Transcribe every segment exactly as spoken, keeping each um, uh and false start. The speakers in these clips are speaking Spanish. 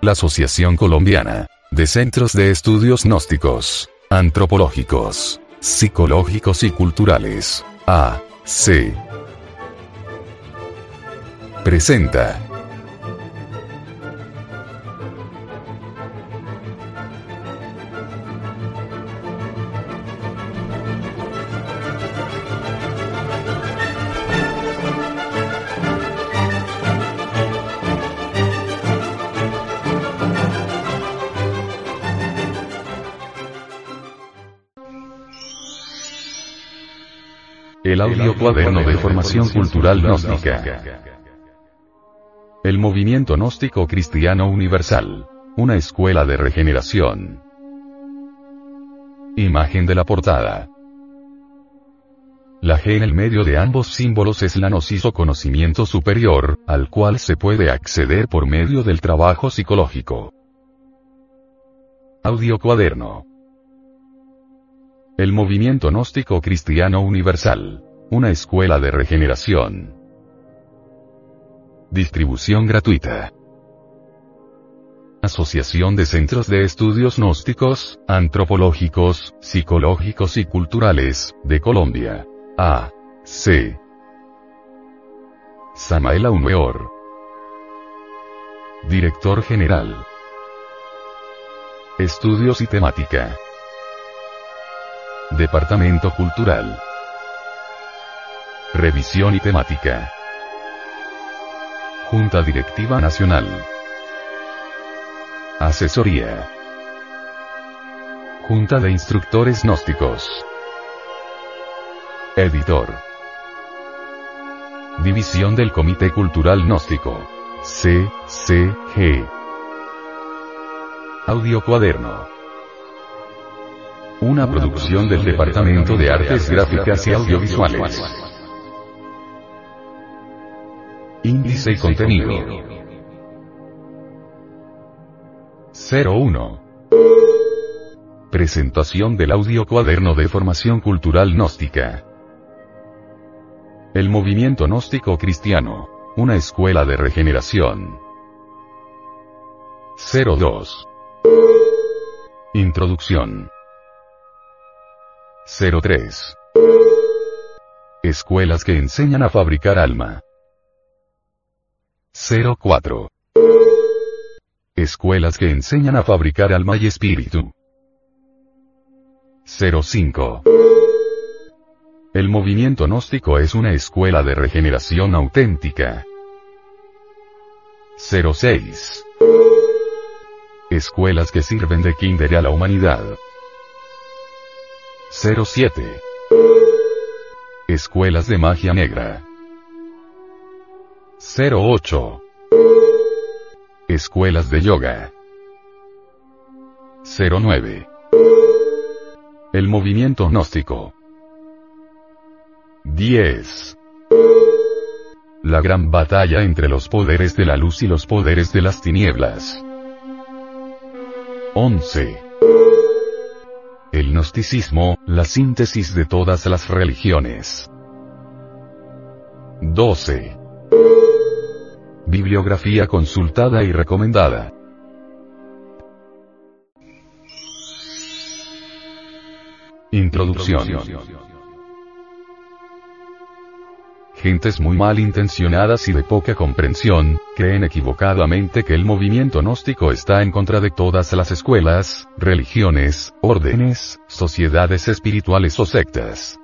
la Asociación Colombiana de Centros de Estudios Gnósticos, Antropológicos, Psicológicos y Culturales, A C, presenta el audio cuaderno de formación cultural gnóstica. El movimiento gnóstico cristiano universal, una escuela de regeneración. Imagen de la portada. La G en el medio de ambos símbolos es la gnosis o conocimiento superior, al cual se puede acceder por medio del trabajo psicológico. Audio cuaderno. El movimiento gnóstico cristiano universal, una escuela de regeneración. Distribución gratuita. Asociación de Centros de Estudios Gnósticos, Antropológicos, Psicológicos y Culturales, de Colombia. A C. Samael Aumeor. Director General. Estudios y temática. Departamento Cultural. Revisión y temática. Junta Directiva Nacional. Asesoría. Junta de Instructores Gnósticos. Editor. División del Comité Cultural Gnóstico. C C G. Audio cuaderno. Una producción del Departamento de Artes Gráficas y Audiovisuales. Índice y contenido. cero uno. Presentación del audio cuaderno de formación cultural gnóstica. El movimiento gnóstico cristiano, una escuela de regeneración. cero dos. Introducción. cero tres. Escuelas que enseñan a fabricar alma. cero cuatro. Escuelas que enseñan a fabricar alma y espíritu. cero cinco. El movimiento gnóstico es una escuela de regeneración auténtica. cero seis. Escuelas que sirven de kinder a la humanidad. cero siete. Escuelas de magia negra. cero ocho. Escuelas de yoga. cero nueve. El movimiento gnóstico. diez. La gran batalla entre los poderes de la luz y los poderes de las tinieblas. once. El gnosticismo, la síntesis de todas las religiones. doce. Bibliografía consultada y recomendada. Introducción. Gentes muy malintencionadas y de poca comprensión, creen equivocadamente que el movimiento gnóstico está en contra de todas las escuelas, religiones, órdenes, sociedades espirituales o sectas.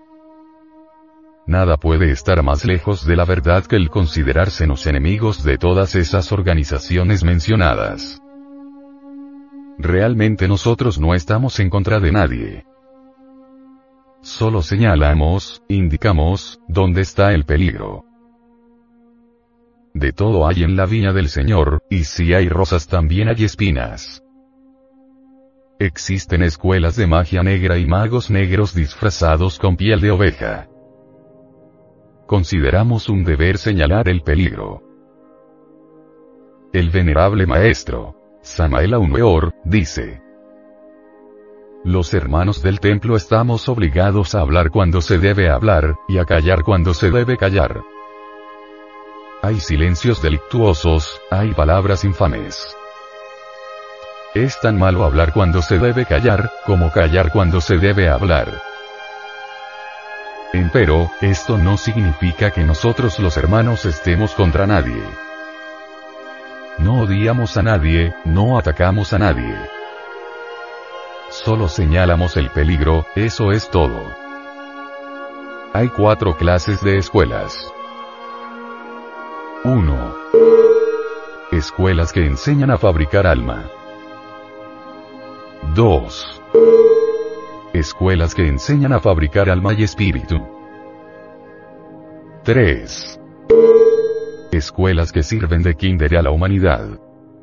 Nada puede estar más lejos de la verdad que el considerarse los enemigos de todas esas organizaciones mencionadas. Realmente nosotros no estamos en contra de nadie. Solo señalamos, indicamos, dónde está el peligro. De todo hay en la viña del Señor, y si hay rosas también hay espinas. Existen escuelas de magia negra y magos negros disfrazados con piel de oveja. Consideramos un deber señalar el peligro. El venerable maestro, Samael Aumeor, dice: los hermanos del templo estamos obligados a hablar cuando se debe hablar, y a callar cuando se debe callar. Hay silencios delictuosos, hay palabras infames. Es tan malo hablar cuando se debe callar, como callar cuando se debe hablar. Empero, esto no significa que nosotros los hermanos estemos contra nadie. No odiamos a nadie, no atacamos a nadie. Solo señalamos el peligro, eso es todo. Hay cuatro clases de escuelas. uno. Escuelas que enseñan a fabricar alma. dos. Escuelas que enseñan a fabricar alma y espíritu. tres. Escuelas que sirven de kinder a la humanidad.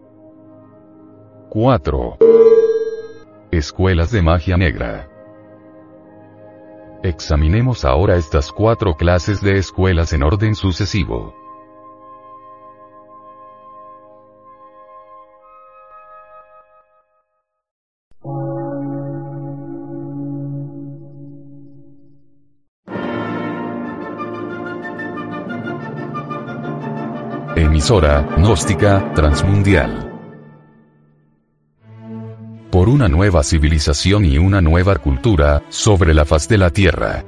cuatro. Escuelas de magia negra. Examinemos ahora estas cuatro clases de escuelas en orden sucesivo. Emisora gnóstica transmundial. Por una nueva civilización y una nueva cultura sobre la faz de la Tierra.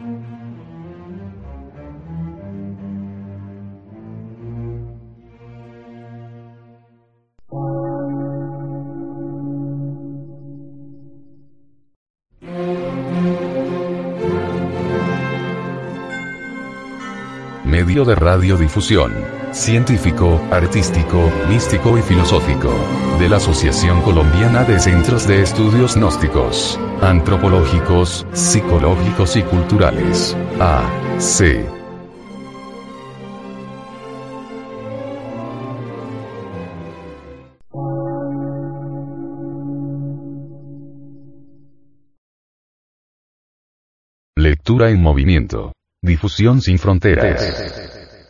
Medio de radiodifusión, científico, artístico, místico y filosófico, de la Asociación Colombiana de Centros de Estudios Gnósticos, Antropológicos, Psicológicos y Culturales, A C Lectura en movimiento. Difusión sin fronteras.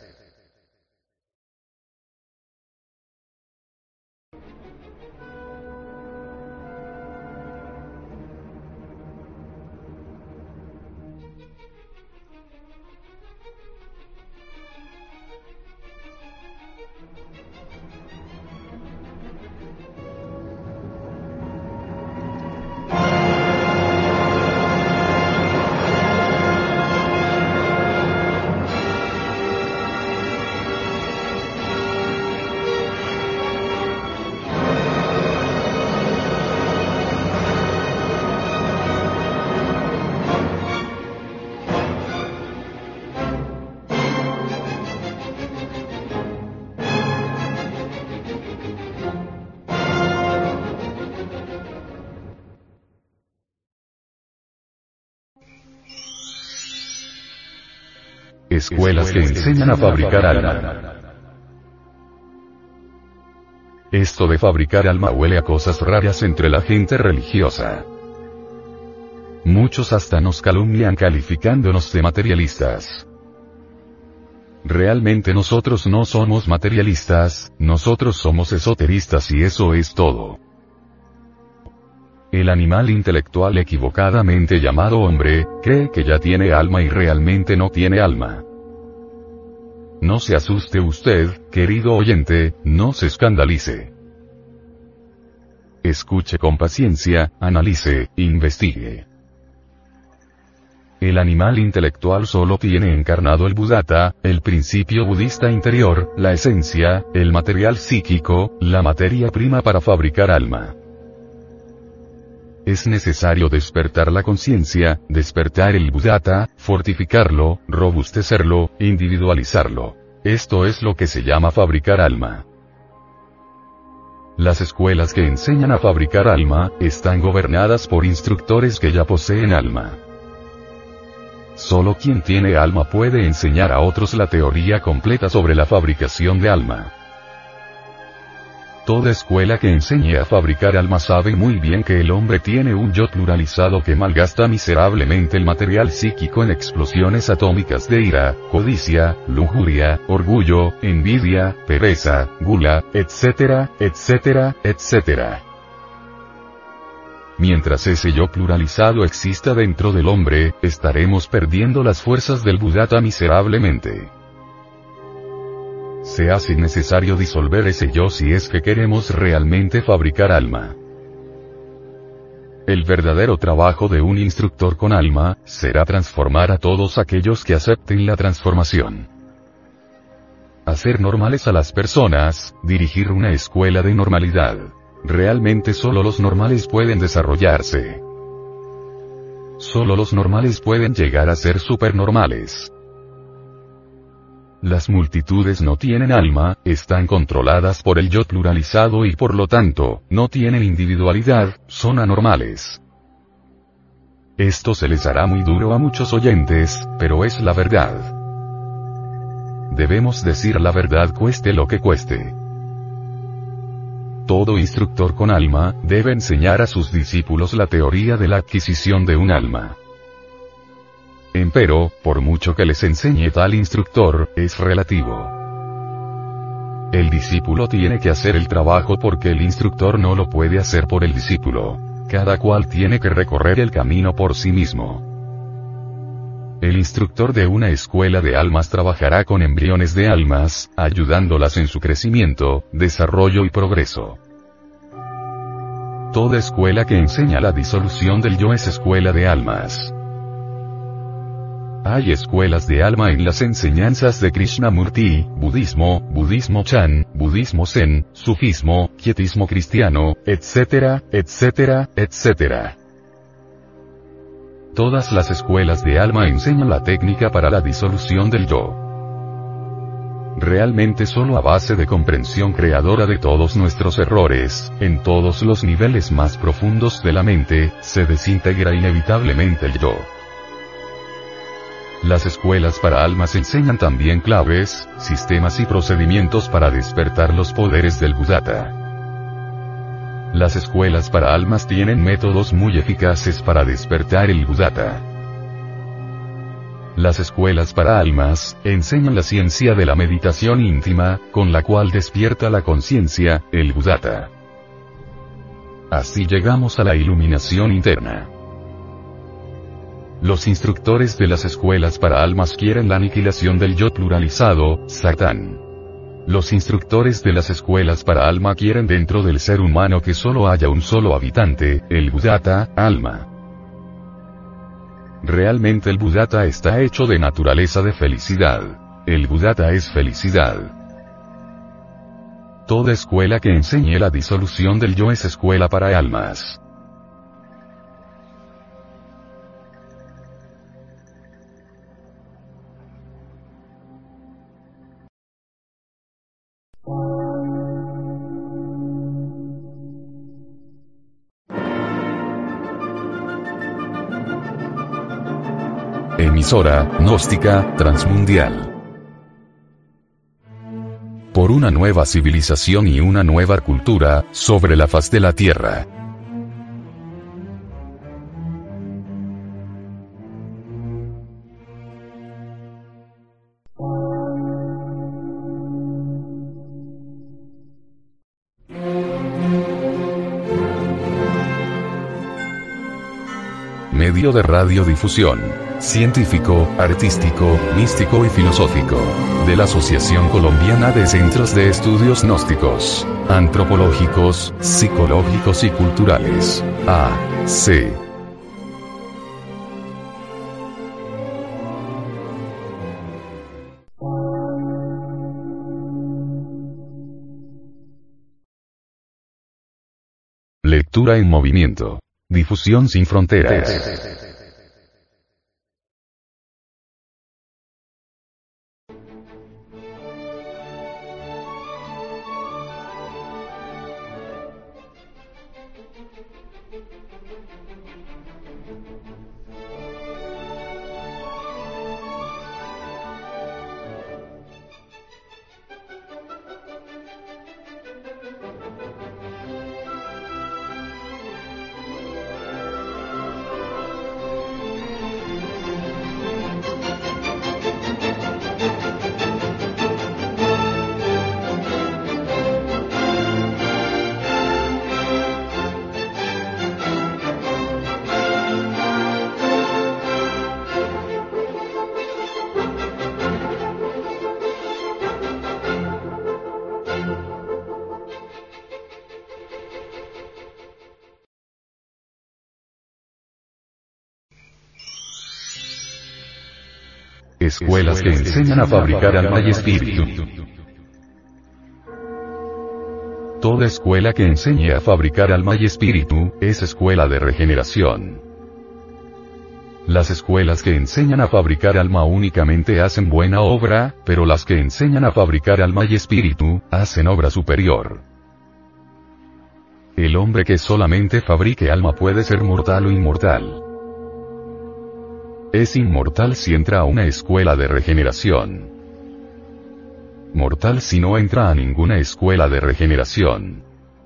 Escuelas que enseñan a fabricar alma. Esto de fabricar alma huele a cosas raras entre la gente religiosa. Muchos hasta nos calumnian calificándonos de materialistas. Realmente nosotros no somos materialistas, nosotros somos esoteristas y eso es todo. El animal intelectual equivocadamente llamado hombre, cree que ya tiene alma y realmente no tiene alma. No se asuste usted, querido oyente, no se escandalice. Escuche con paciencia, analice, investigue. El animal intelectual solo tiene encarnado el Buddhata, el principio budista interior, la esencia, el material psíquico, la materia prima para fabricar alma. Es necesario despertar la conciencia, despertar el Buddhata, fortificarlo, robustecerlo, individualizarlo. Esto es lo que se llama fabricar alma. Las escuelas que enseñan a fabricar alma, están gobernadas por instructores que ya poseen alma. Solo quien tiene alma puede enseñar a otros la teoría completa sobre la fabricación de alma. Toda escuela que enseñe a fabricar alma sabe muy bien que el hombre tiene un yo pluralizado que malgasta miserablemente el material psíquico en explosiones atómicas de ira, codicia, lujuria, orgullo, envidia, pereza, gula, etcétera, etcétera, etcétera. Mientras ese yo pluralizado exista dentro del hombre, estaremos perdiendo las fuerzas del Buddhata miserablemente. Se hace necesario disolver ese yo si es que queremos realmente fabricar alma. El verdadero trabajo de un instructor con alma, será transformar a todos aquellos que acepten la transformación. Hacer normales a las personas, dirigir una escuela de normalidad. Realmente solo los normales pueden desarrollarse. Solo los normales pueden llegar a ser supernormales. Las multitudes no tienen alma, están controladas por el yo pluralizado y por lo tanto, no tienen individualidad, son anormales. Esto se les hará muy duro a muchos oyentes, pero es la verdad. Debemos decir la verdad cueste lo que cueste. Todo instructor con alma, debe enseñar a sus discípulos la teoría de la adquisición de un alma. Empero, por mucho que les enseñe tal instructor, es relativo. El discípulo tiene que hacer el trabajo porque el instructor no lo puede hacer por el discípulo. Cada cual tiene que recorrer el camino por sí mismo. El instructor de una escuela de almas trabajará con embriones de almas, ayudándolas en su crecimiento, desarrollo y progreso. Toda escuela que enseña la disolución del yo es escuela de almas. Hay escuelas de alma en las enseñanzas de Krishnamurti, budismo, budismo Chan, budismo Zen, sufismo, quietismo cristiano, etcétera, etcétera, etcétera. Todas las escuelas de alma enseñan la técnica para la disolución del yo. Realmente solo a base de comprensión creadora de todos nuestros errores, en todos los niveles más profundos de la mente, se desintegra inevitablemente el yo. Las escuelas para almas enseñan también claves, sistemas y procedimientos para despertar los poderes del Buddhata. Las escuelas para almas tienen métodos muy eficaces para despertar el Buddhata. Las escuelas para almas enseñan la ciencia de la meditación íntima, con la cual despierta la conciencia, el Buddhata. Así llegamos a la iluminación interna. Los instructores de las escuelas para almas quieren la aniquilación del yo pluralizado, Satán. Los instructores de las escuelas para alma quieren dentro del ser humano que solo haya un solo habitante, el Buddhata, alma. Realmente el Buddhata está hecho de naturaleza de felicidad. El Buddhata es felicidad. Toda escuela que enseñe la disolución del yo es escuela para almas. Emisora, gnóstica, transmundial. Por una nueva civilización y una nueva cultura, sobre la faz de la Tierra. Medio de radiodifusión. Científico, artístico, místico y filosófico. De la Asociación Colombiana de Centros de Estudios Gnósticos, Antropológicos, Psicológicos y Culturales. A. C. Lectura en movimiento. Difusión sin fronteras. Escuelas que enseñan a fabricar alma y espíritu. Toda escuela que enseñe a fabricar alma y espíritu, es escuela de regeneración. Las escuelas que enseñan a fabricar alma únicamente hacen buena obra, pero las que enseñan a fabricar alma y espíritu, hacen obra superior. El hombre que solamente fabrique alma puede ser mortal o inmortal. Es inmortal si entra a una escuela de regeneración. Mortal si no entra a ninguna escuela de regeneración.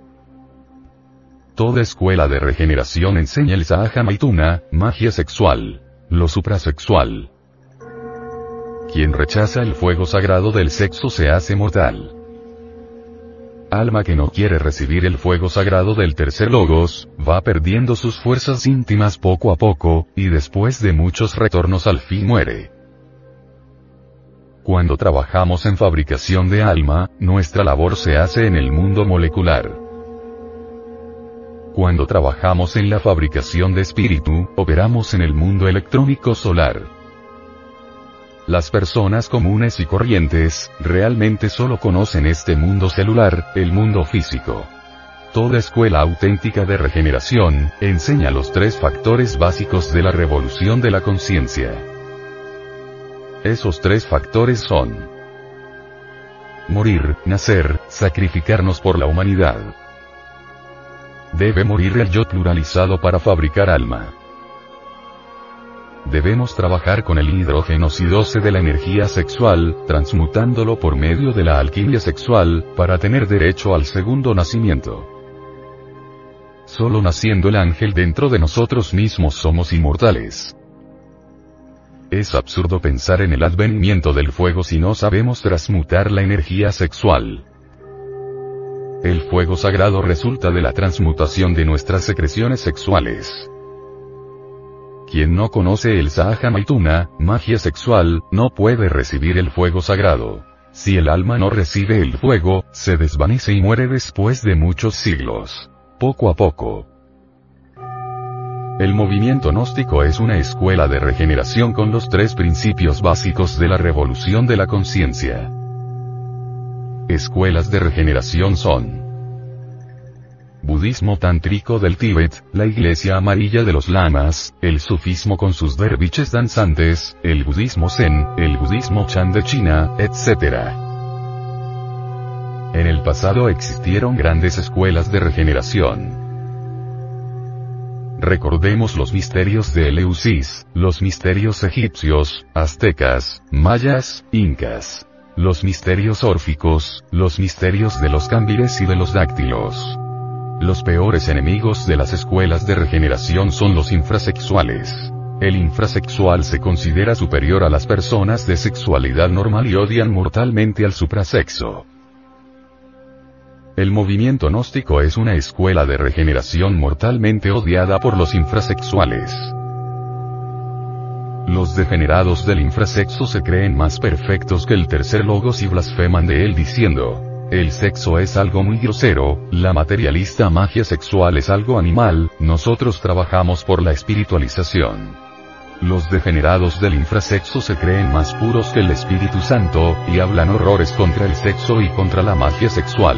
Toda escuela de regeneración enseña el Sahaja Maituna, magia sexual, lo suprasexual. Quien rechaza el fuego sagrado del sexo se hace mortal. Alma que no quiere recibir el fuego sagrado del tercer logos, va perdiendo sus fuerzas íntimas poco a poco, y después de muchos retornos al fin muere. Cuando trabajamos en fabricación de alma, nuestra labor se hace en el mundo molecular. Cuando trabajamos en la fabricación de espíritu, operamos en el mundo electrónico solar. Las personas comunes y corrientes, realmente solo conocen este mundo celular, el mundo físico. Toda escuela auténtica de regeneración, enseña los tres factores básicos de la revolución de la conciencia. Esos tres factores son: morir, nacer, sacrificarnos por la humanidad. Debe morir el yo pluralizado para fabricar alma. Debemos trabajar con el hidrógeno C doce de la energía sexual, transmutándolo por medio de la alquimia sexual, para tener derecho al segundo nacimiento. Solo naciendo el ángel dentro de nosotros mismos somos inmortales. Es absurdo pensar en el advenimiento del fuego si no sabemos transmutar la energía sexual. El fuego sagrado resulta de la transmutación de nuestras secreciones sexuales. Quien no conoce el Sahaja Maituna, magia sexual, no puede recibir el fuego sagrado. Si el alma no recibe el fuego, se desvanece y muere después de muchos siglos. Poco a poco. El movimiento gnóstico es una escuela de regeneración con los tres principios básicos de la revolución de la conciencia. Escuelas de regeneración son: budismo tántrico del Tíbet, la iglesia amarilla de los lamas, el sufismo con sus derviches danzantes, el budismo zen, el budismo chan de China, etcétera. En el pasado existieron grandes escuelas de regeneración. Recordemos los misterios de Eleusis, los misterios egipcios, aztecas, mayas, incas. Los misterios órficos, los misterios de los cámbires y de los dáctilos. Los peores enemigos de las escuelas de regeneración son los infrasexuales. El infrasexual se considera superior a las personas de sexualidad normal y odian mortalmente al suprasexo. El movimiento gnóstico es una escuela de regeneración mortalmente odiada por los infrasexuales. Los degenerados del infrasexo se creen más perfectos que el tercer logos y blasfeman de él diciendo: el sexo es algo muy grosero, la materialista magia sexual es algo animal, nosotros trabajamos por la espiritualización. Los degenerados del infrasexo se creen más puros que el Espíritu Santo, y hablan horrores contra el sexo y contra la magia sexual.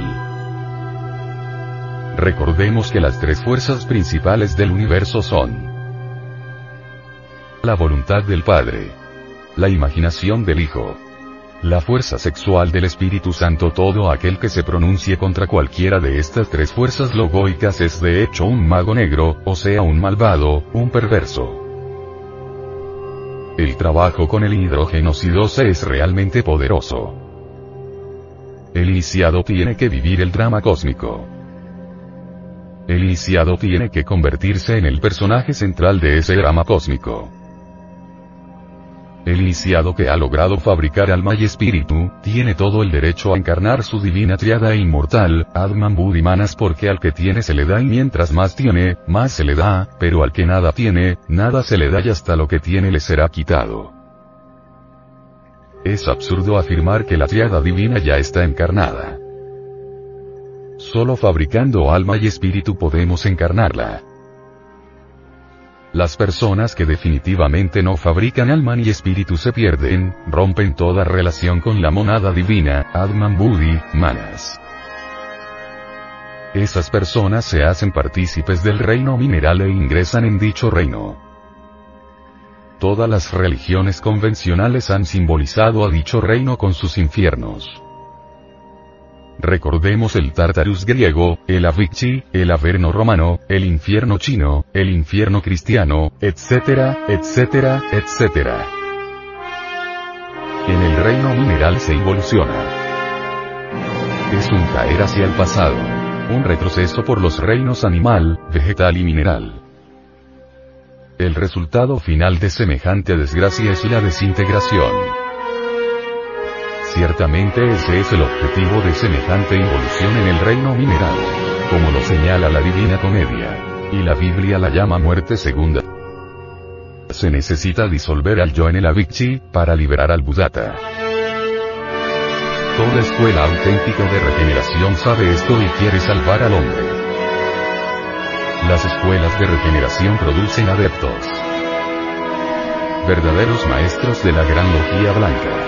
Recordemos que las tres fuerzas principales del universo son: la voluntad del Padre, la imaginación del Hijo, la fuerza sexual del Espíritu Santo. Todo aquel que se pronuncie contra cualquiera de estas tres fuerzas logoicas es de hecho un mago negro, o sea un malvado, un perverso. El trabajo con el hidrógeno C doce es realmente poderoso. El iniciado tiene que vivir el drama cósmico. El iniciado tiene que convertirse en el personaje central de ese drama cósmico. El iniciado que ha logrado fabricar alma y espíritu, tiene todo el derecho a encarnar su divina triada inmortal, Atman Buddhi Manas, porque al que tiene se le da y mientras más tiene, más se le da, pero al que nada tiene, nada se le da y hasta lo que tiene le será quitado. Es absurdo afirmar que la triada divina ya está encarnada. Solo fabricando alma y espíritu podemos encarnarla. Las personas que definitivamente no fabrican alma ni espíritu se pierden, rompen toda relación con la monada divina, Atman Buddhi, Manas. Esas personas se hacen partícipes del reino mineral e ingresan en dicho reino. Todas las religiones convencionales han simbolizado a dicho reino con sus infiernos. Recordemos el Tartarus griego, el Avicii, el Averno romano, el infierno chino, el infierno cristiano, etcétera, etcétera, etcétera. En el reino mineral se involuciona. Es un caer hacia el pasado. Un retroceso por los reinos animal, vegetal y mineral. El resultado final de semejante desgracia es la desintegración. Ciertamente ese es el objetivo de semejante involución en el reino mineral, como lo señala la Divina Comedia, y la Biblia la llama muerte segunda. Se necesita disolver al yo en el Avicii, para liberar al Buddhata. Toda escuela auténtica de regeneración sabe esto y quiere salvar al hombre. Las escuelas de regeneración producen adeptos. Verdaderos maestros de la gran logía blanca.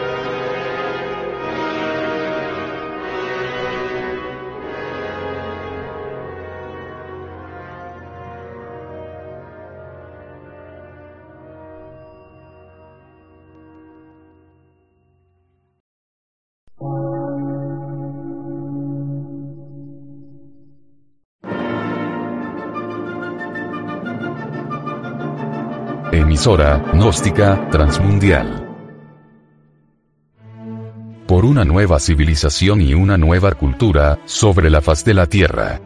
Emisora, gnóstica, transmundial. Por una nueva civilización y una nueva cultura, sobre la faz de la Tierra.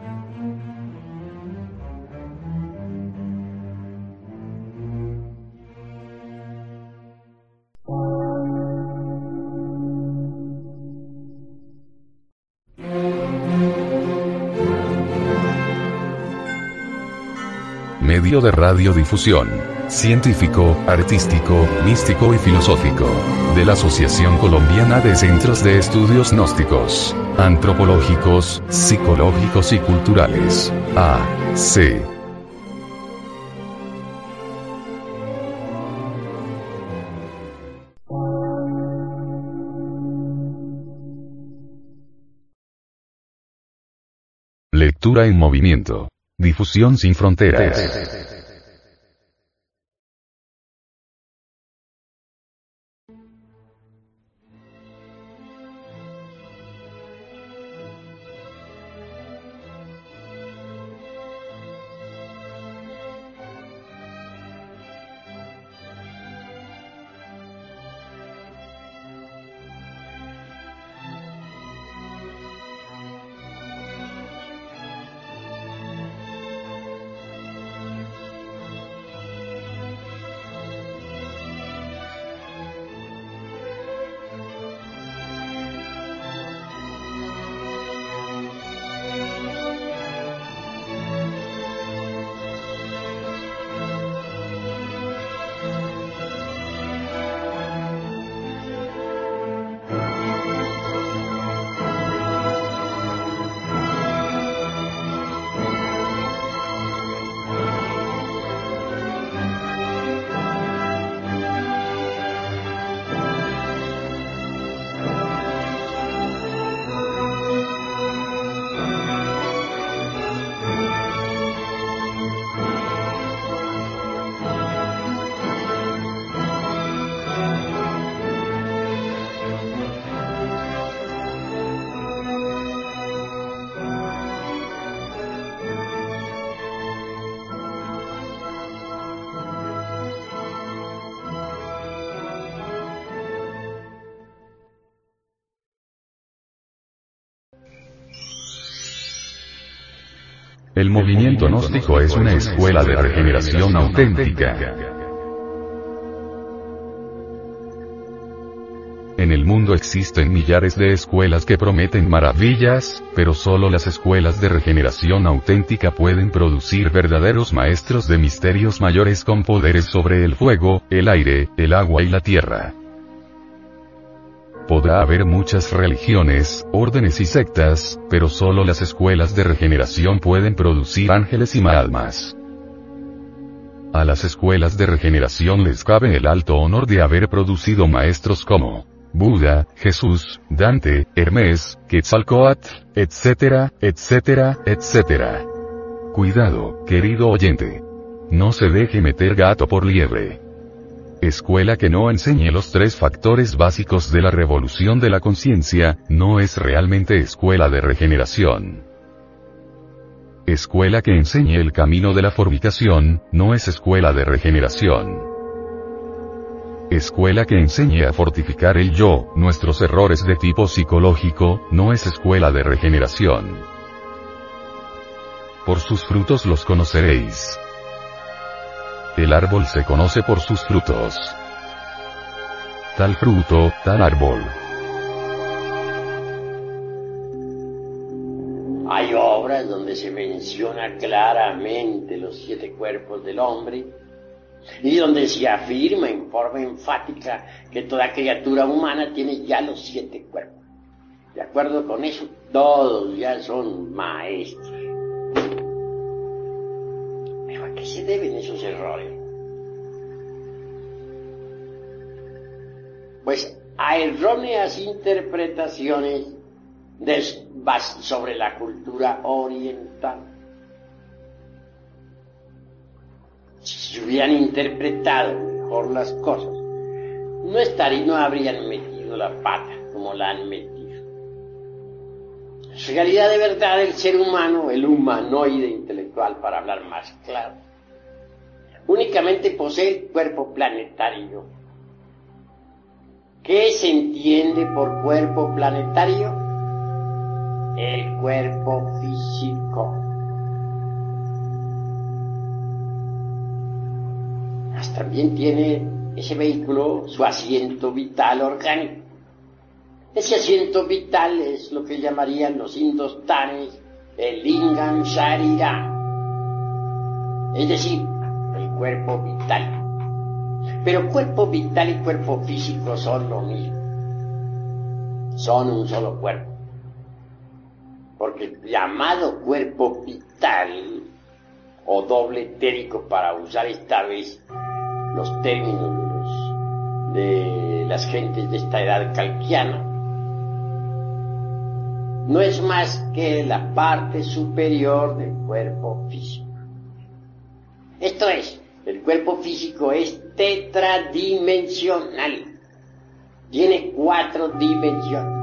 Medio de radiodifusión, científico, artístico, místico y filosófico, de la Asociación Colombiana de Centros de Estudios Gnósticos, Antropológicos, Psicológicos y Culturales, A C Lectura en movimiento. Difusión sin fronteras. El movimiento gnóstico es una escuela de regeneración auténtica. En el mundo existen millares de escuelas que prometen maravillas, pero solo las escuelas de regeneración auténtica pueden producir verdaderos maestros de misterios mayores con poderes sobre el fuego, el aire, el agua y la tierra. Podrá haber muchas religiones, órdenes y sectas, pero solo las escuelas de regeneración pueden producir ángeles y mahatmas. A las escuelas de regeneración les cabe el alto honor de haber producido maestros como Buda, Jesús, Dante, Hermes, Quetzalcóatl, etcétera, etcétera, etcétera. Cuidado, querido oyente. No se deje meter gato por liebre. Escuela que no enseñe los tres factores básicos de la revolución de la conciencia, no es realmente escuela de regeneración. Escuela que enseñe el camino de la fornicación, no es escuela de regeneración. Escuela que enseñe a fortificar el yo, nuestros errores de tipo psicológico, no es escuela de regeneración. Por sus frutos los conoceréis. El árbol se conoce por sus frutos. Tal fruto, tal árbol. Hay obras donde se menciona claramente los siete cuerpos del hombre y donde se afirma en forma enfática que toda criatura humana tiene ya los siete cuerpos. De acuerdo con eso, todos ya son maestros. ¿Pero a qué se deben esos errores? Pues a erróneas interpretaciones de, sobre la cultura oriental. Si se hubieran interpretado mejor las cosas, no estarían, no habrían metido la pata como la han metido. En realidad de verdad el ser humano, el humanoide intelectual para hablar más claro, únicamente posee el cuerpo planetario. ¿Qué se entiende por cuerpo planetario? El cuerpo físico. Mas también tiene ese vehículo su asiento vital orgánico. Ese asiento vital es lo que llamarían los hindustanes el lingam sharira, es decir, el cuerpo vital. Pero cuerpo vital y cuerpo físico son lo mismo. Son un solo cuerpo. Porque el llamado cuerpo vital, o doble etérico para usar esta vez los términos de las gentes de esta edad calquiana, no es más que la parte superior del cuerpo físico. Esto es, el cuerpo físico es tetradimensional, tiene cuatro dimensiones.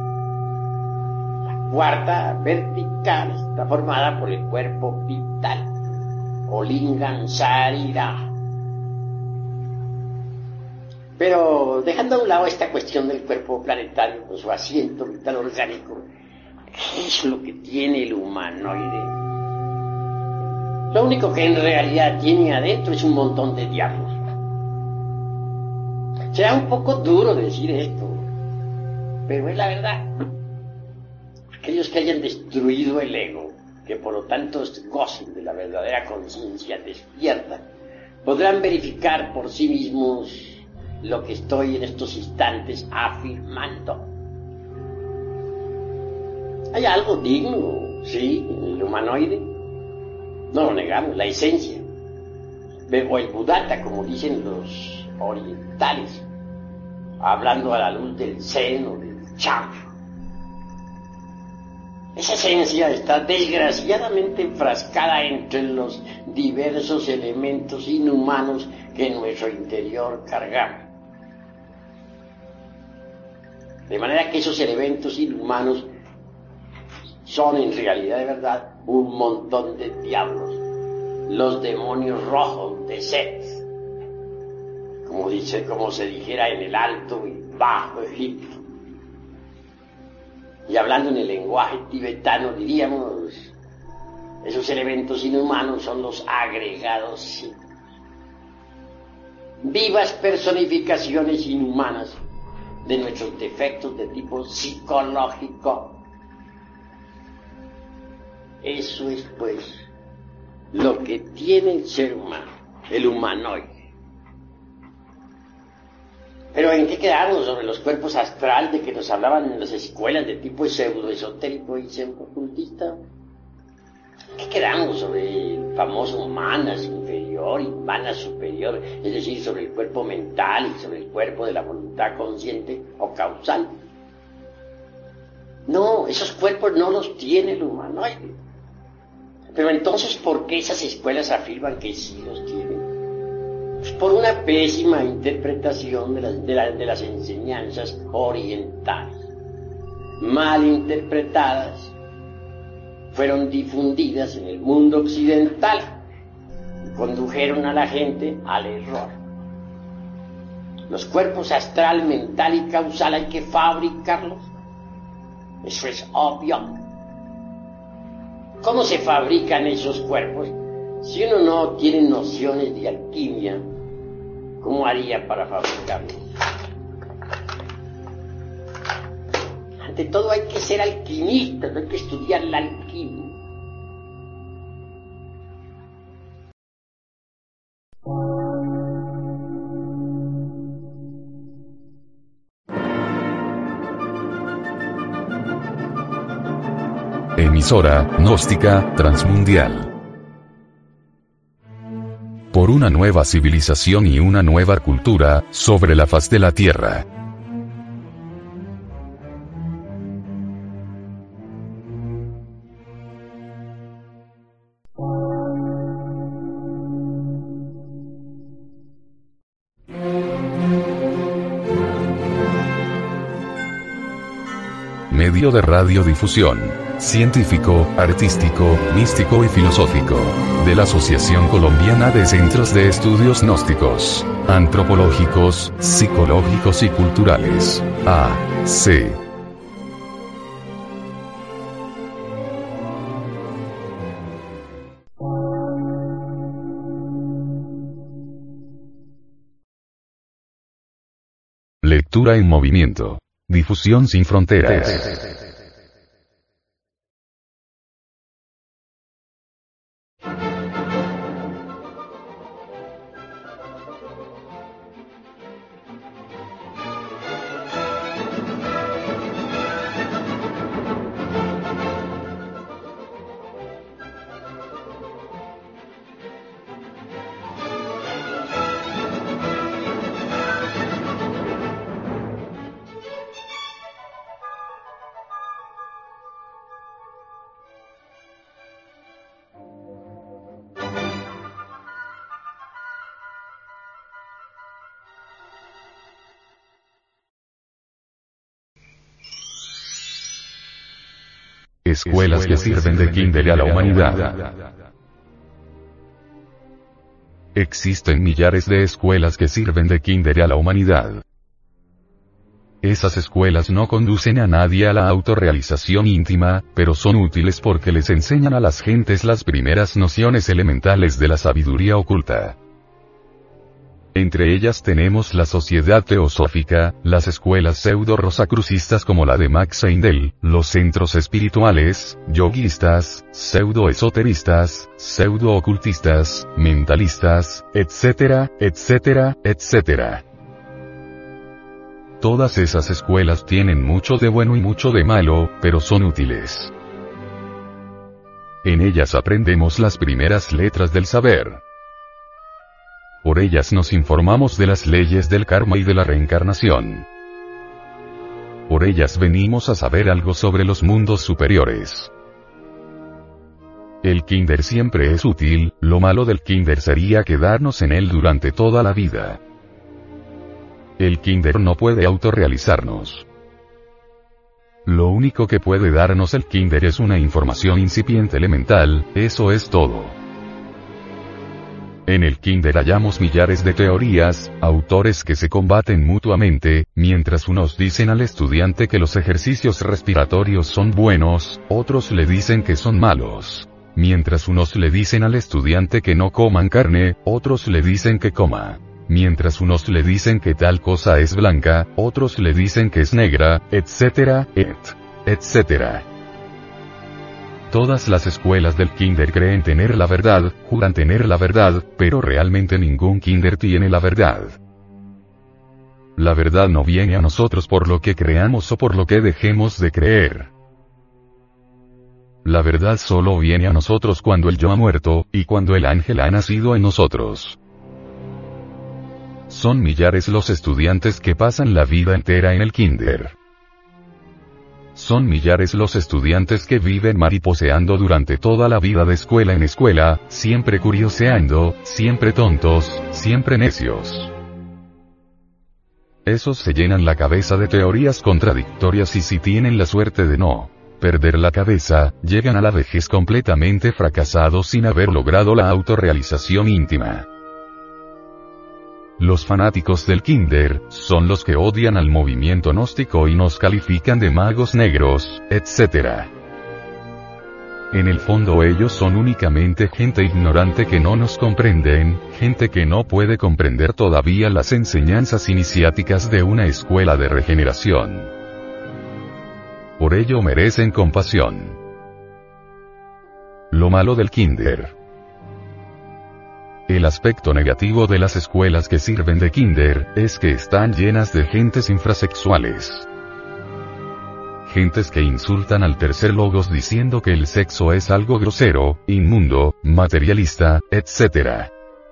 La cuarta, vertical, está formada por el cuerpo vital, o lingam sharira. Pero dejando a un lado esta cuestión del cuerpo planetario con su asiento vital orgánico, ¿qué es lo que tiene el humanoide? Lo único que en realidad tiene adentro es un montón de diablos. Será un poco duro decir esto, pero es la verdad. Aquellos que hayan destruido el ego, que por lo tanto gocen de la verdadera conciencia despierta, podrán verificar por sí mismos lo que estoy en estos instantes afirmando. Hay algo digno, sí, en el humanoide. No lo negamos, la esencia. O el Buddhata, como dicen los orientales, hablando a la luz del Zen o del Chan. Esa esencia está desgraciadamente enfrascada entre los diversos elementos inhumanos que en nuestro interior cargamos. De manera que esos elementos inhumanos son en realidad de verdad un montón de diablos, los demonios rojos de Set, como dice, como se dijera en el Alto y Bajo Egipto. Y hablando en el lenguaje tibetano diríamos, esos elementos inhumanos son los agregados psíquicos, vivas personificaciones inhumanas de nuestros defectos de tipo psicológico. Eso es, pues, lo que tiene el ser humano, el humanoide. Pero ¿en qué quedamos sobre los cuerpos astral de que nos hablaban en las escuelas de tipo pseudo-esotérico y pseudo-ocultista? ¿Qué quedamos sobre el famoso manas inferior? superior y mana superior, es decir, sobre el cuerpo mental y sobre el cuerpo de la voluntad consciente o causal. No, esos cuerpos no los tiene el humanoide. Pero entonces, ¿por qué esas escuelas afirman que sí los tienen? Pues por una pésima interpretación de las, de, la, de las enseñanzas orientales. Mal interpretadas, fueron difundidas en el mundo occidental y condujeron a la gente al error. Los cuerpos astral, mental y causal hay que fabricarlos. Eso es obvio. ¿Cómo se fabrican esos cuerpos? Si uno no tiene nociones de alquimia, ¿cómo haría para fabricarlos? Ante todo hay que ser alquimista, hay que estudiar la alquimia. Emisora gnóstica transmundial. Por una nueva civilización y una nueva cultura sobre la faz de la Tierra. Medio de radiodifusión, científico, artístico, místico y filosófico, de la Asociación Colombiana de Centros de Estudios Gnósticos, Antropológicos, Psicológicos y Culturales, A C Lectura en movimiento. Difusión sin fronteras. Escuelas que sirven de kinder a la humanidad. Existen millares de escuelas que sirven de kinder a la humanidad. Esas escuelas no conducen a nadie a la autorrealización íntima, pero son útiles porque les enseñan a las gentes las primeras nociones elementales de la sabiduría oculta. Entre ellas tenemos la Sociedad Teosófica, las escuelas pseudo-rosacrucistas como la de Max Heindel, los centros espirituales, yoguistas, pseudo-esoteristas, pseudo-ocultistas, mentalistas, etcétera, etcétera, etcétera. Todas esas escuelas tienen mucho de bueno y mucho de malo, pero son útiles. En ellas aprendemos las primeras letras del saber. Por ellas nos informamos de las leyes del karma y de la reencarnación. Por ellas venimos a saber algo sobre los mundos superiores. El kinder siempre es útil, lo malo del kinder sería quedarnos en él durante toda la vida. El kinder no puede autorrealizarnos. Lo único que puede darnos el kinder es una información incipiente elemental, eso es todo. En el kinder hallamos millares de teorías, autores que se combaten mutuamente, mientras unos dicen al estudiante que los ejercicios respiratorios son buenos, otros le dicen que son malos. Mientras unos le dicen al estudiante que no coman carne, otros le dicen que coma. Mientras unos le dicen que tal cosa es blanca, otros le dicen que es negra, etcétera, et, etcétera. Todas las escuelas del kinder creen tener la verdad, juran tener la verdad, pero realmente ningún kinder tiene la verdad. La verdad no viene a nosotros por lo que creamos o por lo que dejemos de creer. la verdad solo viene a nosotros cuando el yo ha muerto, y cuando el ángel ha nacido en nosotros. Son millares los estudiantes que pasan la vida entera en el kinder. Son millares los estudiantes que viven mariposeando durante toda la vida de escuela en escuela, siempre curioseando, siempre tontos, siempre necios. Esos se llenan la cabeza de teorías contradictorias y si tienen la suerte de no perder la cabeza, llegan a la vejez completamente fracasados sin haber logrado la autorrealización íntima. Los fanáticos del kinder, son los que odian al movimiento gnóstico y nos califican de magos negros, etcétera. En el fondo ellos son únicamente gente ignorante que no nos comprenden, gente que no puede comprender todavía las enseñanzas iniciáticas de una escuela de regeneración. Por ello merecen compasión. Lo malo del kinder. El aspecto negativo de las escuelas que sirven de kinder, es que están llenas de gentes infrasexuales. Gentes que insultan al tercer logos diciendo que el sexo es algo grosero, inmundo, materialista, etcétera.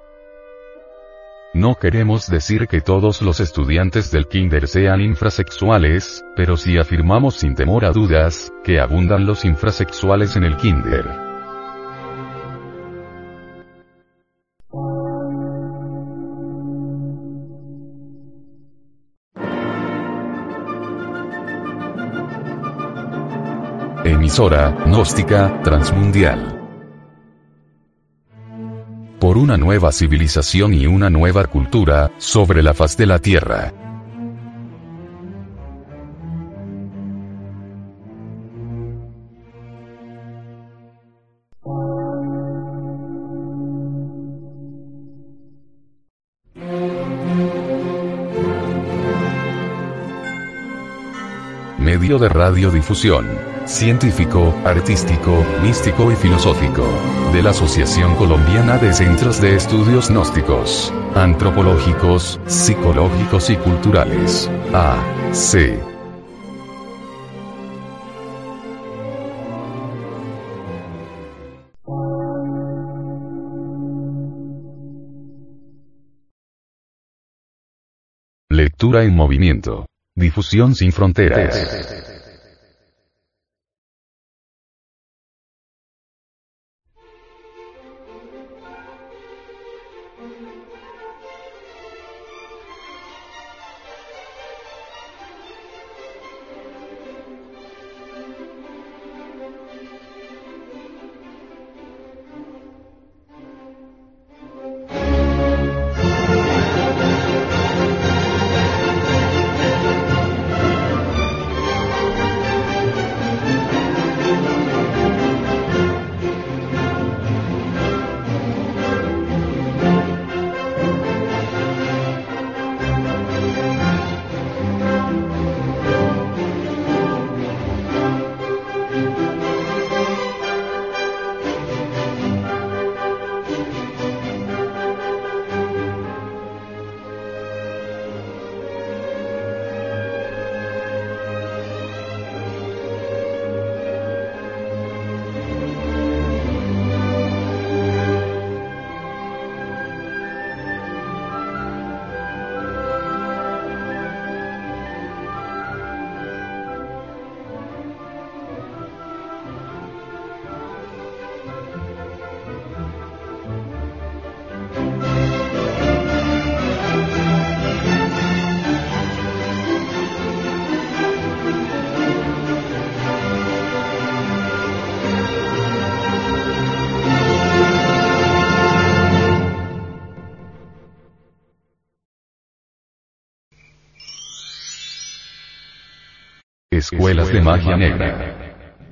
No queremos decir que todos los estudiantes del kinder sean infrasexuales, pero sí afirmamos sin temor a dudas, que abundan los infrasexuales en el kinder. Emisora gnóstica transmundial. Por una nueva civilización y una nueva cultura, sobre la faz de la Tierra. Medio de radiodifusión, científico, artístico, místico y filosófico, de la Asociación Colombiana de Centros de Estudios Gnósticos, Antropológicos, Psicológicos y Culturales, A C Lectura en movimiento. Difusión sin fronteras. Escuelas de magia negra.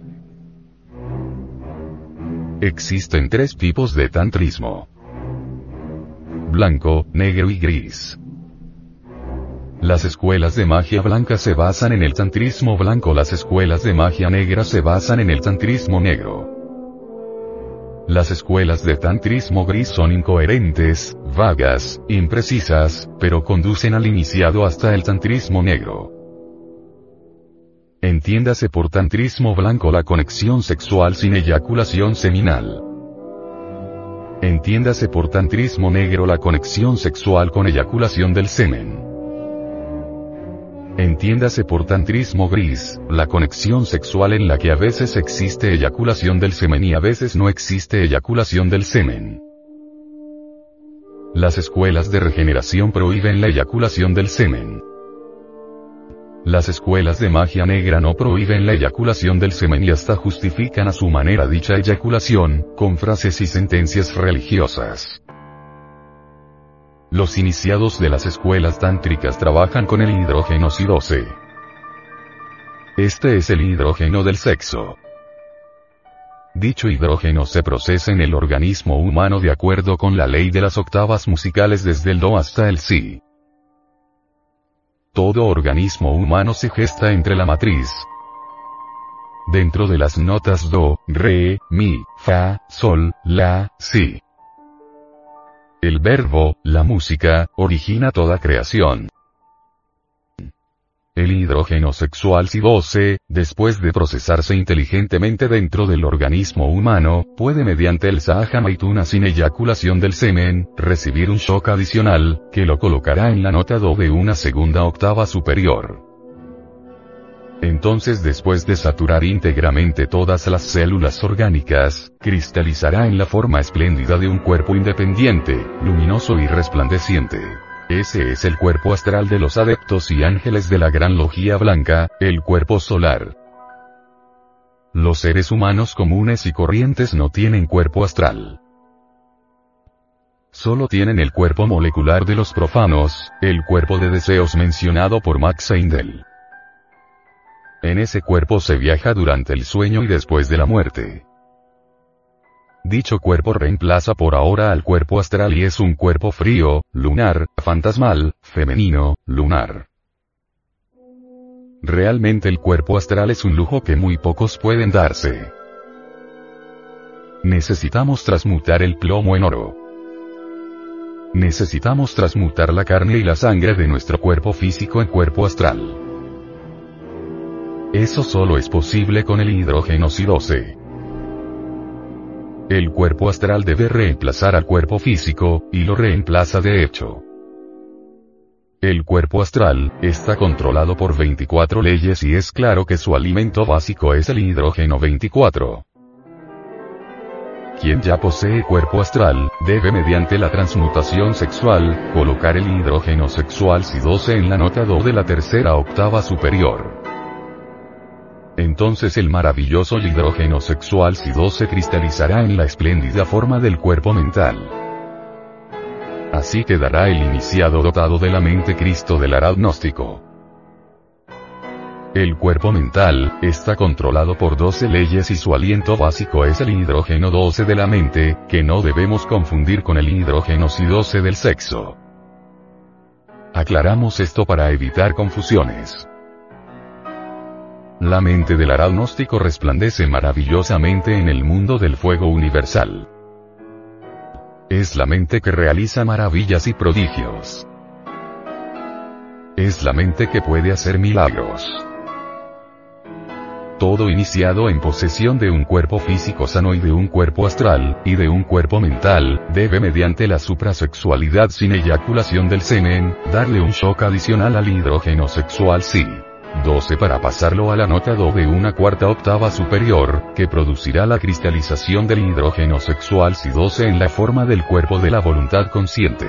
Existen tres tipos de tantrismo: blanco, negro y gris. Las escuelas de magia blanca se basan en el tantrismo blanco, las escuelas de magia negra se basan en el tantrismo negro. Las escuelas de tantrismo gris son incoherentes, vagas, imprecisas, pero conducen al iniciado hasta el tantrismo negro. Entiéndase por tantrismo blanco la conexión sexual sin eyaculación seminal. Entiéndase por tantrismo negro la conexión sexual con eyaculación del semen. Entiéndase por tantrismo gris, la conexión sexual en la que a veces existe eyaculación del semen y a veces no existe eyaculación del semen. Las escuelas de regeneración prohíben la eyaculación del semen. Las escuelas de magia negra no prohíben la eyaculación del semen y hasta justifican a su manera dicha eyaculación, con frases y sentencias religiosas. Los iniciados de las escuelas tántricas trabajan con el hidrógeno C doce. Este es el hidrógeno del sexo. Dicho hidrógeno se procesa en el organismo humano de acuerdo con la ley de las octavas musicales desde el Do hasta el Si. Todo organismo humano se gesta entre la matriz, dentro de las notas Do, Re, Mi, Fa, Sol, La, Si. El verbo, la música, origina toda creación. El hidrógeno sexual C doce, después de procesarse inteligentemente dentro del organismo humano, puede mediante el Sahaja Maituna sin eyaculación del semen, recibir un shock adicional, que lo colocará en la nota Do de una segunda octava superior. Entonces después de saturar íntegramente todas las células orgánicas, cristalizará en la forma espléndida de un cuerpo independiente, luminoso y resplandeciente. Ese es el cuerpo astral de los adeptos y ángeles de la Gran Logía Blanca, el cuerpo solar. Los seres humanos comunes y corrientes no tienen cuerpo astral. Solo tienen el cuerpo molecular de los profanos, el cuerpo de deseos mencionado por Max Heindel. En ese cuerpo se viaja durante el sueño y después de la muerte. Dicho cuerpo reemplaza por ahora al cuerpo astral y es un cuerpo frío, lunar, fantasmal, femenino, lunar. Realmente el cuerpo astral es un lujo que muy pocos pueden darse. Necesitamos transmutar el plomo en oro. Necesitamos transmutar la carne y la sangre de nuestro cuerpo físico en cuerpo astral. Eso solo es posible con el hidrógeno C doce. El cuerpo astral debe reemplazar al cuerpo físico, y lo reemplaza de hecho. El cuerpo astral está controlado por veinticuatro leyes y es claro que su alimento básico es el hidrógeno veinticuatro. Quien ya posee cuerpo astral, debe mediante la transmutación sexual, colocar el hidrógeno sexual C doce en la nota Do de la tercera octava superior. Entonces el maravilloso hidrógeno sexual C doce cristalizará en la espléndida forma del cuerpo mental. Así quedará el iniciado dotado de la mente Cristo del Arad gnóstico. El cuerpo mental está controlado por doce leyes y su aliento básico es el hidrógeno doce de la mente, que no debemos confundir con el hidrógeno C doce del sexo. Aclaramos esto para evitar confusiones. La mente del Arad gnóstico resplandece maravillosamente en el mundo del fuego universal. Es la mente que realiza maravillas y prodigios. Es la mente que puede hacer milagros. Todo iniciado en posesión de un cuerpo físico sano y de un cuerpo astral, y de un cuerpo mental, debe mediante la suprasexualidad sin eyaculación del semen, darle un shock adicional al hidrógeno sexual C doce para pasarlo a la nota Do de una cuarta octava superior, que producirá la cristalización del hidrógeno sexual C doce en la forma del cuerpo de la voluntad consciente.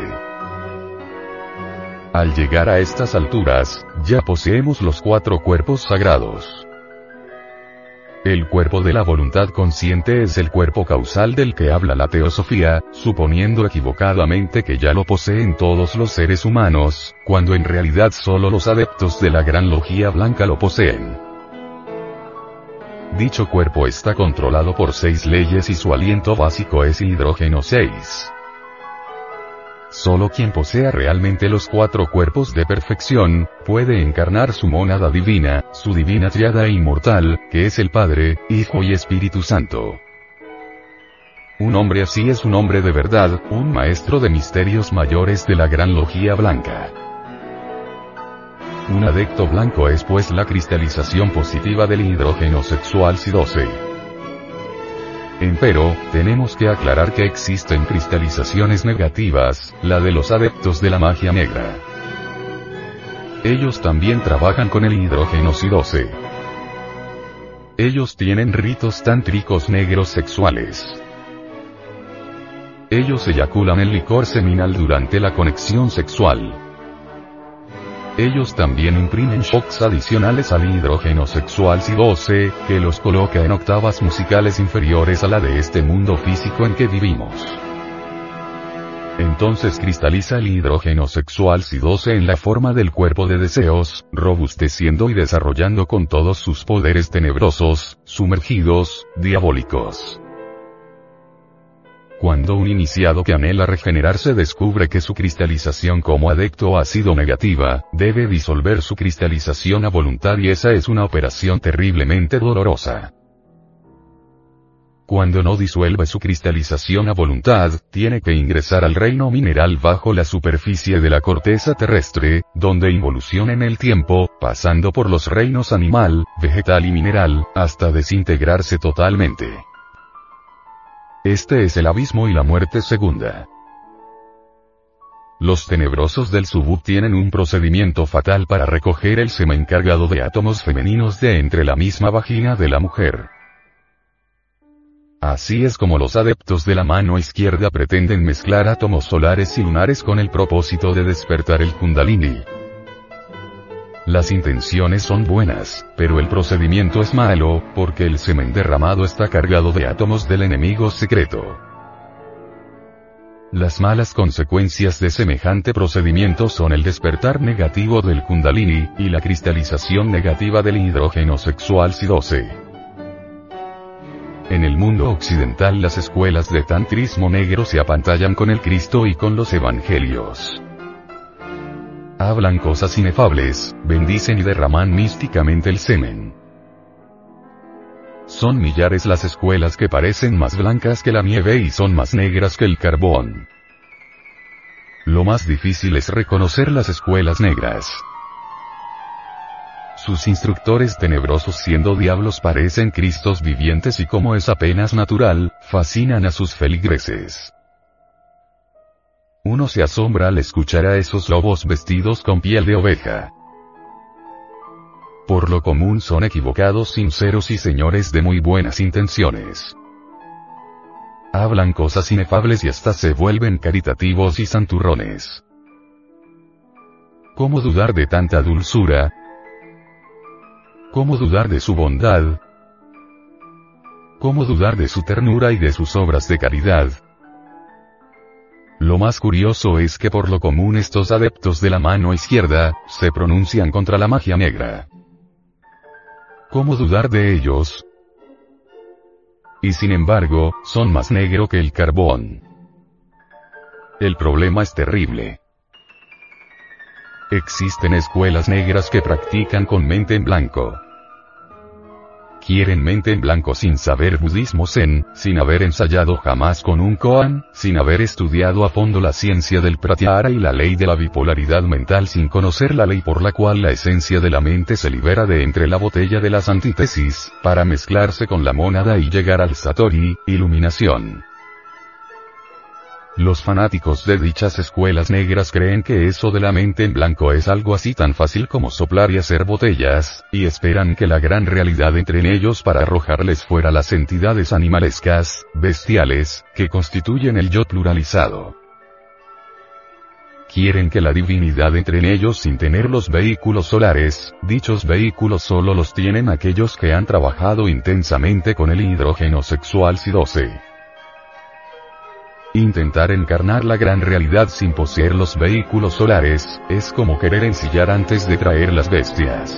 Al llegar a estas alturas, ya poseemos los cuatro cuerpos sagrados. El cuerpo de la voluntad consciente es el cuerpo causal del que habla la teosofía, suponiendo equivocadamente que ya lo poseen todos los seres humanos, cuando en realidad solo los adeptos de la Gran Logía Blanca lo poseen. Dicho cuerpo está controlado por seis leyes y su aliento básico es hidrógeno seis. Solo quien posea realmente los cuatro cuerpos de perfección, puede encarnar su mónada divina, su divina triada inmortal, que es el Padre, Hijo y Espíritu Santo. Un hombre así es un hombre de verdad, un maestro de misterios mayores de la Gran Logía Blanca. Un adepto blanco es pues la cristalización positiva del hidrógeno sexual C doce. Empero, tenemos que aclarar que existen cristalizaciones negativas, la de los adeptos de la magia negra. Ellos también trabajan con el hidrógeno C doce. Ellos tienen ritos tántricos negros sexuales. Ellos eyaculan el licor seminal durante la conexión sexual. Ellos también imprimen shocks adicionales al hidrógeno sexual C doce, que los coloca en octavas musicales inferiores a la de este mundo físico en que vivimos. Entonces cristaliza el hidrógeno sexual C doce en la forma del cuerpo de deseos, robusteciendo y desarrollando con todos sus poderes tenebrosos, sumergidos, diabólicos. Cuando un iniciado que anhela regenerarse descubre que su cristalización como adepto ha sido negativa, debe disolver su cristalización a voluntad y esa es una operación terriblemente dolorosa. Cuando no disuelve su cristalización a voluntad, tiene que ingresar al reino mineral bajo la superficie de la corteza terrestre, donde involuciona en el tiempo, pasando por los reinos animal, vegetal y mineral, hasta desintegrarse totalmente. Este es el abismo y la muerte segunda. Los tenebrosos del Subut tienen un procedimiento fatal para recoger el semen cargado de átomos femeninos de entre la misma vagina de la mujer. Así es como los adeptos de la mano izquierda pretenden mezclar átomos solares y lunares con el propósito de despertar el Kundalini. Las intenciones son buenas, pero el procedimiento es malo, porque el semen derramado está cargado de átomos del enemigo secreto. Las malas consecuencias de semejante procedimiento son el despertar negativo del Kundalini, y la cristalización negativa del hidrógeno sexual C doce. En el mundo occidental las escuelas de tantrismo negro se apantallan con el Cristo y con los evangelios. Hablan cosas inefables, bendicen y derraman místicamente el semen. Son millares las escuelas que parecen más blancas que la nieve y son más negras que el carbón. Lo más difícil es reconocer las escuelas negras. Sus instructores tenebrosos siendo diablos parecen Cristos vivientes y como es apenas natural, fascinan a sus feligreses. Uno se asombra al escuchar a esos lobos vestidos con piel de oveja. Por lo común son equivocados, sinceros y señores de muy buenas intenciones. Hablan cosas inefables y hasta se vuelven caritativos y santurrones. ¿Cómo dudar de tanta dulzura? ¿Cómo dudar de su bondad? ¿Cómo dudar de su ternura y de sus obras de caridad? Lo más curioso es que por lo común estos adeptos de la mano izquierda, se pronuncian contra la magia negra. ¿Cómo dudar de ellos? Y sin embargo, son más negro que el carbón. El problema es terrible. Existen escuelas negras que practican con mente en blanco. Quieren mente en blanco sin saber budismo zen, sin haber ensayado jamás con un koan, sin haber estudiado a fondo la ciencia del pratyahara y la ley de la bipolaridad mental, sin conocer la ley por la cual la esencia de la mente se libera de entre la botella de las antítesis, para mezclarse con la mónada y llegar al satori, iluminación. Los fanáticos de dichas escuelas negras creen que eso de la mente en blanco es algo así tan fácil como soplar y hacer botellas, y esperan que la gran realidad entre en ellos para arrojarles fuera las entidades animalescas, bestiales, que constituyen el yo pluralizado. Quieren que la divinidad entre en ellos sin tener los vehículos solares, dichos vehículos solo los tienen aquellos que han trabajado intensamente con el hidrógeno sexual C doce. Intentar encarnar la gran realidad sin poseer los vehículos solares, es como querer ensillar antes de traer las bestias.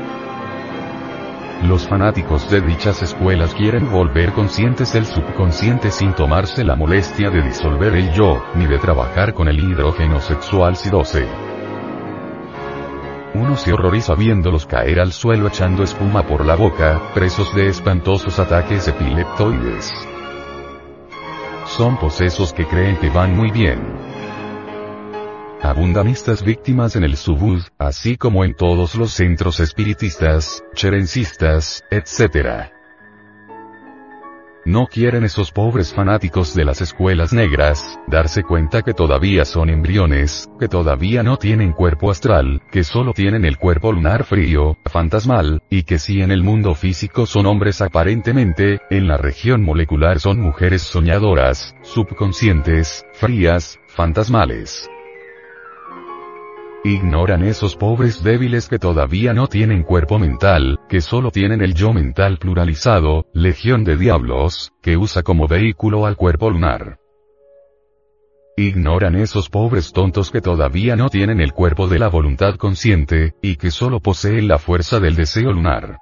Los fanáticos de dichas escuelas quieren volver conscientes el subconsciente sin tomarse la molestia de disolver el yo, ni de trabajar con el hidrógeno sexual C doce. Uno se horroriza viéndolos caer al suelo echando espuma por la boca, presos de espantosos ataques epileptoides. Son posesos que creen que van muy bien. abundan estas víctimas en el Subud, así como en todos los centros espiritistas, cherencistas, etcétera. No quieren esos pobres fanáticos de las escuelas negras darse cuenta que todavía son embriones, que todavía no tienen cuerpo astral, que solo tienen el cuerpo lunar frío, fantasmal, y que si en el mundo físico son hombres aparentemente, en la región molecular son mujeres soñadoras, subconscientes, frías, fantasmales. Ignoran esos pobres débiles que todavía no tienen cuerpo mental, que solo tienen el yo mental pluralizado, legión de diablos, que usa como vehículo al cuerpo lunar. Ignoran esos pobres tontos que todavía no tienen el cuerpo de la voluntad consciente, y que solo poseen la fuerza del deseo lunar.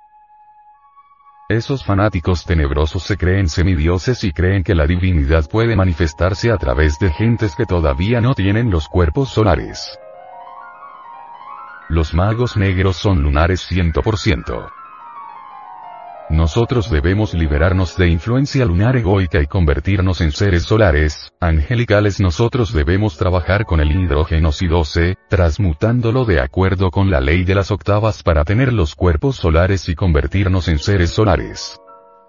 Esos fanáticos tenebrosos se creen semidioses y creen que la divinidad puede manifestarse a través de gentes que todavía no tienen los cuerpos solares. Los magos negros son lunares cien por ciento. Nosotros debemos liberarnos de influencia lunar egoica y convertirnos en seres solares, angelicales. Nosotros debemos trabajar con el hidrógeno C doce, transmutándolo de acuerdo con la ley de las octavas para tener los cuerpos solares y convertirnos en seres solares.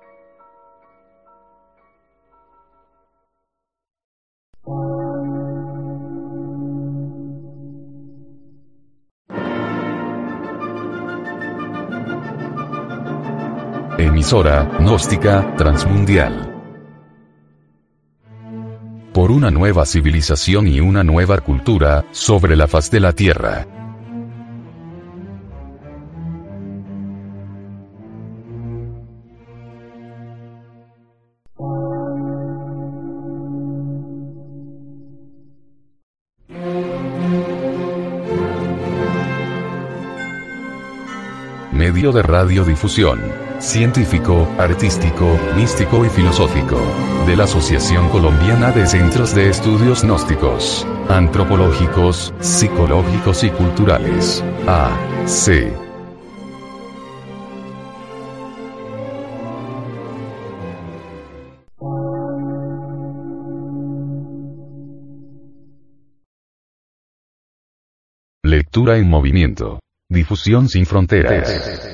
Emisora gnóstica transmundial. Por una nueva civilización y una nueva cultura sobre la faz de la Tierra. Medio de radiodifusión científico, artístico, místico y filosófico, de la Asociación Colombiana de Centros de Estudios Gnósticos, Antropológicos, Psicológicos y Culturales, A C Lectura en movimiento. Difusión sin fronteras.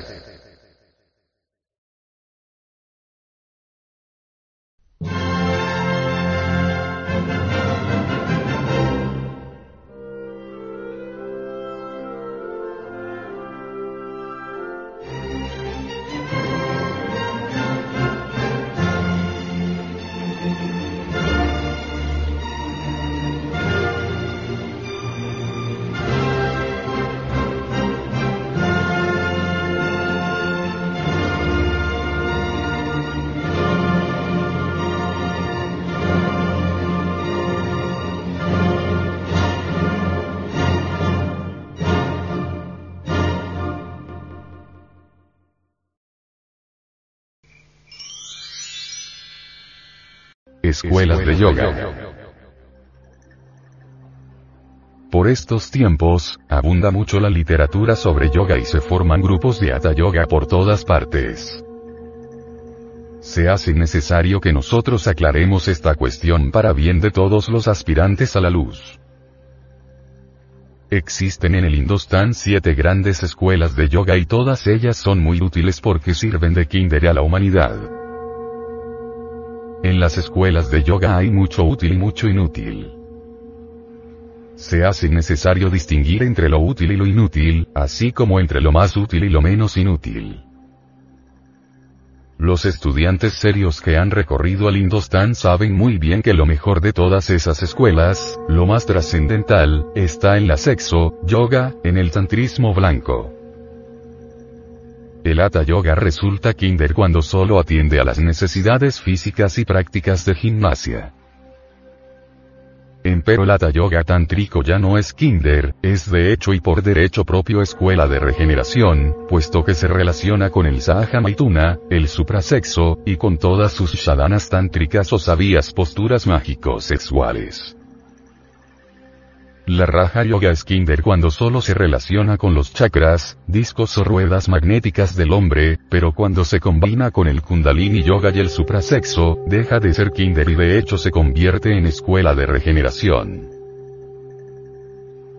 Escuelas de yoga. Por estos tiempos, abunda mucho la literatura sobre yoga y se forman grupos de hatha yoga por todas partes. Se hace necesario que nosotros aclaremos esta cuestión para bien de todos los aspirantes a la luz. Existen en el Indostán siete grandes escuelas de yoga y todas ellas son muy útiles porque sirven de kinder a la humanidad. En las escuelas de yoga hay mucho útil y mucho inútil. Se hace necesario distinguir entre lo útil y lo inútil, así como entre lo más útil y lo menos inútil. Los estudiantes serios que han recorrido al Indostán saben muy bien que lo mejor de todas esas escuelas, lo más trascendental, está en la sexo yoga, en el tantrismo blanco. El hatha yoga resulta kinder cuando solo atiende a las necesidades físicas y prácticas de gimnasia. Empero el hatha yoga tántrico ya no es kinder, es de hecho y por derecho propio escuela de regeneración, puesto que se relaciona con el sahaja maituna, el suprasexo, y con todas sus sadhanas tántricas o sabias posturas mágicos sexuales. La Raja Yoga es kinder cuando solo se relaciona con los chakras, discos o ruedas magnéticas del hombre, pero cuando se combina con el Kundalini Yoga y el suprasexo, deja de ser kinder y de hecho se convierte en escuela de regeneración.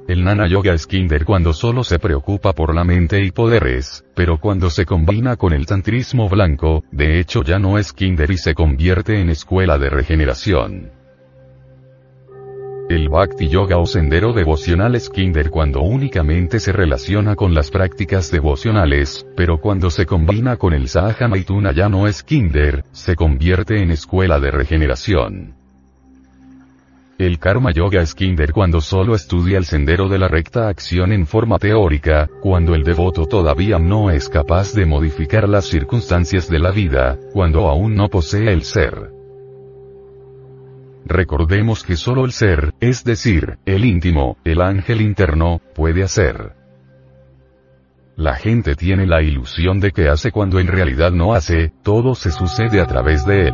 el Jnana Yoga es Kinder cuando solo se preocupa por la mente y poderes, pero cuando se combina con el tantrismo blanco, de hecho ya no es Kinder y se convierte en escuela de regeneración. El Bhakti Yoga o sendero devocional es Kinder cuando únicamente se relaciona con las prácticas devocionales, pero cuando se combina con el Sahaja Maituna ya no es Kinder, se convierte en escuela de regeneración. El Karma Yoga es Kinder cuando solo estudia el sendero de la recta acción en forma teórica, cuando el devoto todavía no es capaz de modificar las circunstancias de la vida, cuando aún no posee el ser. Recordemos que solo el ser, es decir, el íntimo, el ángel interno, puede hacer. La gente tiene la ilusión de que hace cuando en realidad no hace, todo se sucede a través de él.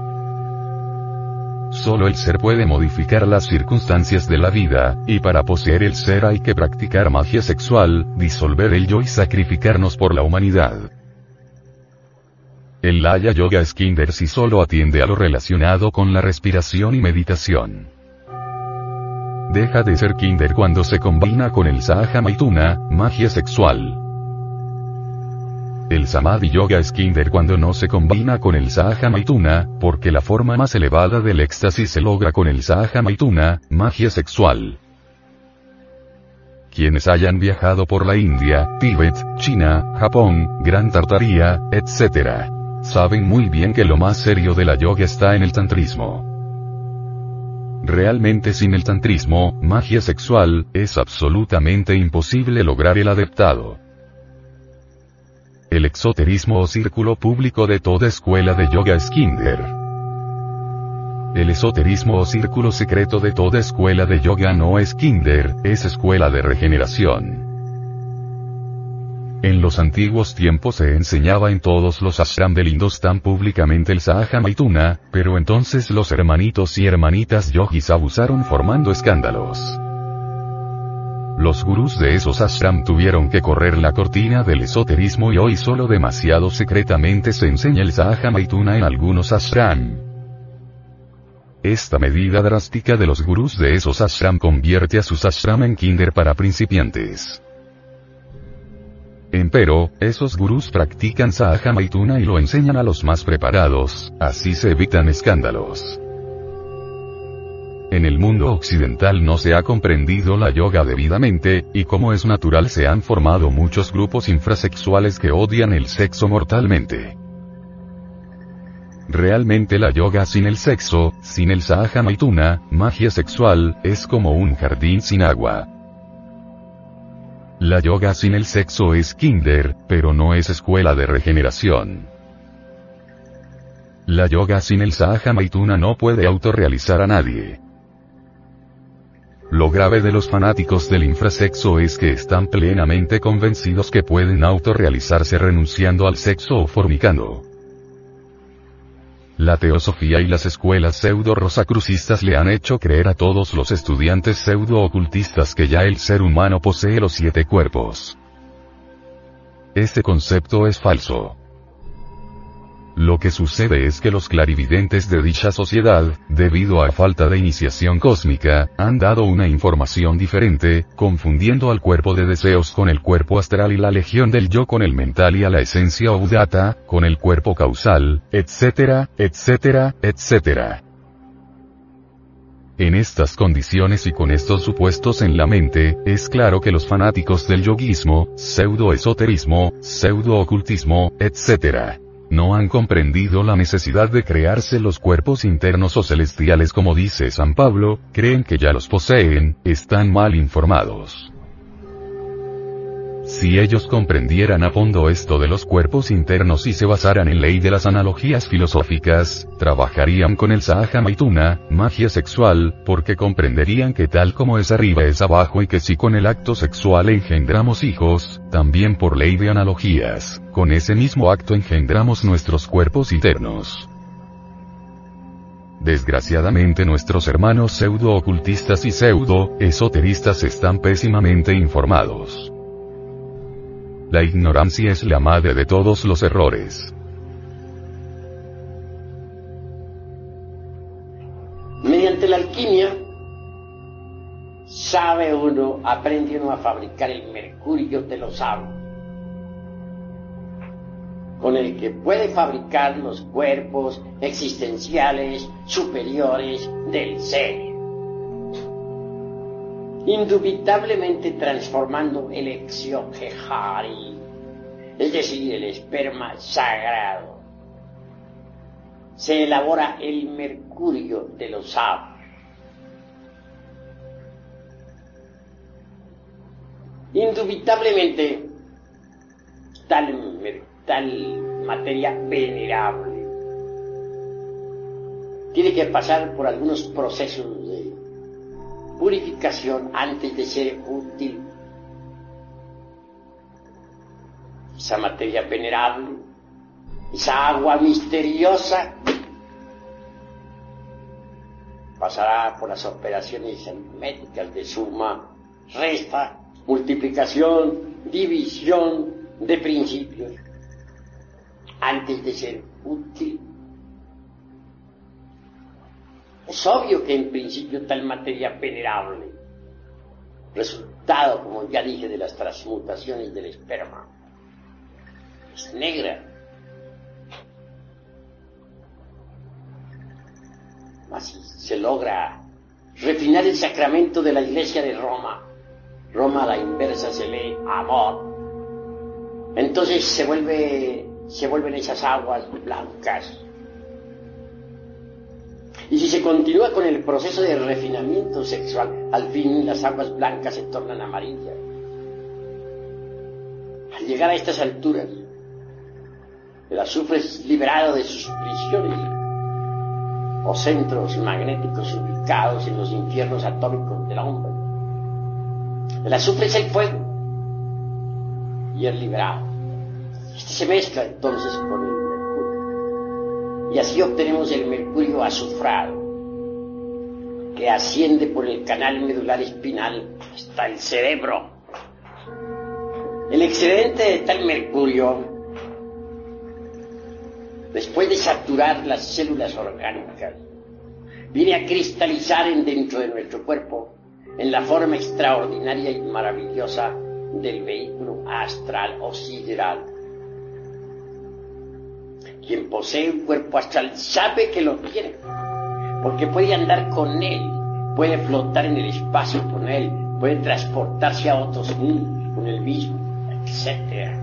Solo el ser puede modificar las circunstancias de la vida, y para poseer el ser hay que practicar magia sexual, disolver el yo y sacrificarnos por la humanidad. El Laya Yoga es Kinder si solo atiende a lo relacionado con la respiración y meditación. Deja de ser Kinder cuando se combina con el Sahaja Maituna, magia sexual. El Samadhi Yoga es Kinder cuando no se combina con el Sahaja Maituna, porque la forma más elevada del éxtasis se logra con el Sahaja Maituna, magia sexual. Quienes hayan viajado por la India, Tíbet, China, Japón, Gran Tartaría, etcétera, saben muy bien que lo más serio de la yoga está en el tantrismo. Realmente sin el tantrismo, magia sexual, es absolutamente imposible lograr el adeptado. El exoterismo o círculo público de toda escuela de yoga es Kinder. El esoterismo o círculo secreto de toda escuela de yoga no es Kinder, es escuela de regeneración. En los antiguos tiempos se enseñaba en todos los ashram del Hindustán públicamente el Sahaja Maituna, pero entonces los hermanitos y hermanitas yogis abusaron formando escándalos. Los gurús de esos ashram tuvieron que correr la cortina del esoterismo y hoy solo demasiado secretamente se enseña el Sahaja Maituna en algunos ashram. Esta medida drástica de los gurús de esos ashram convierte a sus ashram en Kinder para principiantes. Empero, esos gurús practican Sahaja Maituna y lo enseñan a los más preparados, así se evitan escándalos. En el mundo occidental no se ha comprendido la yoga debidamente, y como es natural se han formado muchos grupos infrasexuales que odian el sexo mortalmente. Realmente la yoga sin el sexo, sin el Sahaja Maituna, magia sexual, es como un jardín sin agua. La yoga sin el sexo es Kinder, pero no es escuela de regeneración. La yoga sin el Sahaja Maituna no puede autorrealizar a nadie. Lo grave de los fanáticos del infrasexo es que están plenamente convencidos que pueden autorrealizarse renunciando al sexo o fornicando. La teosofía y las escuelas pseudo-rosacrucistas le han hecho creer a todos los estudiantes pseudo-ocultistas que ya el ser humano posee los siete cuerpos. Este concepto es falso. Lo que sucede es que los clarividentes de dicha sociedad, debido a falta de iniciación cósmica, han dado una información diferente, confundiendo al cuerpo de deseos con el cuerpo astral y la legión del yo con el mental y a la esencia Udata, con el cuerpo causal, etcétera, etcétera, etcétera. En estas condiciones y con estos supuestos en la mente, es claro que los fanáticos del yoguismo, pseudo-esoterismo, pseudo-ocultismo, etcétera, no han comprendido la necesidad de crearse los cuerpos internos o celestiales como dice San Pablo, creen que ya los poseen, están mal informados. Si ellos comprendieran a fondo esto de los cuerpos internos y se basaran en ley de las analogías filosóficas, trabajarían con el Sahaja Maituna, magia sexual, porque comprenderían que tal como es arriba es abajo y que si con el acto sexual engendramos hijos, también por ley de analogías, con ese mismo acto engendramos nuestros cuerpos internos. Desgraciadamente nuestros hermanos pseudo-ocultistas y pseudo-esoteristas están pésimamente informados. La ignorancia es la madre de todos los errores. Mediante la alquimia sabe uno, aprende uno a fabricar el mercurio de los sabios, con el que puede fabricar los cuerpos existenciales superiores del ser, indubitablemente transformando el Exioquejari, es decir, el esperma sagrado. Se elabora el mercurio de los sabios. Indubitablemente, tal, tal materia venerable tiene que pasar por algunos procesos de purificación antes de ser útil. Esa materia venerable, esa agua misteriosa, pasará por las operaciones aritméticas de suma, resta, multiplicación, división de principios, antes de ser útil. Es obvio que en principio tal materia venerable, resultado, como ya dije, de las transmutaciones del esperma, es negra. Así se logra refinar el sacramento de la Iglesia de Roma. Roma a la inversa se lee amor. Entonces se vuelve, se vuelven esas aguas blancas. Y si se continúa con el proceso de refinamiento sexual, al fin las aguas blancas se tornan amarillas. Al llegar a estas alturas, el azufre es liberado de sus prisiones o centros magnéticos ubicados en los infiernos atómicos del hombre. El azufre es el fuego y es liberado. Este se mezcla entonces con el mercurio y así obtenemos el mercurio azufrado, que asciende por el canal medular espinal hasta el cerebro. El excedente de tal mercurio, después de saturar las células orgánicas, viene a cristalizar en dentro de nuestro cuerpo en la forma extraordinaria y maravillosa del vehículo astral o sideral. Quien posee un cuerpo astral sabe que lo tiene, porque puede andar con él, puede flotar en el espacio con él, puede transportarse a otros mundos con él mismo, etcétera.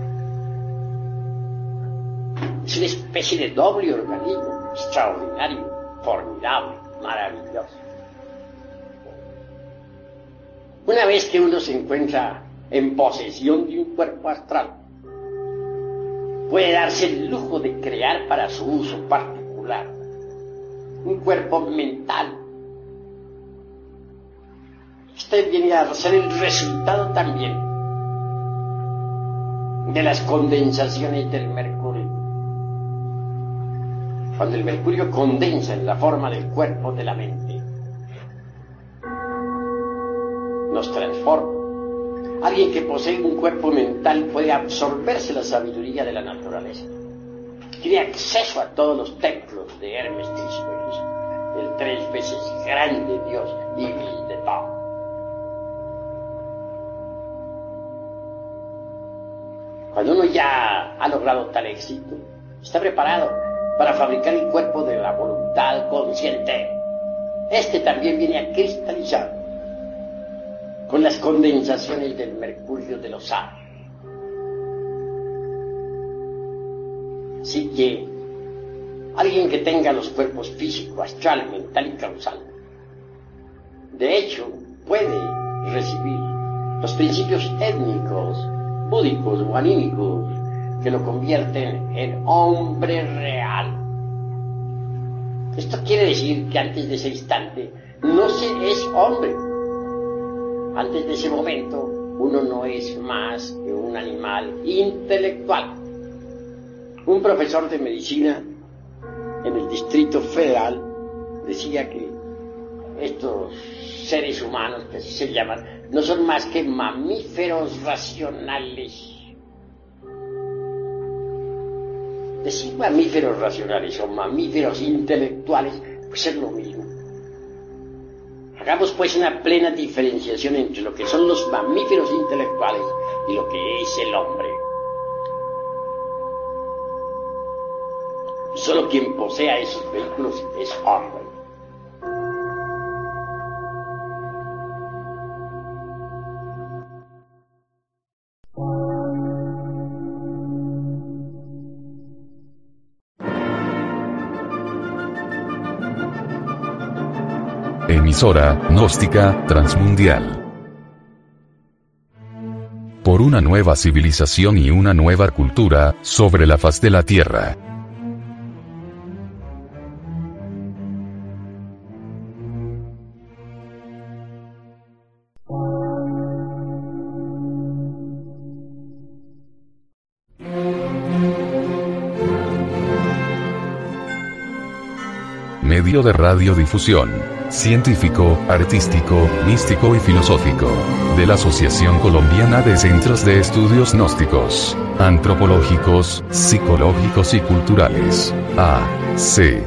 Es una especie de doble organismo extraordinario, formidable, maravilloso. Una vez que uno se encuentra en posesión de un cuerpo astral, puede darse el lujo de crear para su uso particular un cuerpo mental. Este viene a ser el resultado también de las condensaciones del mercurio. Cuando el mercurio condensa en la forma del cuerpo de la mente, nos transforma. Alguien que posee un cuerpo mental puede absorberse la sabiduría de la naturaleza. Tiene acceso a todos los templos de Hermes Trismegisto, el tres veces grande Dios Iblis de Tao. Cuando uno ya ha logrado tal éxito, está preparado para fabricar el cuerpo de la voluntad consciente. Este también viene a cristalizar con las condensaciones del mercurio de los sabios. Así que alguien que tenga los cuerpos físico, astral, mental y causal, de hecho, puede recibir los principios étnicos, búdicos o anímicos que lo convierten en hombre real. Esto quiere decir que antes de ese instante no se es hombre. Antes de ese momento, uno no es más que un animal intelectual. Un profesor de medicina en el Distrito Federal decía que estos seres humanos, que así se llaman, no son más que mamíferos racionales. Decir mamíferos racionales o mamíferos intelectuales, pues es lo mismo. Hagamos pues una plena diferenciación entre lo que son los mamíferos intelectuales y lo que es el hombre. Solo quien posea esos vehículos es hombre. Emisora gnóstica transmundial. Por una nueva civilización y una nueva cultura sobre la faz de la Tierra. Medio de radiodifusión, científico, artístico, místico y filosófico, de la Asociación Colombiana de Centros de Estudios Gnósticos, Antropológicos, Psicológicos y Culturales, A C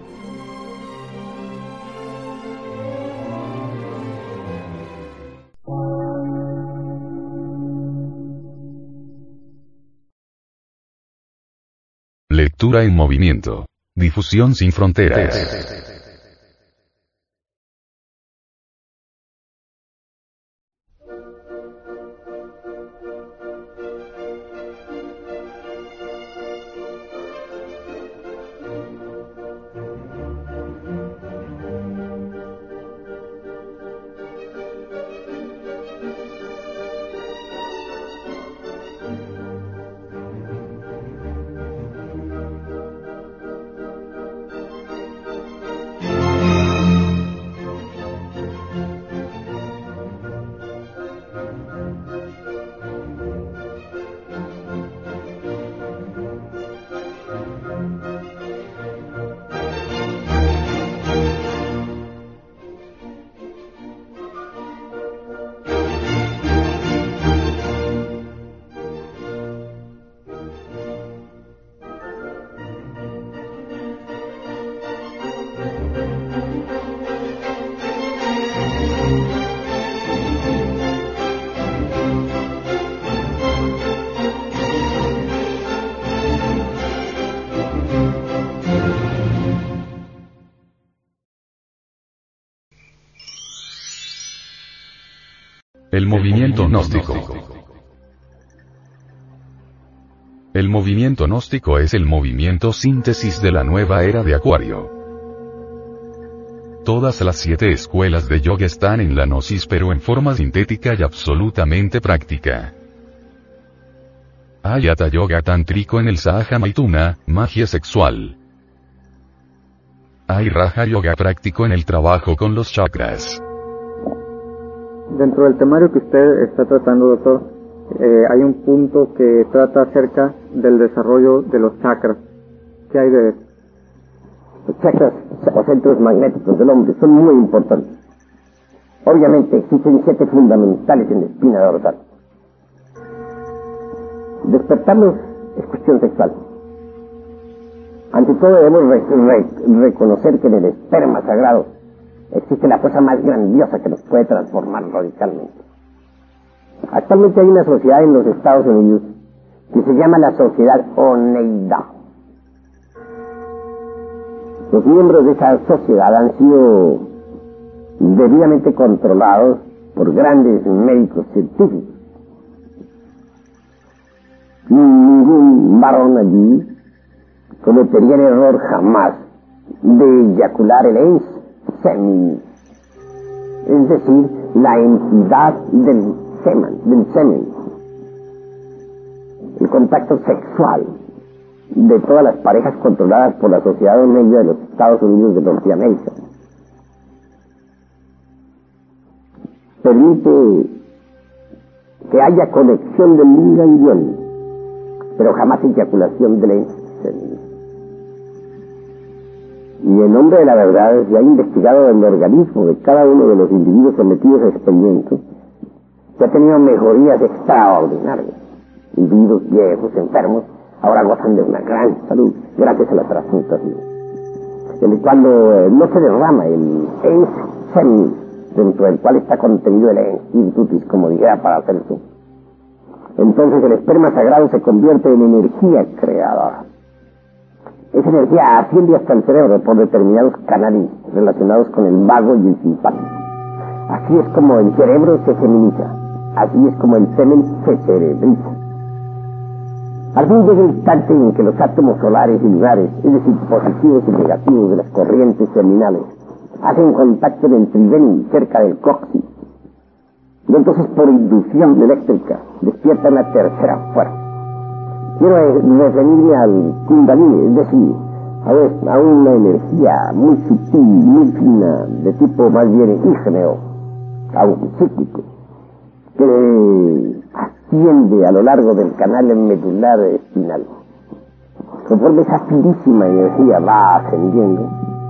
Lectura en movimiento. Difusión sin fronteras. El movimiento gnóstico. El movimiento gnóstico es el movimiento síntesis de la nueva era de Acuario. Todas las siete escuelas de yoga están en la gnosis, pero en forma sintética y absolutamente práctica. Hay Hatha Yoga tántrico en el Sahaja Maituna, magia sexual. Hay Raja Yoga práctico en el trabajo con los chakras. Dentro del temario que usted está tratando, doctor, eh, hay un punto que trata acerca del desarrollo de los chakras. ¿Qué hay de eso? Los chakras o centros magnéticos del hombre son muy importantes. Obviamente existen siete fundamentales en la espina dorsal. Despertarlos es cuestión sexual. Ante todo debemos re re reconocer que en el esperma sagrado existe la fuerza más grandiosa que nos puede transformar radicalmente. Actualmente hay una sociedad en los Estados Unidos que se llama la Sociedad Oneida. Los miembros de esa sociedad han sido debidamente controlados por grandes médicos científicos. Ningún varón allí cometería el error jamás de eyacular el semen, es decir, la entidad del semen, del semen, el contacto sexual de todas las parejas controladas por la Sociedad Oneida de los Estados Unidos de Norteamérica. Permite que haya conexión del yin y yang, pero jamás eyaculación del semen. Y en nombre de la verdad se ha investigado el organismo de cada uno de los individuos sometidos a experimentos, que ha tenido mejorías extraordinarias. Individuos viejos, enfermos, ahora gozan de una gran salud gracias a la transmutación. Cuando eh, no se derrama el semen dentro del cual está contenido el Spiritus, como dijera Paracelso, entonces el esperma sagrado se convierte en energía creadora. Esa energía asciende hasta el cerebro por determinados canales relacionados con el vago y el simpático. Así es como el cerebro se feminiza, así es como el semen se cerebriza. Al fin llega el instante en que los átomos solares y lunares, es decir, positivos y negativos de las corrientes terminales, hacen contacto en el tridente cerca del coxis. Y entonces, por inducción eléctrica, despierta una tercera fuerza. Quiero referirme al Kundalini, es decir, a, a una energía muy sutil, muy fina, de tipo más bien ígneo, aunque cíclico, que asciende a lo largo del canal medular espinal. Conforme esa finísima energía va ascendiendo,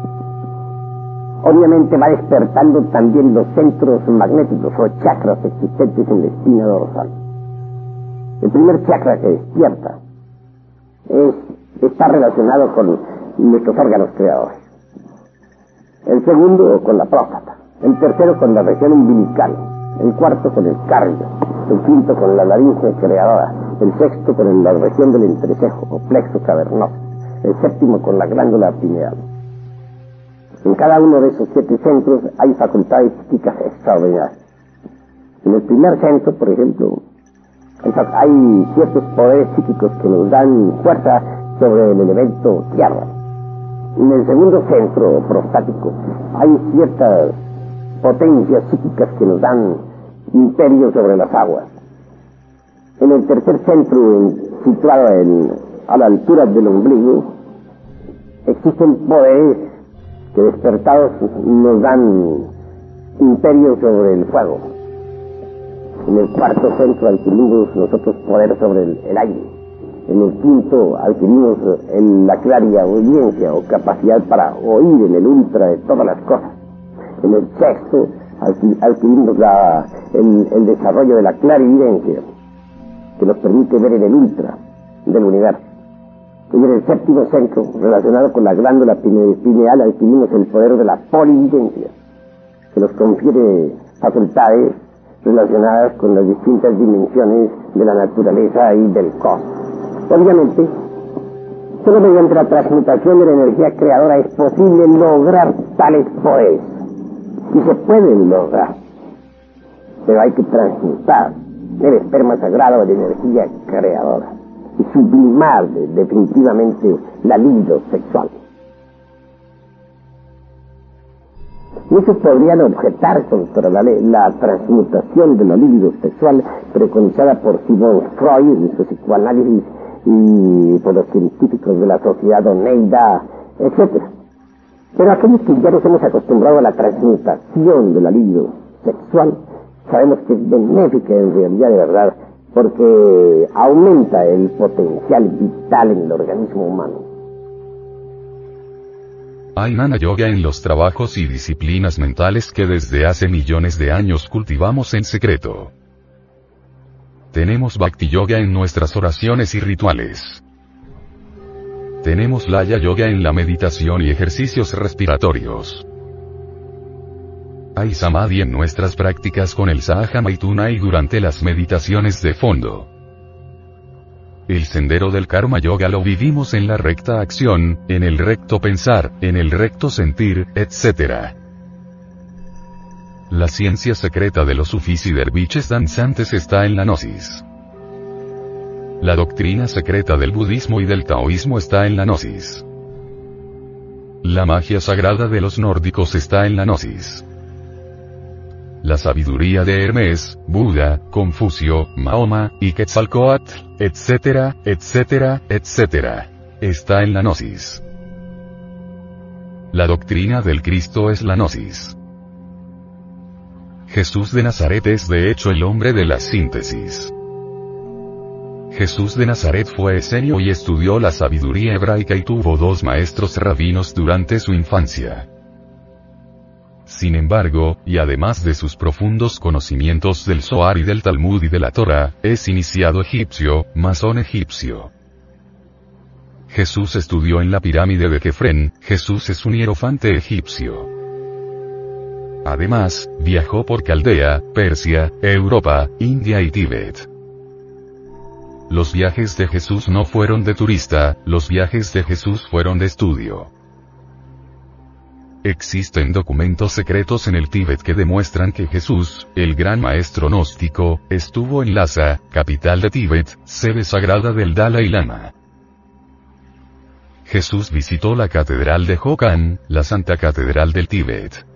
obviamente va despertando también los centros magnéticos o chakras existentes en la espina dorsal. El primer chakra que despierta es, está relacionado con nuestros órganos creadores. El segundo con la próstata. El tercero con la región umbilical. El cuarto con el cardio. El quinto con la laringe creadora. El sexto con la región del entrecejo o plexo cavernoso. El séptimo con la glándula pineal. En cada uno de esos siete centros hay facultades psíquicas extraordinarias. En el primer centro, por ejemplo, hay ciertos poderes psíquicos que nos dan fuerza sobre el elemento tierra. En el segundo centro prostático hay ciertas potencias psíquicas que nos dan imperio sobre las aguas. En el tercer centro, en, situado en, a la altura del ombligo, existen poderes que despertados nos dan imperio sobre el fuego. En el cuarto centro adquirimos nosotros poder sobre el, el aire. En el quinto adquirimos el, la clariaudiencia o capacidad para oír en el ultra de todas las cosas. En el sexto adquirimos la, el, el desarrollo de la clarividencia, que nos permite ver en el ultra del universo. Y en el séptimo centro, relacionado con la glándula pineal, adquirimos el poder de la polividencia, que nos confiere facultades relacionadas con las distintas dimensiones de la naturaleza y del cosmos. Obviamente, solo mediante la transmutación de la energía creadora es posible lograr tales poderes. Y se pueden lograr, pero hay que transmutar el esperma sagrado de energía creadora y sublimar definitivamente la libido sexual. Muchos podrían objetar contra la, la transmutación de la libido sexual preconizada por Sigmund Freud en su psicoanálisis y por los científicos de la sociedad Oneida, etcétera. Pero aquellos que ya nos hemos acostumbrado a la transmutación de la libido sexual, sabemos que es benéfica en realidad de verdad, porque aumenta el potencial vital en el organismo humano. Hay Jnana Yoga en los trabajos y disciplinas mentales que desde hace millones de años cultivamos en secreto. Tenemos Bhakti Yoga en nuestras oraciones y rituales. Tenemos Laya Yoga en la meditación y ejercicios respiratorios. Hay Samadhi en nuestras prácticas con el Sahaja Maituna y durante las meditaciones de fondo. El sendero del Karma Yoga lo vivimos en la recta acción, en el recto pensar, en el recto sentir, etcétera. La ciencia secreta de los sufís y derviches danzantes está en la gnosis. La doctrina secreta del budismo y del taoísmo está en la gnosis. La magia sagrada de los nórdicos está en la gnosis. La sabiduría de Hermes, Buda, Confucio, Mahoma, y Quetzalcóatl, etcétera, etcétera, etcétera, está en la gnosis. La doctrina del Cristo es la gnosis. Jesús de Nazaret es de hecho el hombre de la síntesis. Jesús de Nazaret fue esenio y estudió la sabiduría hebraica y tuvo dos maestros rabinos durante su infancia. Sin embargo, y además de sus profundos conocimientos del Zohar y del Talmud y de la Torá, es iniciado egipcio, masón egipcio. Jesús estudió en la pirámide de Kefren, Jesús es un hierofante egipcio. Además, viajó por Caldea, Persia, Europa, India y Tíbet. Los viajes de Jesús no fueron de turista, los viajes de Jesús fueron de estudio. Existen documentos secretos en el Tíbet que demuestran que Jesús, el gran maestro gnóstico, estuvo en Lhasa, capital de Tíbet, sede sagrada del Dalai Lama. Jesús visitó la catedral de Hokan, la Santa Catedral del Tíbet.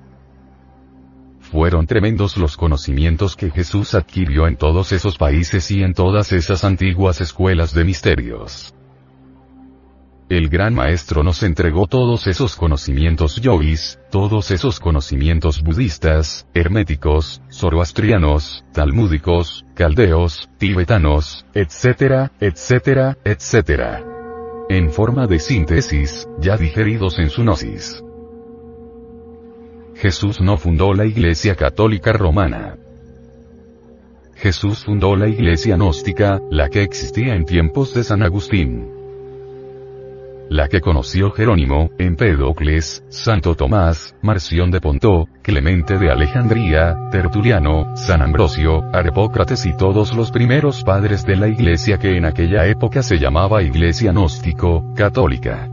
Fueron tremendos los conocimientos que Jesús adquirió en todos esos países y en todas esas antiguas escuelas de misterios. El gran maestro nos entregó todos esos conocimientos yogis, todos esos conocimientos budistas, herméticos, zoroastrianos, talmúdicos, caldeos, tibetanos, etcétera, etcétera, etcétera. En forma de síntesis, ya digeridos en su gnosis. Jesús no fundó la Iglesia Católica Romana. Jesús fundó la Iglesia gnóstica, la que existía en tiempos de San Agustín. La que conoció Jerónimo, Empédocles, Santo Tomás, Marción de Pontó, Clemente de Alejandría, Tertuliano, San Ambrosio, Harpócrates y todos los primeros padres de la Iglesia que en aquella época se llamaba Iglesia gnóstico-católica.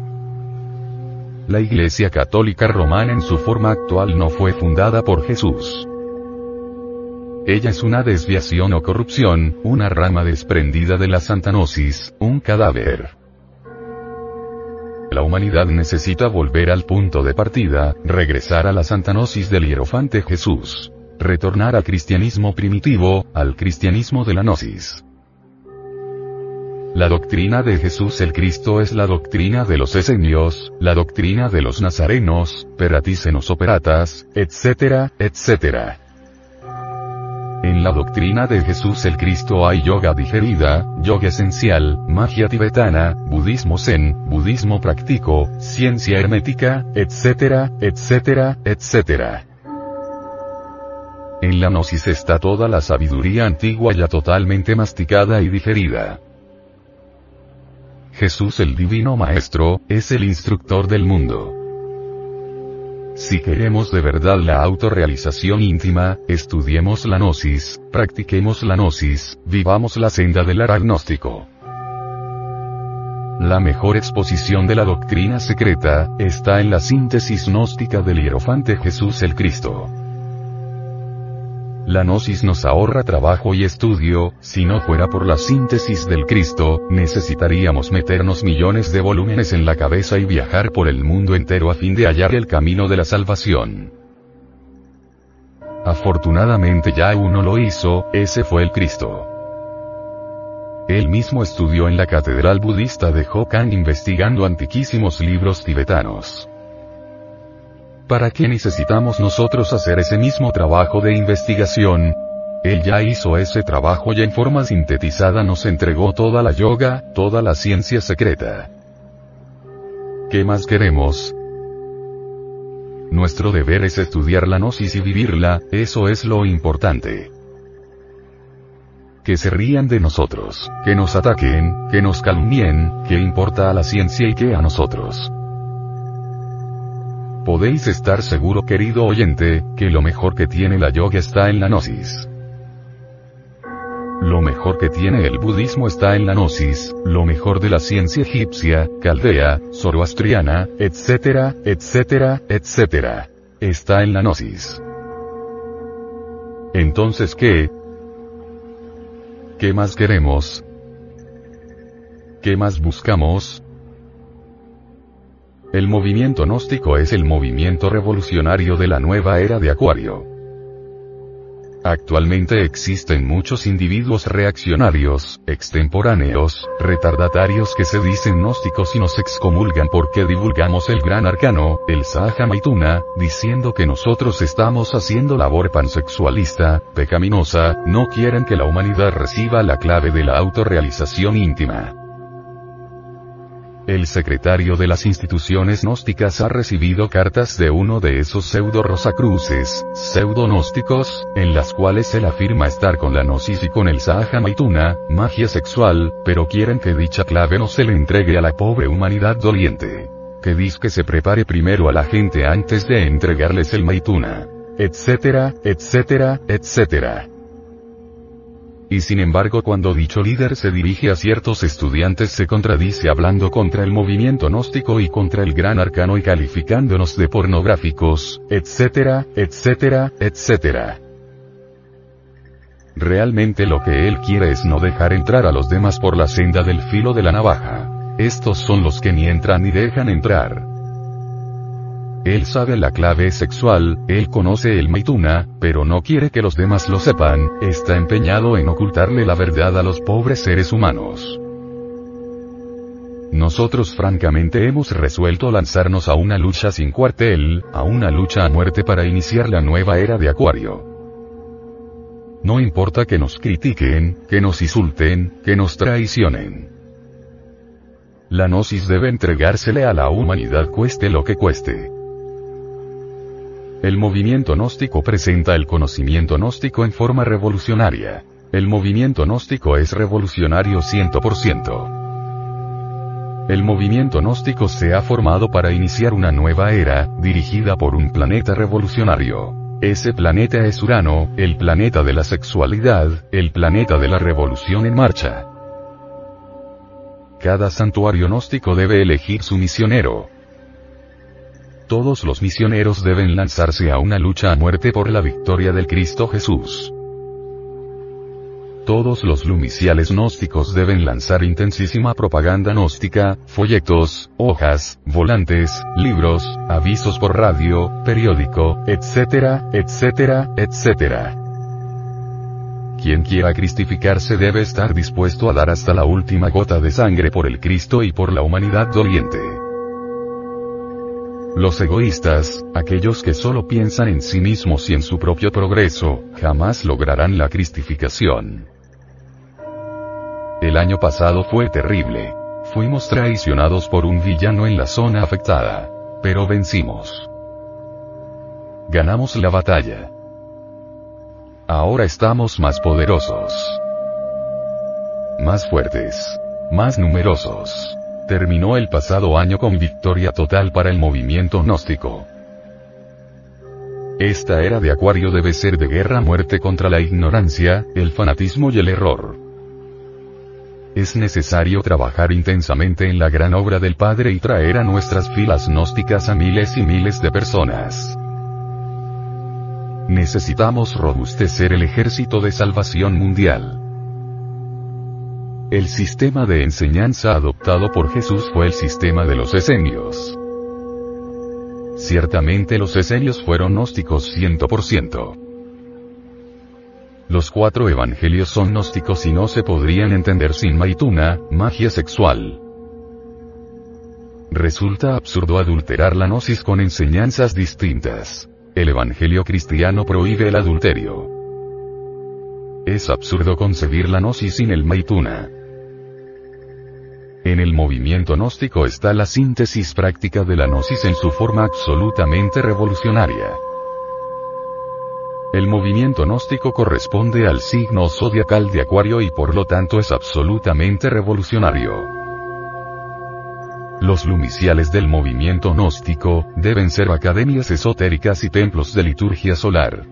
La Iglesia Católica Romana en su forma actual no fue fundada por Jesús. Ella es una desviación o corrupción, una rama desprendida de la Santa Gnosis, un cadáver. La humanidad necesita volver al punto de partida, regresar a la Santa Gnosis del hierofante Jesús. Retornar al cristianismo primitivo, al cristianismo de la Gnosis. La doctrina de Jesús el Cristo es la doctrina de los esenios, la doctrina de los nazarenos, peratícenos o peratas, etcétera, etcétera. En la doctrina de Jesús el Cristo hay yoga digerida, yoga esencial, magia tibetana, budismo zen, budismo práctico, ciencia hermética, etcétera, etcétera, etcétera. En la gnosis está toda la sabiduría antigua ya totalmente masticada y digerida. Jesús el Divino Maestro, es el instructor del mundo. Si queremos de verdad la autorrealización íntima, estudiemos la gnosis, practiquemos la gnosis, vivamos la senda del agnóstico. La mejor exposición de la doctrina secreta, está en la síntesis gnóstica del hierofante Jesús el Cristo. La gnosis nos ahorra trabajo y estudio, si no fuera por la síntesis del Cristo, necesitaríamos meternos millones de volúmenes en la cabeza y viajar por el mundo entero a fin de hallar el camino de la salvación. Afortunadamente ya uno lo hizo, ese fue el Cristo. Él mismo estudió en la catedral budista de Hokan investigando antiquísimos libros tibetanos. ¿Para qué necesitamos nosotros hacer ese mismo trabajo de investigación? Él ya hizo ese trabajo y en forma sintetizada nos entregó toda la yoga, toda la ciencia secreta. ¿Qué más queremos? Nuestro deber es estudiar la gnosis y vivirla, eso es lo importante. Que se rían de nosotros, que nos ataquen, que nos calumnien, ¿qué importa a la ciencia y qué a nosotros? Podéis estar seguro, querido oyente, que lo mejor que tiene la yoga está en la gnosis. Lo mejor que tiene el budismo está en la gnosis, lo mejor de la ciencia egipcia, caldea, zoroastriana, etcétera, etcétera, etcétera. Está en la gnosis. Entonces, ¿qué? ¿Qué más queremos? ¿Qué más buscamos? El movimiento gnóstico es el movimiento revolucionario de la nueva era de Acuario. Actualmente existen muchos individuos reaccionarios, extemporáneos, retardatarios que se dicen gnósticos y nos excomulgan porque divulgamos el gran arcano, el Sahaja Maituna, diciendo que nosotros estamos haciendo labor pansexualista, pecaminosa, no quieren que la humanidad reciba la clave de la autorrealización íntima. El secretario de las instituciones gnósticas ha recibido cartas de uno de esos pseudo rosacruces, pseudo gnósticos, en las cuales él afirma estar con la gnosis y con el Sahaja Maituna, magia sexual, pero quieren que dicha clave no se le entregue a la pobre humanidad doliente. que dice que se prepare primero a la gente antes de entregarles el maituna, etcétera, etcétera, etcétera. Y sin embargo, cuando dicho líder se dirige a ciertos estudiantes se contradice hablando contra el movimiento gnóstico y contra el gran arcano y calificándonos de pornográficos, etcétera, etcétera, etcétera. Realmente lo que él quiere es no dejar entrar a los demás por la senda del filo de la navaja. Estos son los que ni entran ni dejan entrar. Él sabe la clave sexual, él conoce el maituna, pero no quiere que los demás lo sepan, está empeñado en ocultarle la verdad a los pobres seres humanos. Nosotros francamente hemos resuelto lanzarnos a una lucha sin cuartel, a una lucha a muerte para iniciar la nueva era de Acuario. No importa que nos critiquen, que nos insulten, que nos traicionen. La gnosis debe entregársele a la humanidad cueste lo que cueste. El movimiento gnóstico presenta el conocimiento gnóstico en forma revolucionaria. El movimiento gnóstico es revolucionario cien por ciento. El movimiento gnóstico se ha formado para iniciar una nueva era, dirigida por un planeta revolucionario. Ese planeta es Urano, el planeta de la sexualidad, el planeta de la revolución en marcha. Cada santuario gnóstico debe elegir su misionero. Todos los misioneros deben lanzarse a una lucha a muerte por la victoria del Cristo Jesús. Todos los lumiciales gnósticos deben lanzar intensísima propaganda gnóstica, folletos, hojas, volantes, libros, avisos por radio, periódico, etcétera, etcétera, etcétera. Quien quiera cristificarse debe estar dispuesto a dar hasta la última gota de sangre por el Cristo y por la humanidad doliente. Los egoístas, aquellos que solo piensan en sí mismos y en su propio progreso, jamás lograrán la cristificación. El año pasado fue terrible. Fuimos traicionados por un villano en la zona afectada. Pero vencimos. Ganamos la batalla. Ahora estamos más poderosos. Más fuertes. Más numerosos. Terminó el pasado año con victoria total para el movimiento gnóstico. Esta era de Acuario debe ser de guerra a muerte contra la ignorancia, el fanatismo y el error. Es necesario trabajar intensamente en la gran obra del Padre y traer a nuestras filas gnósticas a miles y miles de personas. Necesitamos robustecer el ejército de salvación mundial. El sistema de enseñanza adoptado por Jesús fue el sistema de los esenios. Ciertamente los esenios fueron gnósticos cien por ciento. Los cuatro evangelios son gnósticos y no se podrían entender sin maituna, magia sexual. Resulta absurdo adulterar la gnosis con enseñanzas distintas. El evangelio cristiano prohíbe el adulterio. Es absurdo concebir la gnosis sin el maituna. En el movimiento gnóstico está la síntesis práctica de la gnosis en su forma absolutamente revolucionaria. El movimiento gnóstico corresponde al signo zodiacal de Acuario y por lo tanto es absolutamente revolucionario. Los lumiciales del movimiento gnóstico deben ser academias esotéricas y templos de liturgia solar.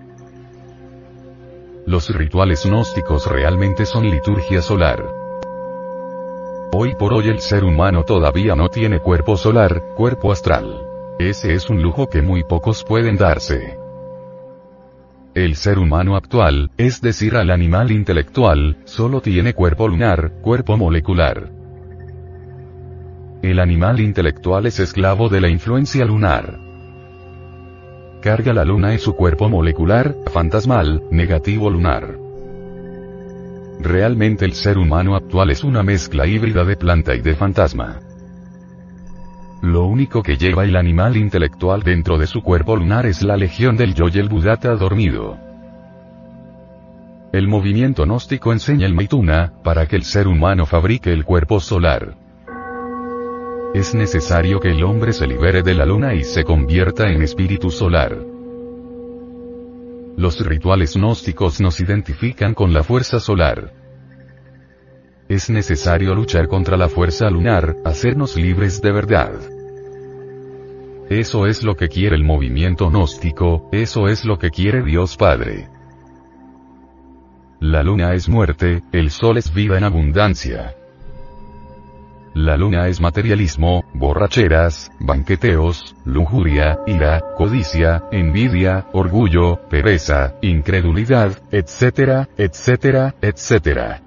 Los rituales gnósticos realmente son liturgia solar. Hoy por hoy el ser humano todavía no tiene cuerpo solar, cuerpo astral. Ese es un lujo que muy pocos pueden darse. El ser humano actual, es decir al animal intelectual, solo tiene cuerpo lunar, cuerpo molecular. El animal intelectual es esclavo de la influencia lunar. Carga la luna en su cuerpo molecular, fantasmal, negativo lunar. Realmente el ser humano actual es una mezcla híbrida de planta y de fantasma. Lo único que lleva el animal intelectual dentro de su cuerpo lunar es la legión del yo y el budata dormido. El movimiento gnóstico enseña el maituna, para que el ser humano fabrique el cuerpo solar. Es necesario que el hombre se libere de la luna y se convierta en espíritu solar. Los rituales gnósticos nos identifican con la fuerza solar. Es necesario luchar contra la fuerza lunar, hacernos libres de verdad. eso es lo que quiere el movimiento gnóstico, eso es lo que quiere Dios Padre. La luna es muerte, el sol es vida en abundancia. La luna es materialismo, borracheras, banqueteos, lujuria, ira, codicia, envidia, orgullo, pereza, incredulidad, etcétera, etcétera, etcétera.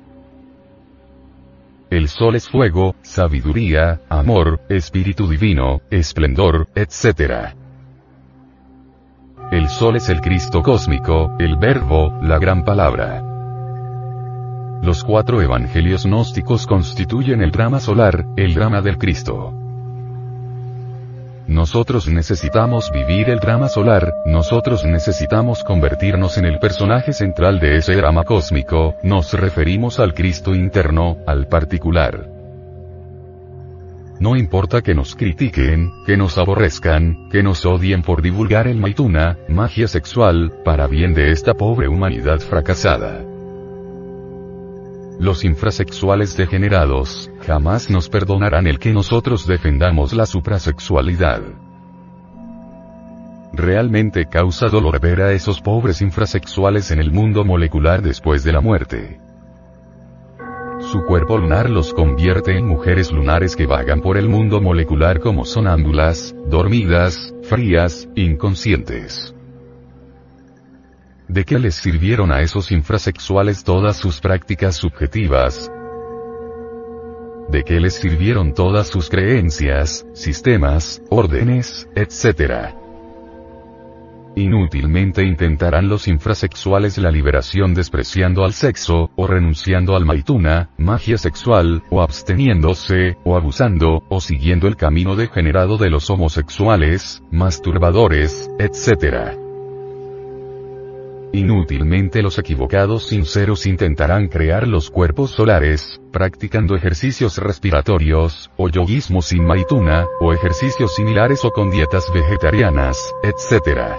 El sol es fuego, sabiduría, amor, espíritu divino, esplendor, etcétera. El sol es el Cristo cósmico, el Verbo, la gran palabra. Los cuatro evangelios gnósticos constituyen el drama solar, el drama del Cristo. Nosotros necesitamos vivir el drama solar, nosotros necesitamos convertirnos en el personaje central de ese drama cósmico, nos referimos al Cristo interno, al particular. No importa que nos critiquen, que nos aborrezcan, que nos odien por divulgar el maituna, magia sexual, para bien de esta pobre humanidad fracasada. Los infrasexuales degenerados, jamás nos perdonarán el que nosotros defendamos la suprasexualidad. Realmente causa dolor ver a esos pobres infrasexuales en el mundo molecular después de la muerte. Su cuerpo lunar los convierte en mujeres lunares que vagan por el mundo molecular como sonámbulas, dormidas, frías, inconscientes. ¿De qué les sirvieron a esos infrasexuales todas sus prácticas subjetivas? ¿De qué les sirvieron todas sus creencias, sistemas, órdenes, etcétera? Inútilmente intentarán los infrasexuales la liberación despreciando al sexo, o renunciando al maituna, magia sexual, o absteniéndose, o abusando, o siguiendo el camino degenerado de los homosexuales, masturbadores, etcétera. Inútilmente los equivocados sinceros intentarán crear los cuerpos solares, practicando ejercicios respiratorios, o yoguismo sin maituna, o ejercicios similares o con dietas vegetarianas, etcétera.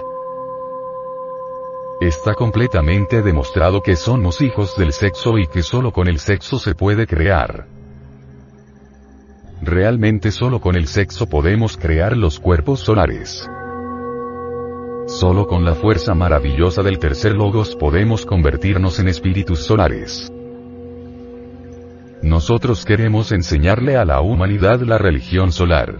Está completamente demostrado que somos hijos del sexo y que solo con el sexo se puede crear. Realmente solo con el sexo podemos crear los cuerpos solares. Solo con la fuerza maravillosa del tercer logos podemos convertirnos en espíritus solares. Nosotros queremos enseñarle a la humanidad la religión solar.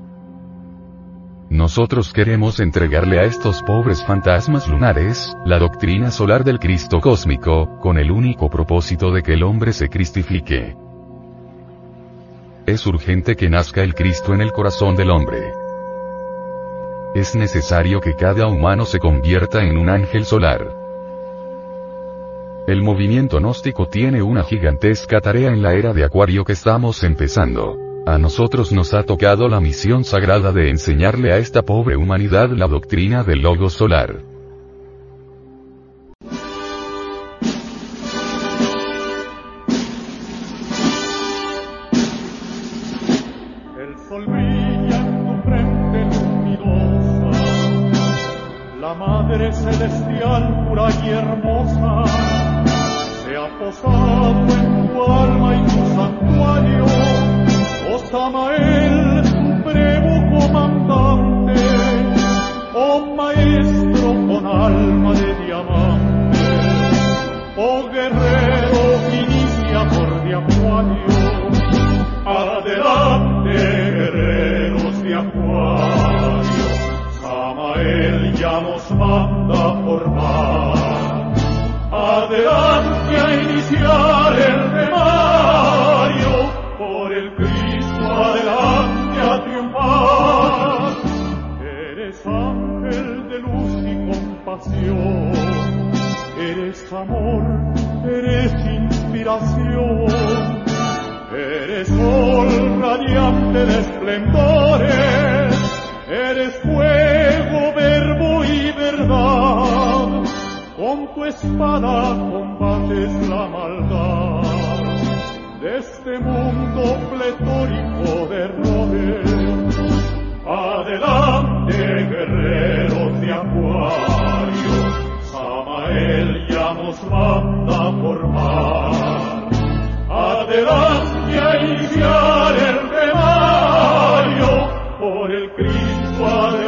Nosotros queremos entregarle a estos pobres fantasmas lunares, la doctrina solar del Cristo cósmico, con el único propósito de que el hombre se cristifique. Es urgente que nazca el Cristo en el corazón del hombre. Es necesario que cada humano se convierta en un ángel solar. El movimiento gnóstico tiene una gigantesca tarea en la era de Acuario que estamos empezando. A nosotros nos ha tocado la misión sagrada de enseñarle a esta pobre humanidad la doctrina del Logos solar. El sol brilla en tu frente luminosa, la Madre Celestial pura y hermosa se ha posado en tu alma y tu santuario. Oh Samael, supremo comandante, oh maestro con alma de diamante, oh guerrero iniciador de Acuario, adelante guerreros de Acuario, Samael ya nos manda a formar, adelante a iniciar el temario, por el Cristo adelante a triunfar. Eres ángel de luz y compasión, eres amor, eres inspiración, eres sol radiante de esplendores, eres fuego, verbo y verdad, con tu espada combates la maldad de este mundo pletórico de errores. Adelante guerreros de Acuario, Samael ya nos manda a formar, adelante a iniciar el temario, por el Cristo adelante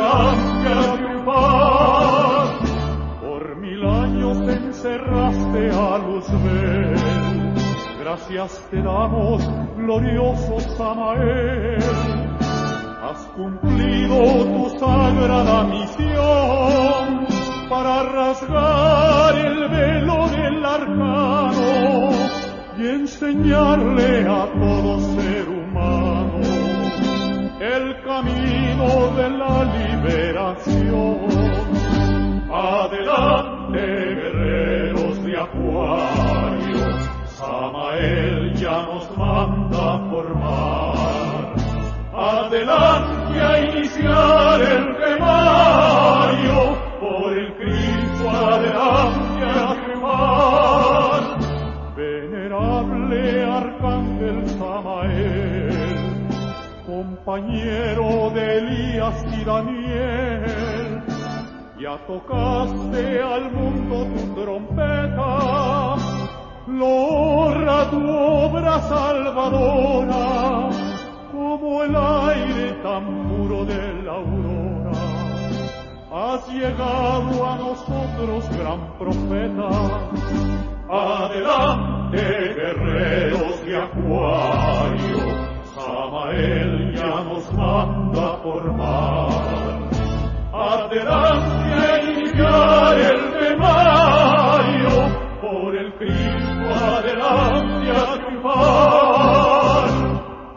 Gracias te damos, glorioso Samael. Has cumplido tu sagrada misión para rasgar el velo del arcano y enseñarle a todo ser humano el camino de la liberación. Adelante, guerreros de Acuario, Samael ya nos manda formar. Adelante a iniciar el temario, por el Cristo adelante a quemar. Venerable Arcángel Samael, compañero de Elías y Daniel, ya tocaste al mundo tu trompeta, logra tu obra salvadora, como el aire tan puro de la aurora. Has llegado a nosotros, gran profeta. Adelante, guerreros de Acuario, Samael ya nos manda formar. Adelante a iniciar el temario, por el Cristo adelante a triunfar.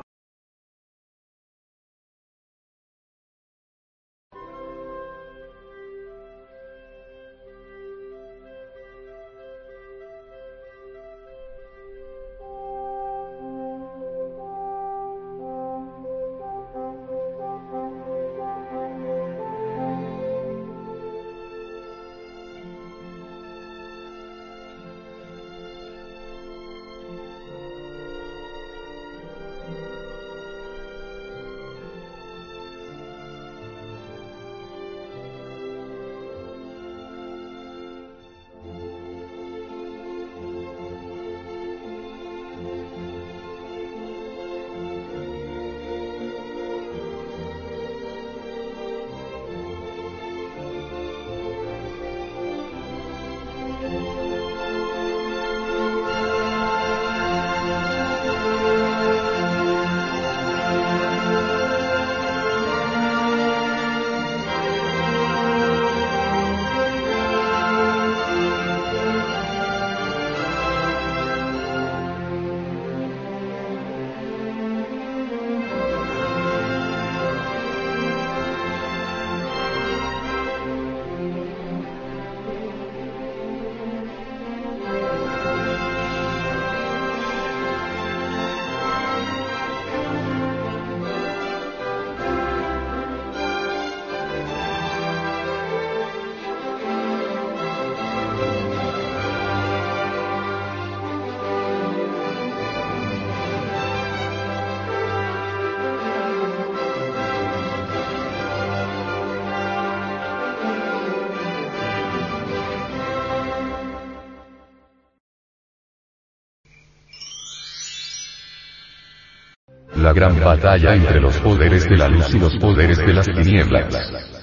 La gran batalla entre los poderes de la luz y los poderes de las tinieblas.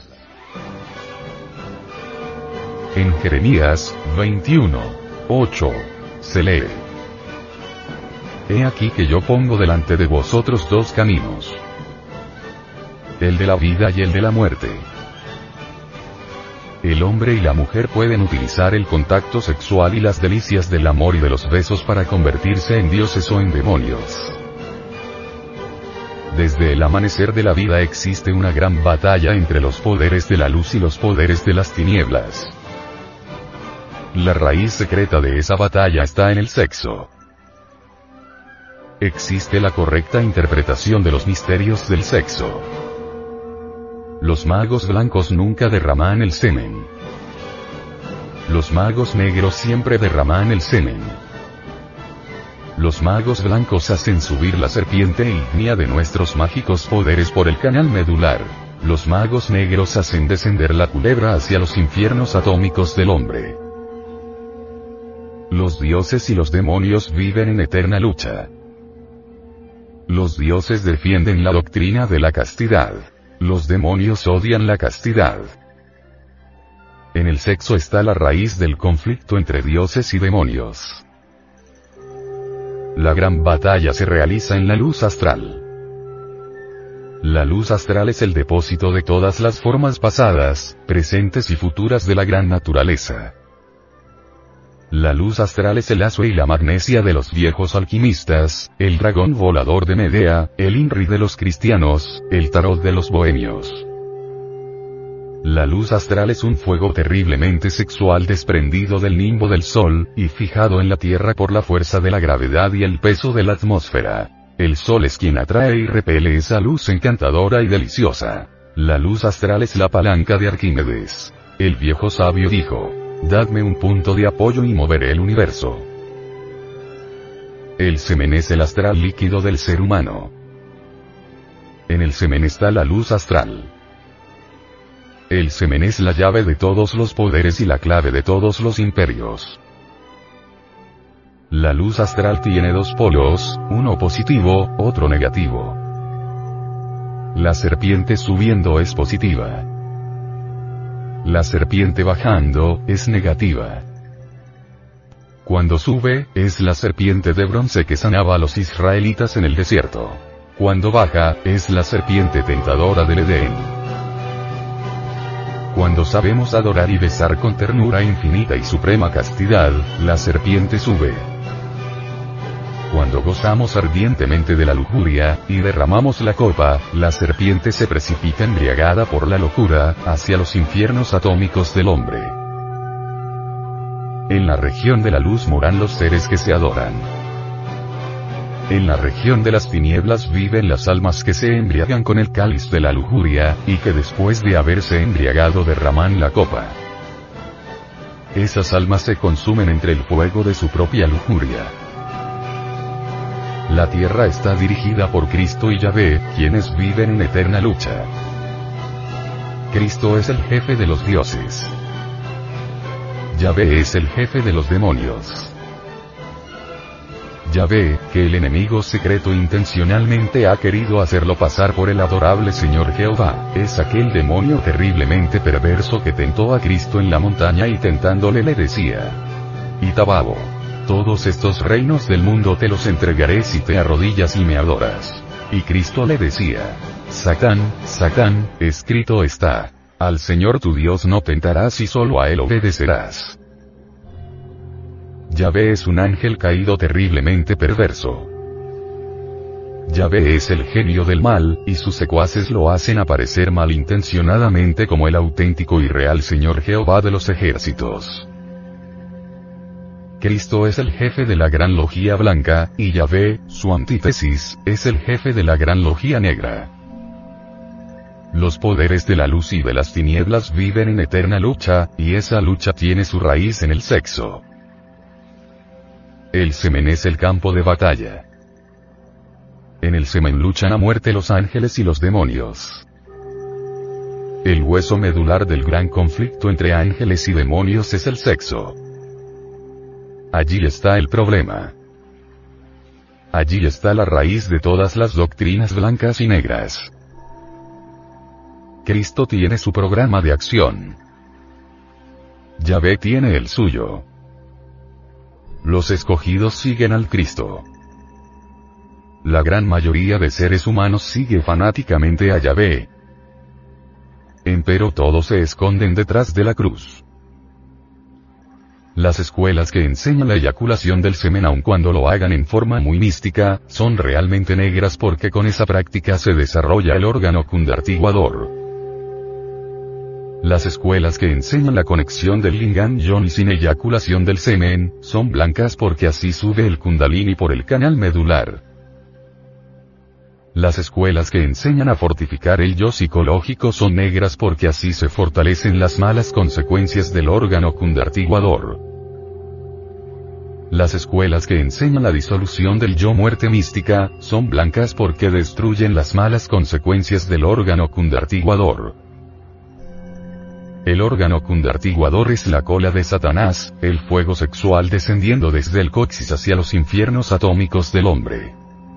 En Jeremías veintiuno, ocho, se lee: He aquí que yo pongo delante de vosotros dos caminos, el de la vida y el de la muerte. El hombre y la mujer pueden utilizar el contacto sexual y las delicias del amor y de los besos para convertirse en dioses o en demonios. Desde el amanecer de la vida existe una gran batalla entre los poderes de la luz y los poderes de las tinieblas. La raíz secreta de esa batalla está en el sexo. Existe la correcta interpretación de los misterios del sexo. Los magos blancos nunca derraman el semen. Los magos negros siempre derraman el semen. Los magos blancos hacen subir la serpiente ígnea de nuestros mágicos poderes por el canal medular. Los magos negros hacen descender la culebra hacia los infiernos atómicos del hombre. Los dioses y los demonios viven en eterna lucha. Los dioses defienden la doctrina de la castidad. Los demonios odian la castidad. En el sexo está la raíz del conflicto entre dioses y demonios. La gran batalla se realiza en la luz astral. La luz astral es el depósito de todas las formas pasadas, presentes y futuras de la gran naturaleza. La luz astral es el azo y la magnesia de los viejos alquimistas, el dragón volador de Medea, el Inri de los cristianos, el tarot de los bohemios. La luz astral es un fuego terriblemente sexual desprendido del nimbo del Sol, y fijado en la Tierra por la fuerza de la gravedad y el peso de la atmósfera. El Sol es quien atrae y repele esa luz encantadora y deliciosa. La luz astral es la palanca de Arquímedes. El viejo sabio dijo: dadme un punto de apoyo y moveré el universo. El semen es el astral líquido del ser humano. En el semen está la luz astral. El semen es la llave de todos los poderes y la clave de todos los imperios. La luz astral tiene dos polos, uno positivo, otro negativo. La serpiente subiendo es positiva. La serpiente bajando, es negativa. Cuando sube, es la serpiente de bronce que sanaba a los israelitas en el desierto. Cuando baja, es la serpiente tentadora del Edén. Cuando sabemos adorar y besar con ternura infinita y suprema castidad, la serpiente sube. Cuando gozamos ardientemente de la lujuria, y derramamos la copa, la serpiente se precipita embriagada por la locura, hacia los infiernos atómicos del hombre. En la región de la luz moran los seres que se adoran. En la región de las tinieblas viven las almas que se embriagan con el cáliz de la lujuria, y que después de haberse embriagado derraman la copa. Esas almas se consumen entre el fuego de su propia lujuria. La tierra está dirigida por Cristo y Yahvé, quienes viven en eterna lucha. Cristo es el jefe de los dioses. Yahvé es el jefe de los demonios. Yahvé, que el enemigo secreto intencionalmente ha querido hacerlo pasar por el adorable Señor Jehová, es aquel demonio terriblemente perverso que tentó a Cristo en la montaña y tentándole le decía: Itababo, todos estos reinos del mundo te los entregaré si te arrodillas y me adoras. Y Cristo le decía: Satán, Satán, escrito está, al Señor tu Dios no tentarás y solo a Él obedecerás. Yahvé es un ángel caído terriblemente perverso. Yahvé es el genio del mal, y sus secuaces lo hacen aparecer malintencionadamente como el auténtico y real Señor Jehová de los ejércitos. Cristo es el jefe de la gran logía blanca, y Yahvé, su antítesis, es el jefe de la gran logía negra. Los poderes de la luz y de las tinieblas viven en eterna lucha, y esa lucha tiene su raíz en el sexo. El semen es el campo de batalla. En el semen luchan a muerte los ángeles y los demonios. El hueso medular del gran conflicto entre ángeles y demonios es el sexo. Allí está el problema. Allí está la raíz de todas las doctrinas blancas y negras. Cristo tiene su programa de acción. Yahvé tiene el suyo. Los escogidos siguen al Cristo. La gran mayoría de seres humanos sigue fanáticamente a Yahvé. Empero todos se esconden detrás de la cruz. Las escuelas que enseñan la eyaculación del semen, aun cuando lo hagan en forma muy mística, son realmente negras porque con esa práctica se desarrolla el órgano kundartiguador. Las escuelas que enseñan la conexión del lingam yoni sin eyaculación del semen, son blancas porque así sube el kundalini por el canal medular. Las escuelas que enseñan a fortificar el yo psicológico son negras porque así se fortalecen las malas consecuencias del órgano kundartiguador. Las escuelas que enseñan la disolución del yo muerte mística, son blancas porque destruyen las malas consecuencias del órgano kundartiguador. El órgano kundartiguador es la cola de Satanás, el fuego sexual descendiendo desde el coxis hacia los infiernos atómicos del hombre.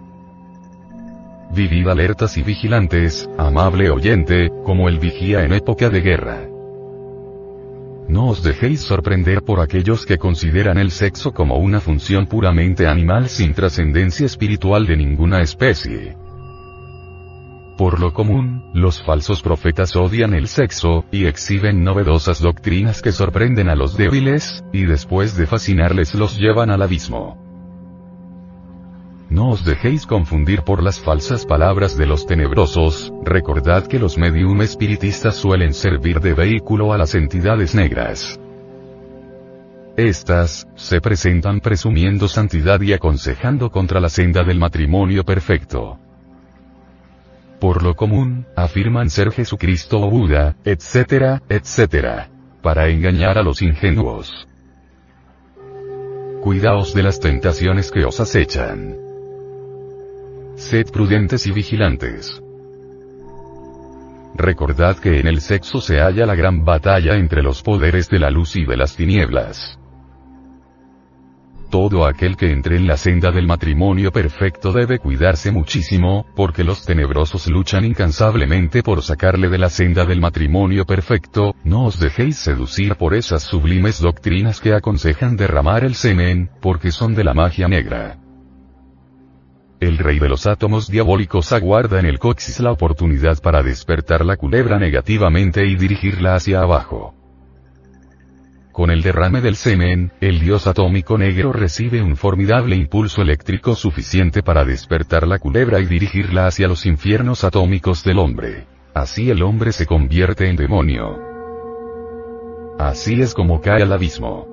Vivid alertas y vigilantes, amable oyente, como el vigía en época de guerra. No os dejéis sorprender por aquellos que consideran el sexo como una función puramente animal sin trascendencia espiritual de ninguna especie. Por lo común, los falsos profetas odian el sexo, y exhiben novedosas doctrinas que sorprenden a los débiles, y después de fascinarles los llevan al abismo. No os dejéis confundir por las falsas palabras de los tenebrosos, recordad que los medium espiritistas suelen servir de vehículo a las entidades negras. Estas, se presentan presumiendo santidad y aconsejando contra la senda del matrimonio perfecto. Por lo común, afirman ser Jesucristo o Buda, etcétera, etcétera, para engañar a los ingenuos. Cuidaos de las tentaciones que os acechan. Sed prudentes y vigilantes. Recordad que en el sexo se halla la gran batalla entre los poderes de la luz y de las tinieblas. Todo aquel que entre en la senda del matrimonio perfecto debe cuidarse muchísimo, porque los tenebrosos luchan incansablemente por sacarle de la senda del matrimonio perfecto. No os dejéis seducir por esas sublimes doctrinas que aconsejan derramar el semen, porque son de la magia negra. El rey de los átomos diabólicos aguarda en el coxis la oportunidad para despertar la culebra negativamente y dirigirla hacia abajo. Con el derrame del semen, el dios atómico negro recibe un formidable impulso eléctrico suficiente para despertar la culebra y dirigirla hacia los infiernos atómicos del hombre. Así el hombre se convierte en demonio. Así es como cae al abismo.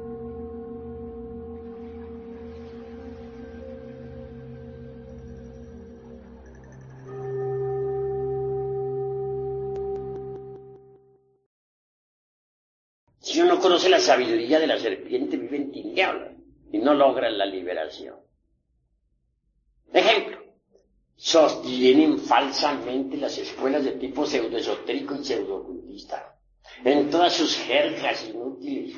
Si uno conoce la sabiduría de la serpiente, vive en tinieblas y no logra la liberación. Ejemplo, sostienen falsamente las escuelas de tipo pseudoesotérico y pseudoocultista, en todas sus jergas inútiles,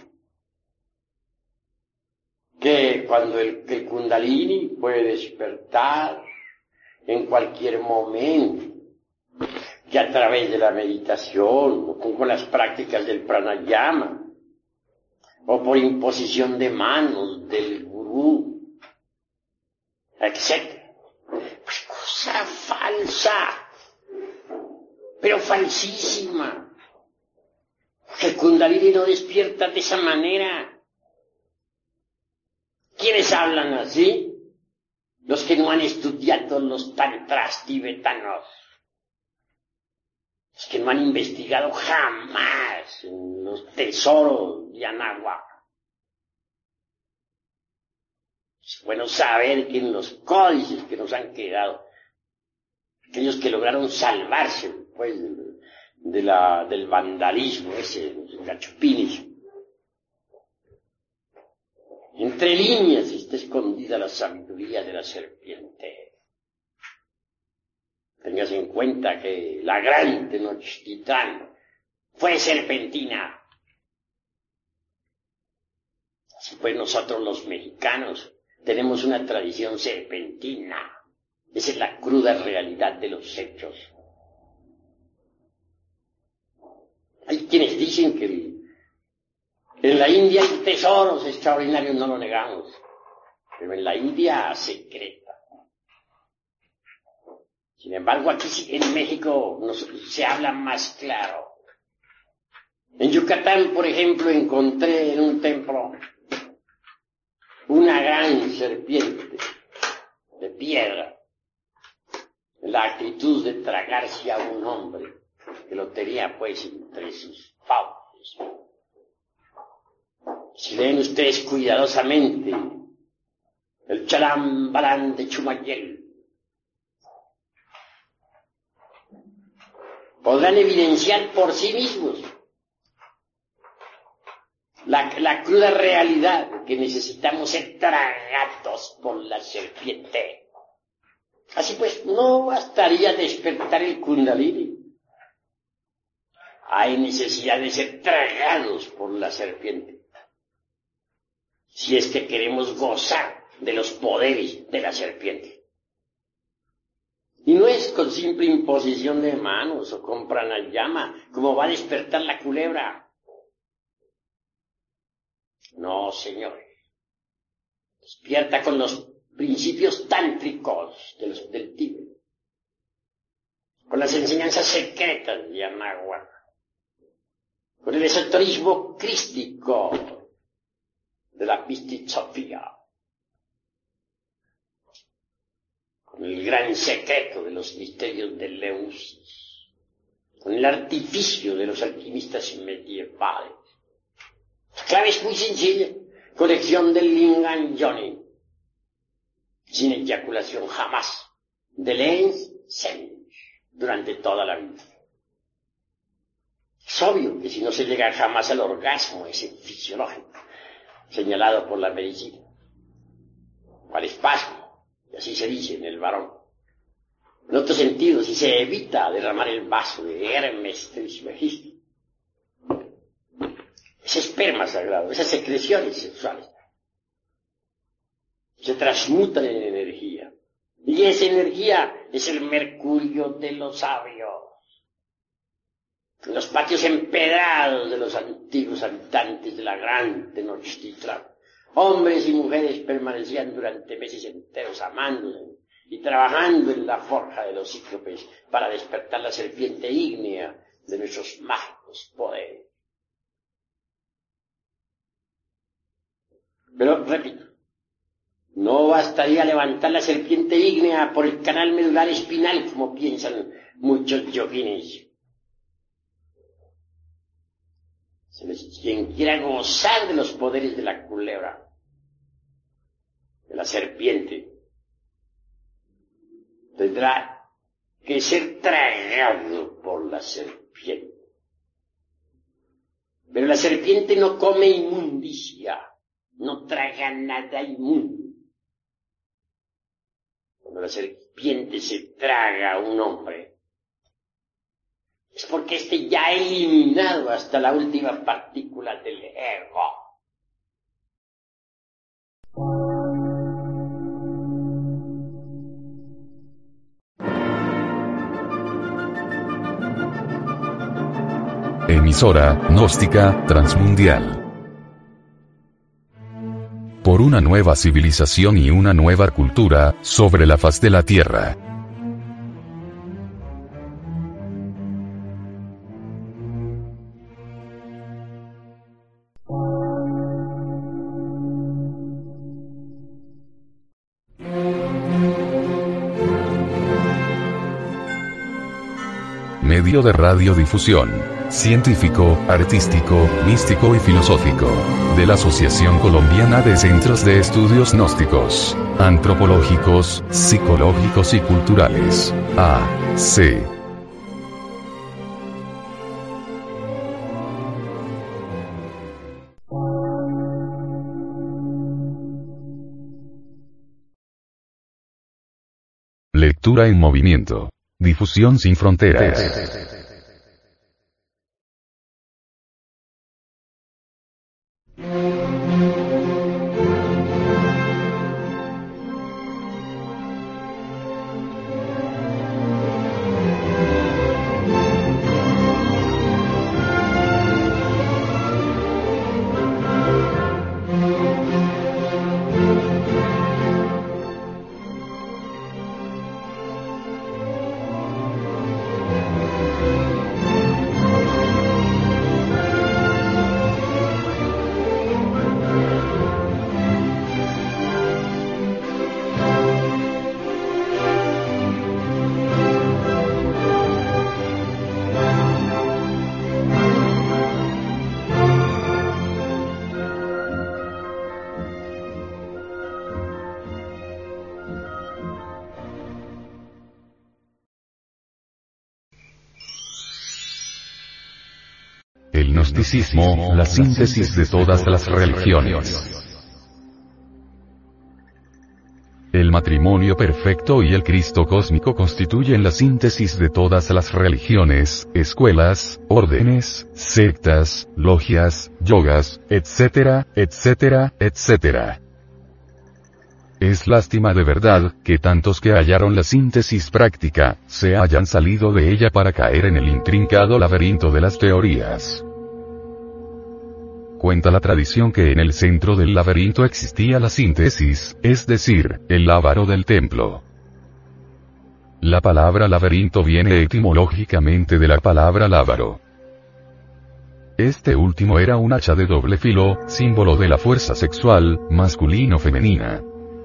que cuando el, que el Kundalini puede despertar en cualquier momento, que a través de la meditación, o con las prácticas del pranayama, o por imposición de manos del gurú, etcétera. Pues cosa falsa, pero falsísima. El Kundalini no despierta de esa manera. ¿Quiénes hablan así? Los que no han estudiado los tantras tibetanos. Los que no han investigado jamás en los tesoros de Anahuac. Es bueno saber que en los códices que nos han quedado, aquellos que lograron salvarse pues, de la, del vandalismo, ese, los gachupines, entre líneas está escondida la sabiduría de la serpiente. Tengas en cuenta que la gran Tenochtitlán fue serpentina. Así pues nosotros los mexicanos tenemos una tradición serpentina. Esa es la cruda realidad de los hechos. Hay quienes dicen que en la India hay tesoros extraordinarios, no lo negamos, pero en la India secreta. Sin embargo, aquí en México nos, se habla más claro. En Yucatán, por ejemplo, encontré en un templo una gran serpiente de piedra, en la actitud de tragarse a un hombre que lo tenía pues entre sus fauces. Si leen ustedes cuidadosamente el Chalambalán de Chumayel, podrán evidenciar por sí mismos la, la cruda realidad que necesitamos ser tragados por la serpiente. Así pues, no bastaría despertar el Kundalini. Hay necesidad de ser tragados por la serpiente, si es que queremos gozar de los poderes de la serpiente. Y no es con simple imposición de manos o con pranayama como va a despertar la culebra. No, señor. Despierta con los principios tántricos de los, del Tíbet, con las enseñanzas secretas de Anahuac, con el esoterismo crístico de la Pistisofía, con el gran secreto de los misterios de Eleusis, con el artificio de los alquimistas medievales. La clave es muy sencilla: colección del Lingam Yoni, sin eyaculación jamás, de Lens Sen, durante toda la vida. Es obvio que si no se llega jamás al orgasmo ese fisiológico, señalado por la medicina, o al espasmo, y así se dice en el varón. En otro sentido, si se evita derramar el vaso de Hermes Trismegisto, ese esperma sagrado, esas secreciones sexuales, se transmutan en energía. Y esa energía es el mercurio de los sabios. En los patios empedrados de los antiguos habitantes de la gran Tenochtitlan, hombres y mujeres permanecían durante meses enteros amándose y trabajando en la forja de los cíclopes para despertar la serpiente ígnea de nuestros mágicos poderes. Pero, repito, no bastaría levantar la serpiente ígnea por el canal medular espinal, como piensan muchos yogines. Quien quiera gozar de los poderes de la culebra, de la serpiente, tendrá que ser tragado por la serpiente. Pero la serpiente no come inmundicia, no traga nada inmundo. Cuando la serpiente se traga a un hombre, es porque éste ya ha eliminado hasta la última partícula del ego. Emisora gnóstica transmundial. Por una nueva civilización y una nueva cultura sobre la faz de la Tierra. Medio de radiodifusión, científico, artístico, místico y filosófico, de la Asociación Colombiana de Centros de Estudios Gnósticos, Antropológicos, Psicológicos y Culturales, A C Lectura en movimiento. Difusión sin fronteras. El gnosticismo, la síntesis de todas las religiones. El matrimonio perfecto y el Cristo cósmico constituyen la síntesis de todas las religiones, escuelas, órdenes, sectas, logias, yogas, etcétera, etcétera, etcétera. Es lástima de verdad, que tantos que hallaron la síntesis práctica, se hayan salido de ella para caer en el intrincado laberinto de las teorías. Cuenta la tradición que en el centro del laberinto existía la síntesis, es decir, el lábaro del templo. La palabra laberinto viene etimológicamente de la palabra lábaro. Este último era un hacha de doble filo, símbolo de la fuerza sexual, masculino-femenina.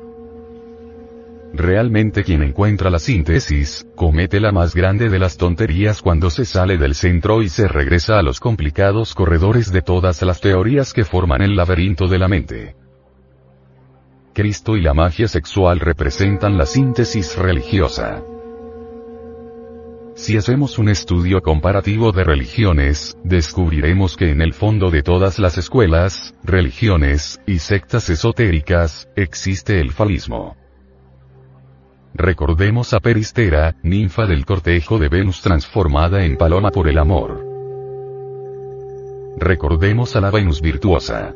Realmente quien encuentra la síntesis, comete la más grande de las tonterías cuando se sale del centro y se regresa a los complicados corredores de todas las teorías que forman el laberinto de la mente. Cristo y la magia sexual representan la síntesis religiosa. Si hacemos un estudio comparativo de religiones, descubriremos que en el fondo de todas las escuelas, religiones, y sectas esotéricas, existe el falismo. Recordemos a Peristera, ninfa del cortejo de Venus transformada en paloma por el amor. Recordemos a la Venus virtuosa.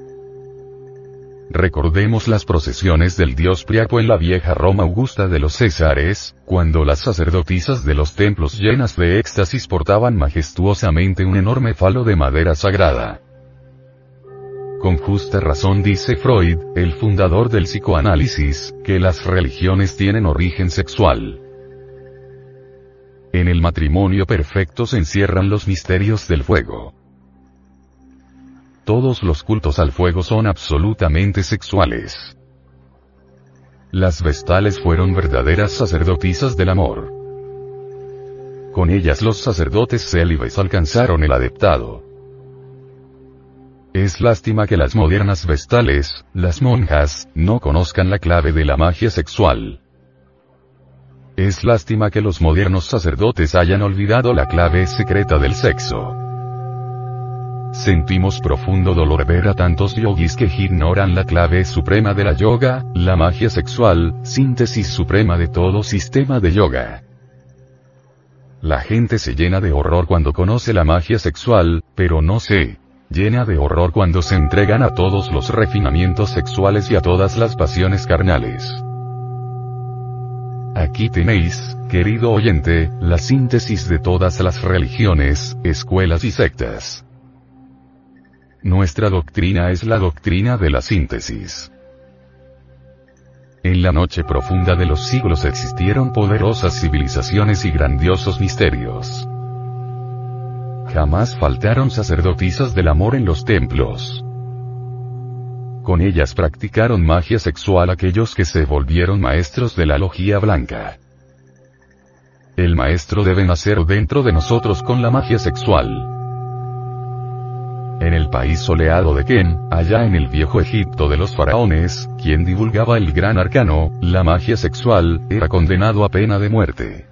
Recordemos las procesiones del dios Priapo en la vieja Roma augusta de los Césares, cuando las sacerdotisas de los templos llenas de éxtasis portaban majestuosamente un enorme falo de madera sagrada. Con justa razón dice Freud, el fundador del psicoanálisis, que las religiones tienen origen sexual. En el matrimonio perfecto se encierran los misterios del fuego. Todos los cultos al fuego son absolutamente sexuales. Las vestales fueron verdaderas sacerdotisas del amor. Con ellas los sacerdotes célibes alcanzaron el adeptado. Es lástima que las modernas vestales, las monjas, no conozcan la clave de la magia sexual. Es lástima que los modernos sacerdotes hayan olvidado la clave secreta del sexo. Sentimos profundo dolor ver a tantos yogis que ignoran la clave suprema de la yoga, la magia sexual, síntesis suprema de todo sistema de yoga. La gente se llena de horror cuando conoce la magia sexual, pero no se llena de horror cuando se entregan a todos los refinamientos sexuales y a todas las pasiones carnales. Aquí tenéis, querido oyente, la síntesis de todas las religiones, escuelas y sectas. Nuestra doctrina es la doctrina de la síntesis. En la noche profunda de los siglos existieron poderosas civilizaciones y grandiosos misterios. Jamás faltaron sacerdotisas del amor en los templos. Con ellas practicaron magia sexual aquellos que se volvieron maestros de la logía blanca. El maestro debe nacer dentro de nosotros con la magia sexual. En el país soleado de Ken, allá en el viejo Egipto de los faraones, quien divulgaba el gran arcano, la magia sexual, era condenado a pena de muerte.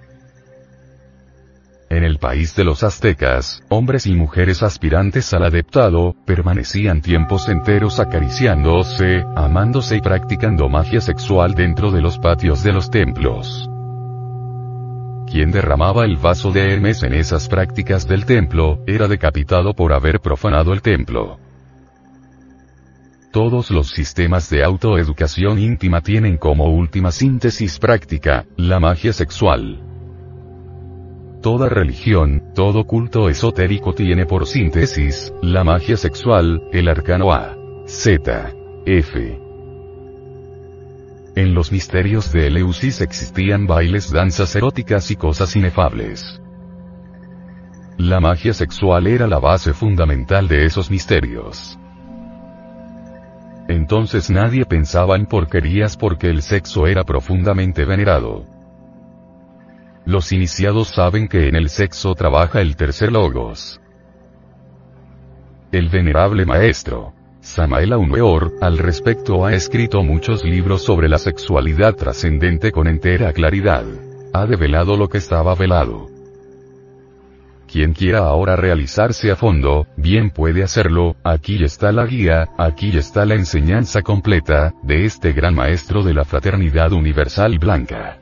En el país de los aztecas, hombres y mujeres aspirantes al adeptado, permanecían tiempos enteros acariciándose, amándose y practicando magia sexual dentro de los patios de los templos. Quien derramaba el vaso de Hermes en esas prácticas del templo, era decapitado por haber profanado el templo. Todos los sistemas de autoeducación íntima tienen como última síntesis práctica, la magia sexual. Toda religión, todo culto esotérico tiene por síntesis, la magia sexual, el arcano A, Z, F. En los misterios de Eleusis existían bailes, danzas eróticas y cosas inefables. La magia sexual era la base fundamental de esos misterios. Entonces nadie pensaba en porquerías porque el sexo era profundamente venerado. Los iniciados saben que en el sexo trabaja el tercer logos. El venerable maestro Samael Aun Weor, al respecto ha escrito muchos libros sobre la sexualidad trascendente con entera claridad. Ha develado lo que estaba velado. Quien quiera ahora realizarse a fondo, bien puede hacerlo, aquí está la guía, aquí está la enseñanza completa, de este gran maestro de la fraternidad universal blanca.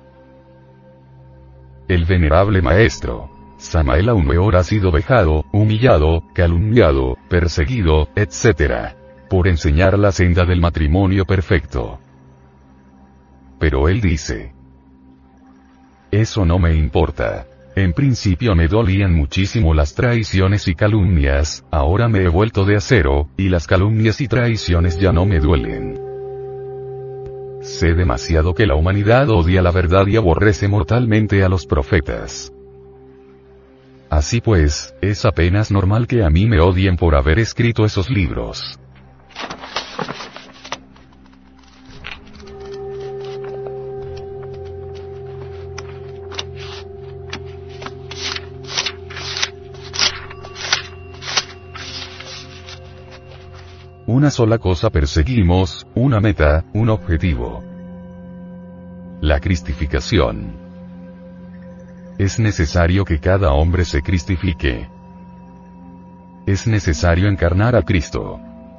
El venerable maestro Samael Aun Weor ha sido vejado, humillado, calumniado, perseguido, etcétera, por enseñar la senda del matrimonio perfecto. Pero él dice: eso no me importa. En principio me dolían muchísimo las traiciones y calumnias, ahora me he vuelto de acero, y las calumnias y traiciones ya no me duelen. Sé demasiado que la humanidad odia la verdad y aborrece mortalmente a los profetas. Así pues, es apenas normal que a mí me odien por haber escrito esos libros. Una sola cosa perseguimos, una meta, un objetivo. La cristificación. Es necesario que cada hombre se cristifique. Es necesario encarnar a Cristo.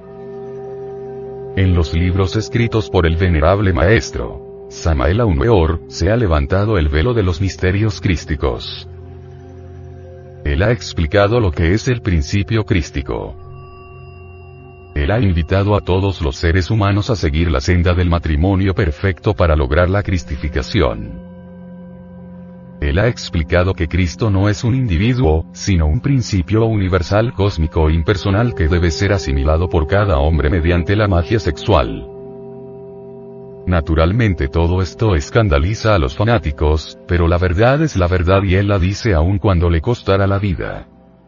En los libros escritos por el venerable maestro Samael Aun Weor, se ha levantado el velo de los misterios crísticos. Él ha explicado lo que es el principio crístico. Él ha invitado a todos los seres humanos a seguir la senda del matrimonio perfecto para lograr la cristificación. Él ha explicado que Cristo no es un individuo, sino un principio universal cósmico e impersonal que debe ser asimilado por cada hombre mediante la magia sexual. Naturalmente todo esto escandaliza a los fanáticos, pero la verdad es la verdad y Él la dice aun cuando le costará la vida.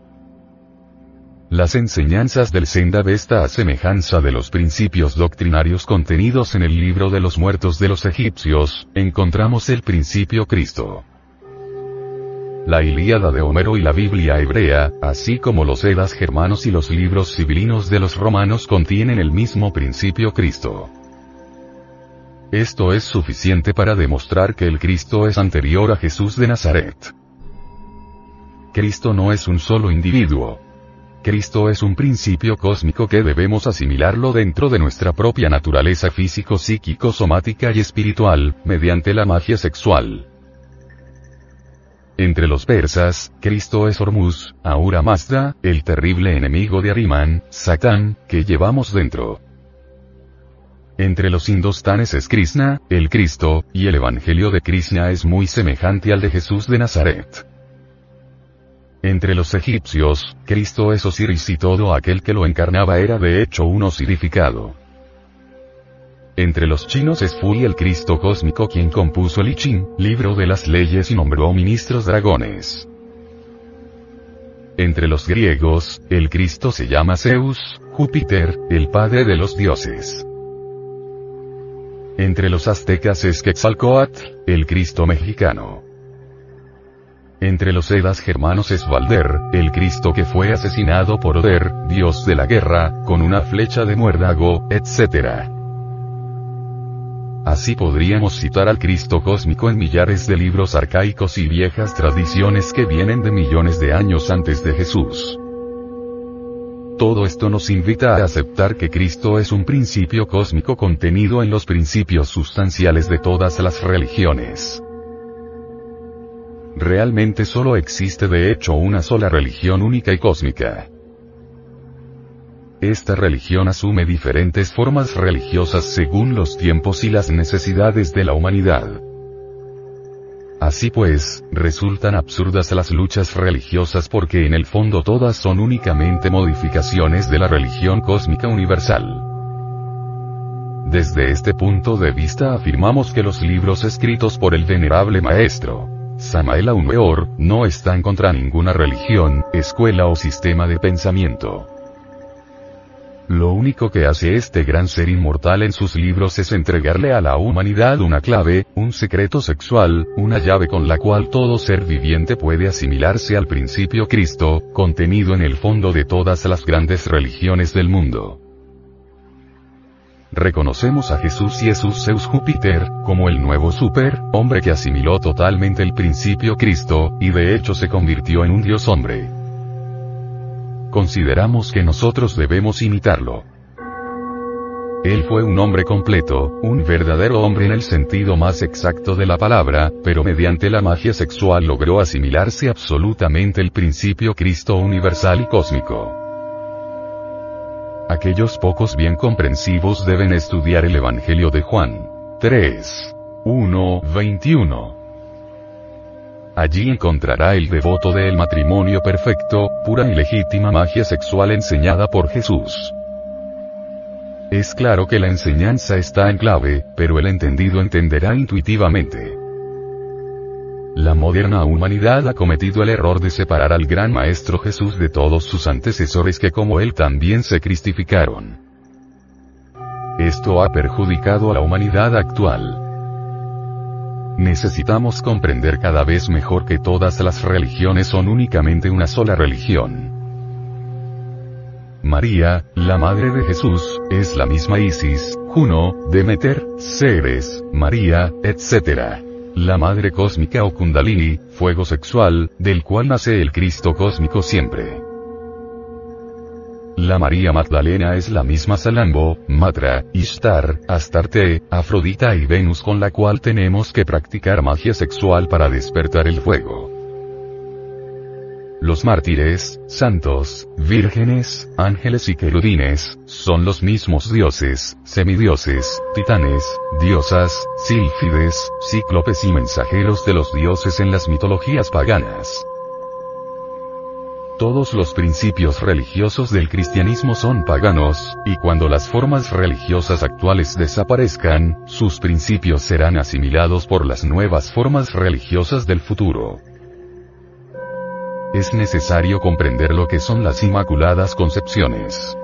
Las enseñanzas del Senda Vesta a semejanza de los principios doctrinarios contenidos en el libro de los muertos de los egipcios, encontramos el principio Cristo. La Ilíada de Homero y la Biblia hebrea, así como los Edas germanos y los libros sibilinos de los romanos contienen el mismo principio Cristo. Esto es suficiente para demostrar que el Cristo es anterior a Jesús de Nazaret. Cristo no es un solo individuo. Cristo es un principio cósmico que debemos asimilarlo dentro de nuestra propia naturaleza físico, psíquico, somática y espiritual, mediante la magia sexual. Entre los persas, Cristo es Hormuz, Ahura Mazda, el terrible enemigo de Ahriman, Satán, que llevamos dentro. Entre los indostanes es Krishna, el Cristo, y el Evangelio de Krishna es muy semejante al de Jesús de Nazaret. Entre los egipcios, Cristo es Osiris y todo aquel que lo encarnaba era de hecho un osirificado. Entre los chinos es Fu el Cristo cósmico quien compuso el I Ching, libro de las leyes y nombró ministros dragones. Entre los griegos, el Cristo se llama Zeus, Júpiter, el padre de los dioses. Entre los aztecas es Quetzalcóatl, el Cristo mexicano. Entre los Edas germanos es Balder, el Cristo que fue asesinado por Oder, dios de la guerra, con una flecha de muérdago, etcétera. Así podríamos citar al Cristo cósmico en millares de libros arcaicos y viejas tradiciones que vienen de millones de años antes de Jesús. Todo esto nos invita a aceptar que Cristo es un principio cósmico contenido en los principios sustanciales de todas las religiones. Realmente solo existe de hecho una sola religión única y cósmica. Esta religión asume diferentes formas religiosas según los tiempos y las necesidades de la humanidad. Así pues, resultan absurdas las luchas religiosas porque en el fondo todas son únicamente modificaciones de la religión cósmica universal. Desde este punto de vista afirmamos que los libros escritos por el venerable maestro Samael Aun Weor no están contra ninguna religión, escuela o sistema de pensamiento. Lo único que hace este gran ser inmortal en sus libros es entregarle a la humanidad una clave, un secreto sexual, una llave con la cual todo ser viviente puede asimilarse al principio Cristo, contenido en el fondo de todas las grandes religiones del mundo. Reconocemos a Jesús y Jesús Zeus Júpiter, como el nuevo super, hombre que asimiló totalmente el principio Cristo, y de hecho se convirtió en un Dios hombre. Consideramos que nosotros debemos imitarlo. Él fue un hombre completo, un verdadero hombre en el sentido más exacto de la palabra, pero mediante la magia sexual logró asimilarse absolutamente el principio Cristo universal y cósmico. Aquellos pocos bien comprensivos deben estudiar el Evangelio de Juan tres, uno, veintiuno. Allí encontrará el devoto del matrimonio perfecto, pura y legítima magia sexual enseñada por Jesús. Es claro que la enseñanza está en clave, pero el entendido entenderá intuitivamente. La moderna humanidad ha cometido el error de separar al gran Maestro Jesús de todos sus antecesores que como él también se cristificaron. Esto ha perjudicado a la humanidad actual. Necesitamos comprender cada vez mejor que todas las religiones son únicamente una sola religión. María, la madre de Jesús, es la misma Isis, Juno, Demeter, Ceres, María, etcétera. La madre cósmica o Kundalini, fuego sexual, del cual nace el Cristo cósmico siempre. La María Magdalena es la misma Salambo, Matra, Ishtar, Astarte, Afrodita y Venus con la cual tenemos que practicar magia sexual para despertar el fuego. Los mártires, santos, vírgenes, ángeles y querubines, son los mismos dioses, semidioses, titanes, diosas, sílfides, cíclopes y mensajeros de los dioses en las mitologías paganas. Todos los principios religiosos del cristianismo son paganos, y cuando las formas religiosas actuales desaparezcan, sus principios serán asimilados por las nuevas formas religiosas del futuro. Es necesario comprender lo que son las Inmaculadas Concepciones.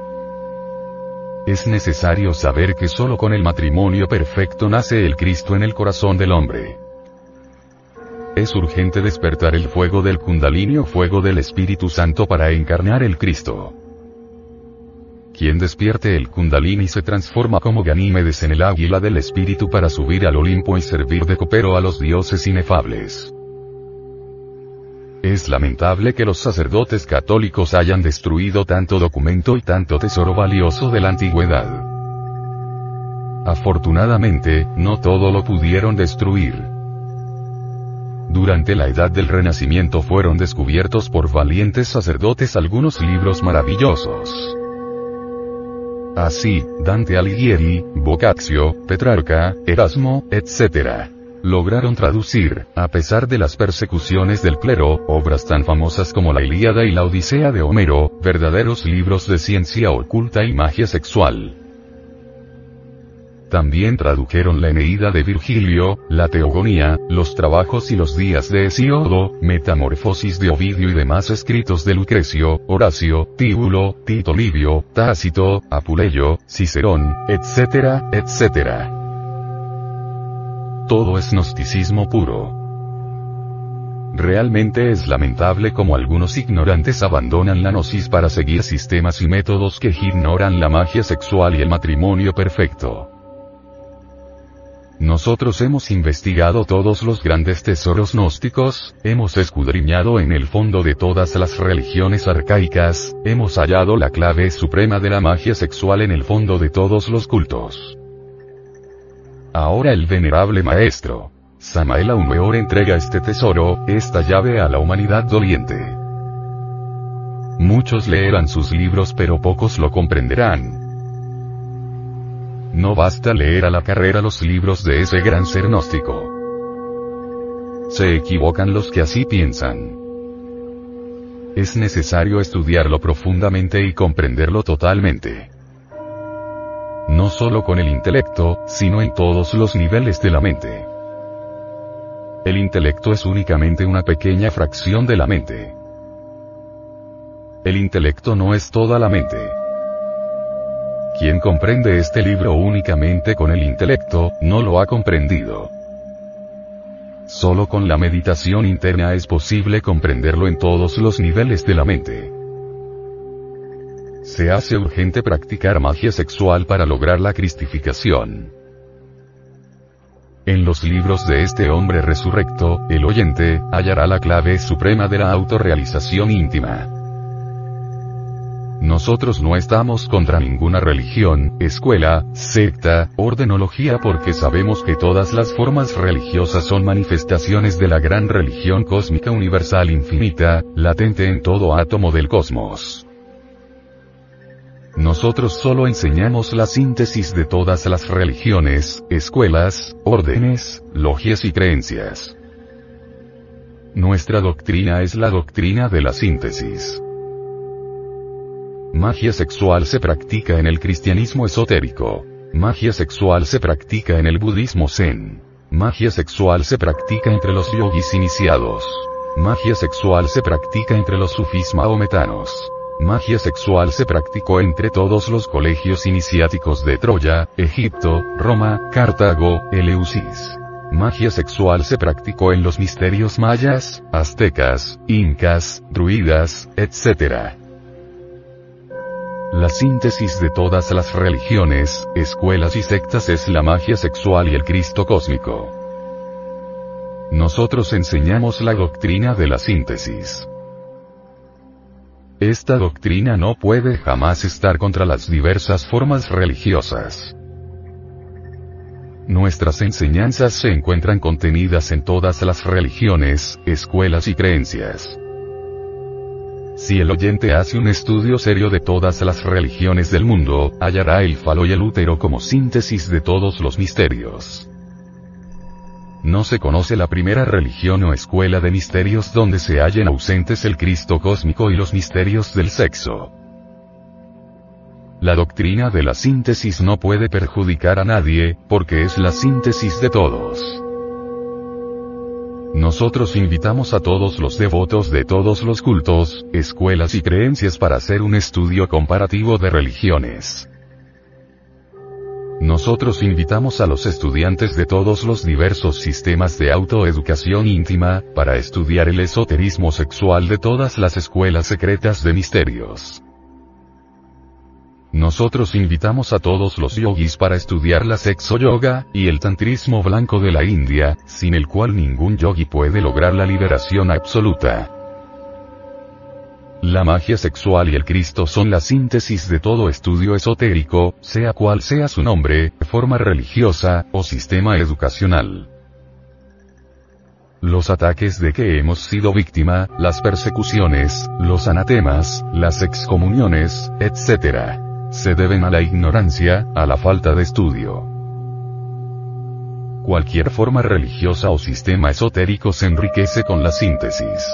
Es necesario saber que solo con el matrimonio perfecto nace el Cristo en el corazón del hombre. Es urgente despertar el fuego del Kundalini o fuego del Espíritu Santo para encarnar el Cristo. Quien despierte el Kundalini se transforma como Ganímedes en el águila del Espíritu para subir al Olimpo y servir de copero a los dioses inefables. Es lamentable que los sacerdotes católicos hayan destruido tanto documento y tanto tesoro valioso de la antigüedad. Afortunadamente, no todo lo pudieron destruir. Durante la Edad del Renacimiento fueron descubiertos por valientes sacerdotes algunos libros maravillosos. Así, Dante Alighieri, Boccaccio, Petrarca, Erasmo, etcétera lograron traducir, a pesar de las persecuciones del clero, obras tan famosas como la Ilíada y la Odisea de Homero, verdaderos libros de ciencia oculta y magia sexual. También tradujeron la Eneida de Virgilio, la Teogonía, los trabajos y los días de Hesíodo, Metamorfosis de Ovidio y demás escritos de Lucrecio, Horacio, Tíbulo, Tito Livio, Tácito, Apuleyo, Cicerón, etcétera, etcétera. Todo es gnosticismo puro. Realmente es lamentable cómo algunos ignorantes abandonan la gnosis para seguir sistemas y métodos que ignoran la magia sexual y el matrimonio perfecto. Nosotros hemos investigado todos los grandes tesoros gnósticos, hemos escudriñado en el fondo de todas las religiones arcaicas, hemos hallado la clave suprema de la magia sexual en el fondo de todos los cultos. Ahora el venerable maestro Samael Aun Weor entrega este tesoro, esta llave a la humanidad doliente. Muchos leerán sus libros pero pocos lo comprenderán. No basta leer a la carrera los libros de ese gran ser gnóstico. Se equivocan los que así piensan. Es necesario estudiarlo profundamente y comprenderlo totalmente. No solo con el intelecto, sino en todos los niveles de la mente. El intelecto es únicamente una pequeña fracción de la mente. El intelecto no es toda la mente. Quien comprende este libro únicamente con el intelecto, no lo ha comprendido. Solo con la meditación interna es posible comprenderlo en todos los niveles de la mente. Se hace urgente practicar magia sexual para lograr la cristificación. En los libros de este hombre resurrecto, el oyente hallará la clave suprema de la autorrealización íntima. Nosotros no estamos contra ninguna religión, escuela, secta, ordenología porque sabemos que todas las formas religiosas son manifestaciones de la gran religión cósmica universal infinita, latente en todo átomo del cosmos. Nosotros solo enseñamos la síntesis de todas las religiones, escuelas, órdenes, logias y creencias. Nuestra doctrina es la doctrina de la síntesis. Magia sexual se practica en el cristianismo esotérico. Magia sexual se practica en el budismo zen. Magia sexual se practica entre los yogis iniciados. Magia sexual se practica entre los sufís maometanos. Magia sexual se practicó entre todos los colegios iniciáticos de Troya, Egipto, Roma, Cartago, Eleusis. Magia sexual se practicó en los misterios mayas, aztecas, incas, druidas, etcétera. La síntesis de todas las religiones, escuelas y sectas es la magia sexual y el Cristo cósmico. Nosotros enseñamos la doctrina de la síntesis. Esta doctrina no puede jamás estar contra las diversas formas religiosas. Nuestras enseñanzas se encuentran contenidas en todas las religiones, escuelas y creencias. Si el oyente hace un estudio serio de todas las religiones del mundo, hallará el falo y el útero como síntesis de todos los misterios. No se conoce la primera religión o escuela de misterios donde se hallen ausentes el Cristo cósmico y los misterios del sexo. La doctrina de la síntesis no puede perjudicar a nadie, porque es la síntesis de todos. Nosotros invitamos a todos los devotos de todos los cultos, escuelas y creencias para hacer un estudio comparativo de religiones. Nosotros invitamos a los estudiantes de todos los diversos sistemas de autoeducación íntima, para estudiar el esoterismo sexual de todas las escuelas secretas de misterios. Nosotros invitamos a todos los yogis para estudiar la sexo yoga, y el tantrismo blanco de la India, sin el cual ningún yogi puede lograr la liberación absoluta. La magia sexual y el Cristo son la síntesis de todo estudio esotérico, sea cual sea su nombre, forma religiosa, o sistema educacional. Los ataques de que hemos sido víctima, las persecuciones, los anatemas, las excomuniones, etcétera, se deben a la ignorancia, a la falta de estudio. Cualquier forma religiosa o sistema esotérico se enriquece con la síntesis.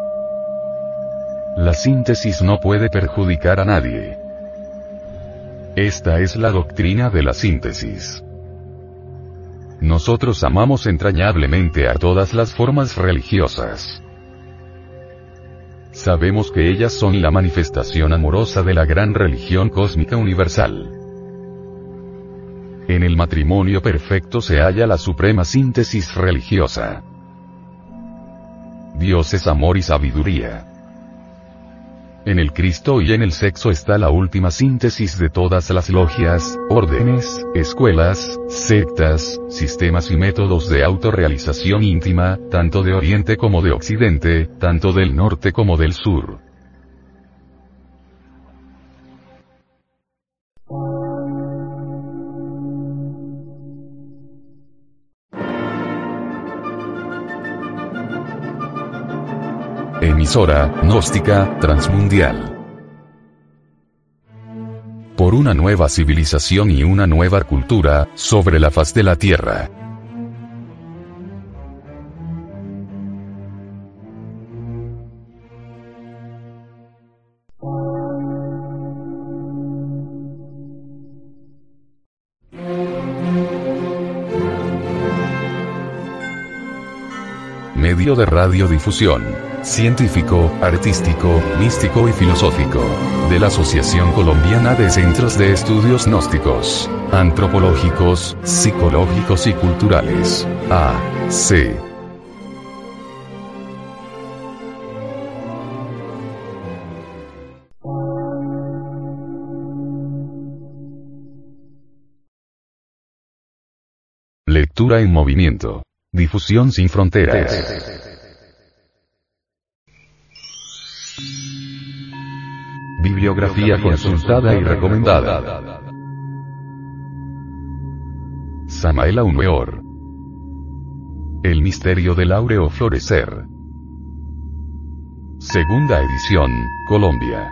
La síntesis no puede perjudicar a nadie. Esta es la doctrina de la síntesis. Nosotros amamos entrañablemente a todas las formas religiosas. Sabemos que ellas son la manifestación amorosa de la gran religión cósmica universal. En el matrimonio perfecto se halla la suprema síntesis religiosa. Dios es amor y sabiduría. En el Cristo y en el sexo está la última síntesis de todas las logias, órdenes, escuelas, sectas, sistemas y métodos de autorrealización íntima, tanto de Oriente como de Occidente, tanto del norte como del sur. Emisora gnóstica transmundial. Por una nueva civilización y una nueva cultura, sobre la faz de la Tierra. Medio de radiodifusión, científico, artístico, místico y filosófico, de la Asociación Colombiana de Centros de Estudios Gnósticos, Antropológicos, Psicológicos y Culturales, A C Lectura en movimiento. Difusión sin fronteras. Bibliografía consultada y recomendada. Samael Aun Weor. El misterio del áureo florecer. Segunda edición, Colombia.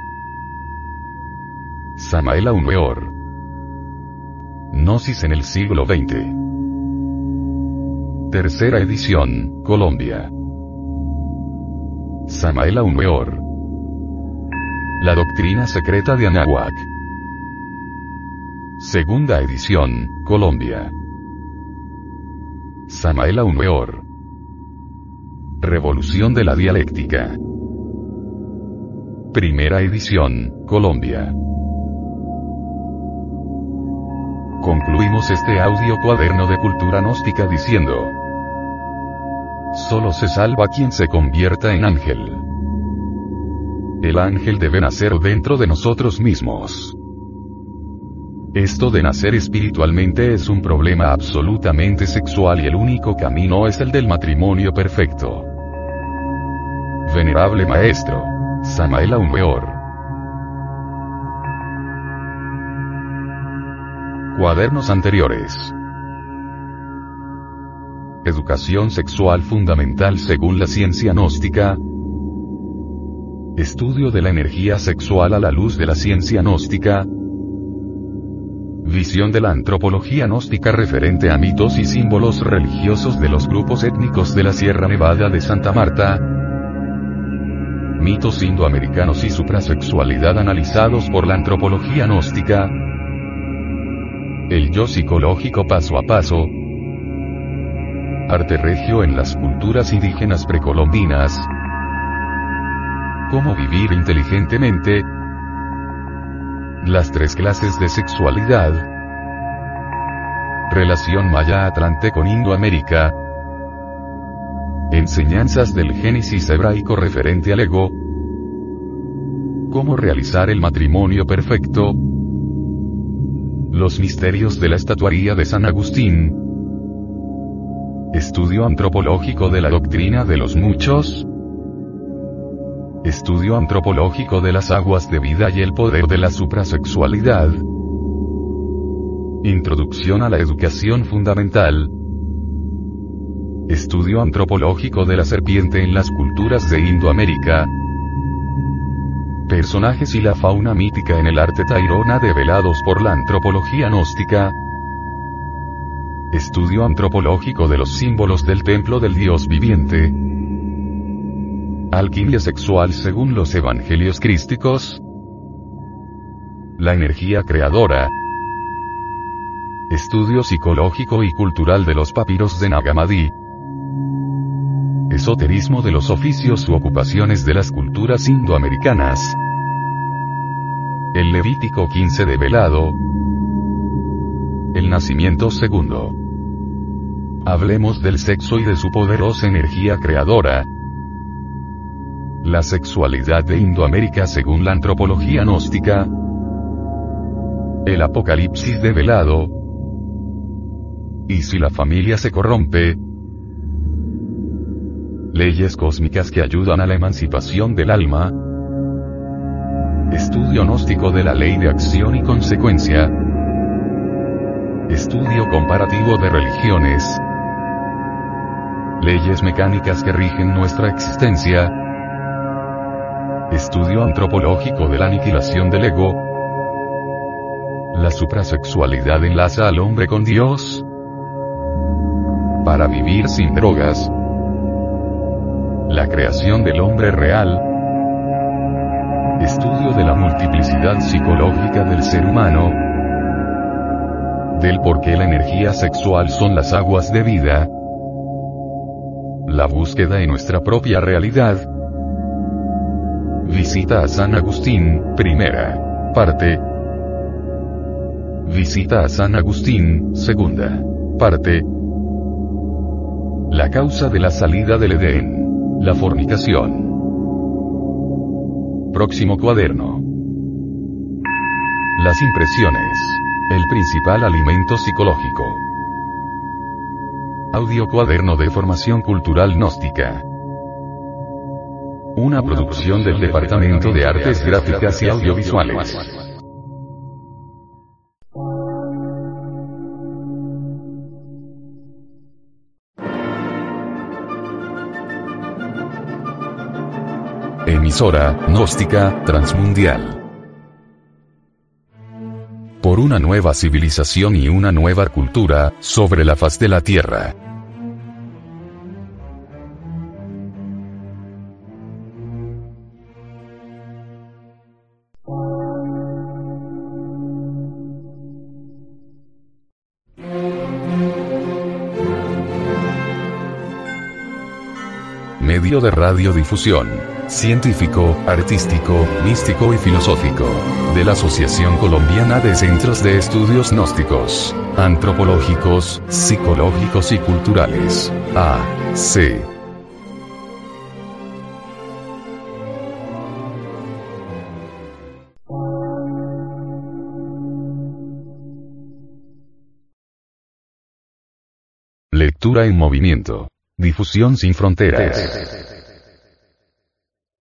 Samael Aun Weor. Gnosis en el siglo veinte. Tercera edición, Colombia. Samael Aun Weor. La doctrina secreta de Anáhuac. Segunda edición, Colombia. Samael Aun Weor. Revolución de la dialéctica. Primera edición, Colombia. Concluimos este audio cuaderno de cultura gnóstica diciendo: solo se salva quien se convierta en ángel. El ángel debe nacer dentro de nosotros mismos. Esto de nacer espiritualmente es un problema absolutamente sexual y el único camino es el del matrimonio perfecto. Venerable Maestro Samael Aun Weor. Cuadernos anteriores. Educación sexual fundamental según la ciencia gnóstica. Estudio de la energía sexual a la luz de la ciencia gnóstica. Visión de la antropología gnóstica referente a mitos y símbolos religiosos de los grupos étnicos de la Sierra Nevada de Santa Marta. Mitos indoamericanos y suprasexualidad analizados por la antropología gnóstica. El yo psicológico paso a paso. Arte regio en las culturas indígenas precolombinas. Cómo vivir inteligentemente. Las tres clases de sexualidad. Relación maya-atlante con Indoamérica. Enseñanzas del Génesis hebraico referente al ego. Cómo realizar el matrimonio perfecto. Los misterios de la estatuaría de San Agustín. Estudio antropológico de la doctrina de los muchos. Estudio antropológico de las aguas de vida y el poder de la suprasexualidad. Introducción a la educación fundamental. Estudio antropológico de la serpiente en las culturas de Indoamérica. Personajes y la fauna mítica en el arte tairona develados por la antropología gnóstica. Estudio antropológico de los símbolos del templo del Dios viviente. Alquimia sexual según los evangelios crísticos. La energía creadora. Estudio psicológico y cultural de los papiros de Nag Hammadi. Esoterismo de los oficios u ocupaciones de las culturas indoamericanas. El Levítico quince develado. El nacimiento segundo. Hablemos del sexo y de su poderosa energía creadora. La sexualidad de Indoamérica según la antropología gnóstica. El apocalipsis develado. ¿Y si la familia se corrompe? Leyes cósmicas que ayudan a la emancipación del alma. Estudio gnóstico de la ley de acción y consecuencia. Estudio comparativo de religiones. Leyes mecánicas que rigen nuestra existencia. Estudio antropológico de la aniquilación del ego. La suprasexualidad enlaza al hombre con Dios. Para vivir sin drogas. La creación del hombre real. Estudio de la multiplicidad psicológica del ser humano. Del por qué la energía sexual son las aguas de vida. La búsqueda de nuestra propia realidad. Visita a San Agustín, primera parte. Visita a San Agustín, segunda parte. La causa de la salida del Edén. La fornicación. Próximo cuaderno. Las impresiones. El principal alimento psicológico. Audio cuaderno de formación cultural gnóstica. Una producción del Departamento de Artes Gráficas y Audiovisuales. Emisora gnóstica transmundial. Por una nueva civilización y una nueva cultura sobre la faz de la Tierra. medio de radiodifusión, científico, artístico, místico y filosófico, de la Asociación Colombiana de Centros de Estudios Gnósticos, Antropológicos, Psicológicos y Culturales, A C Lectura en movimiento. Difusión sin fronteras.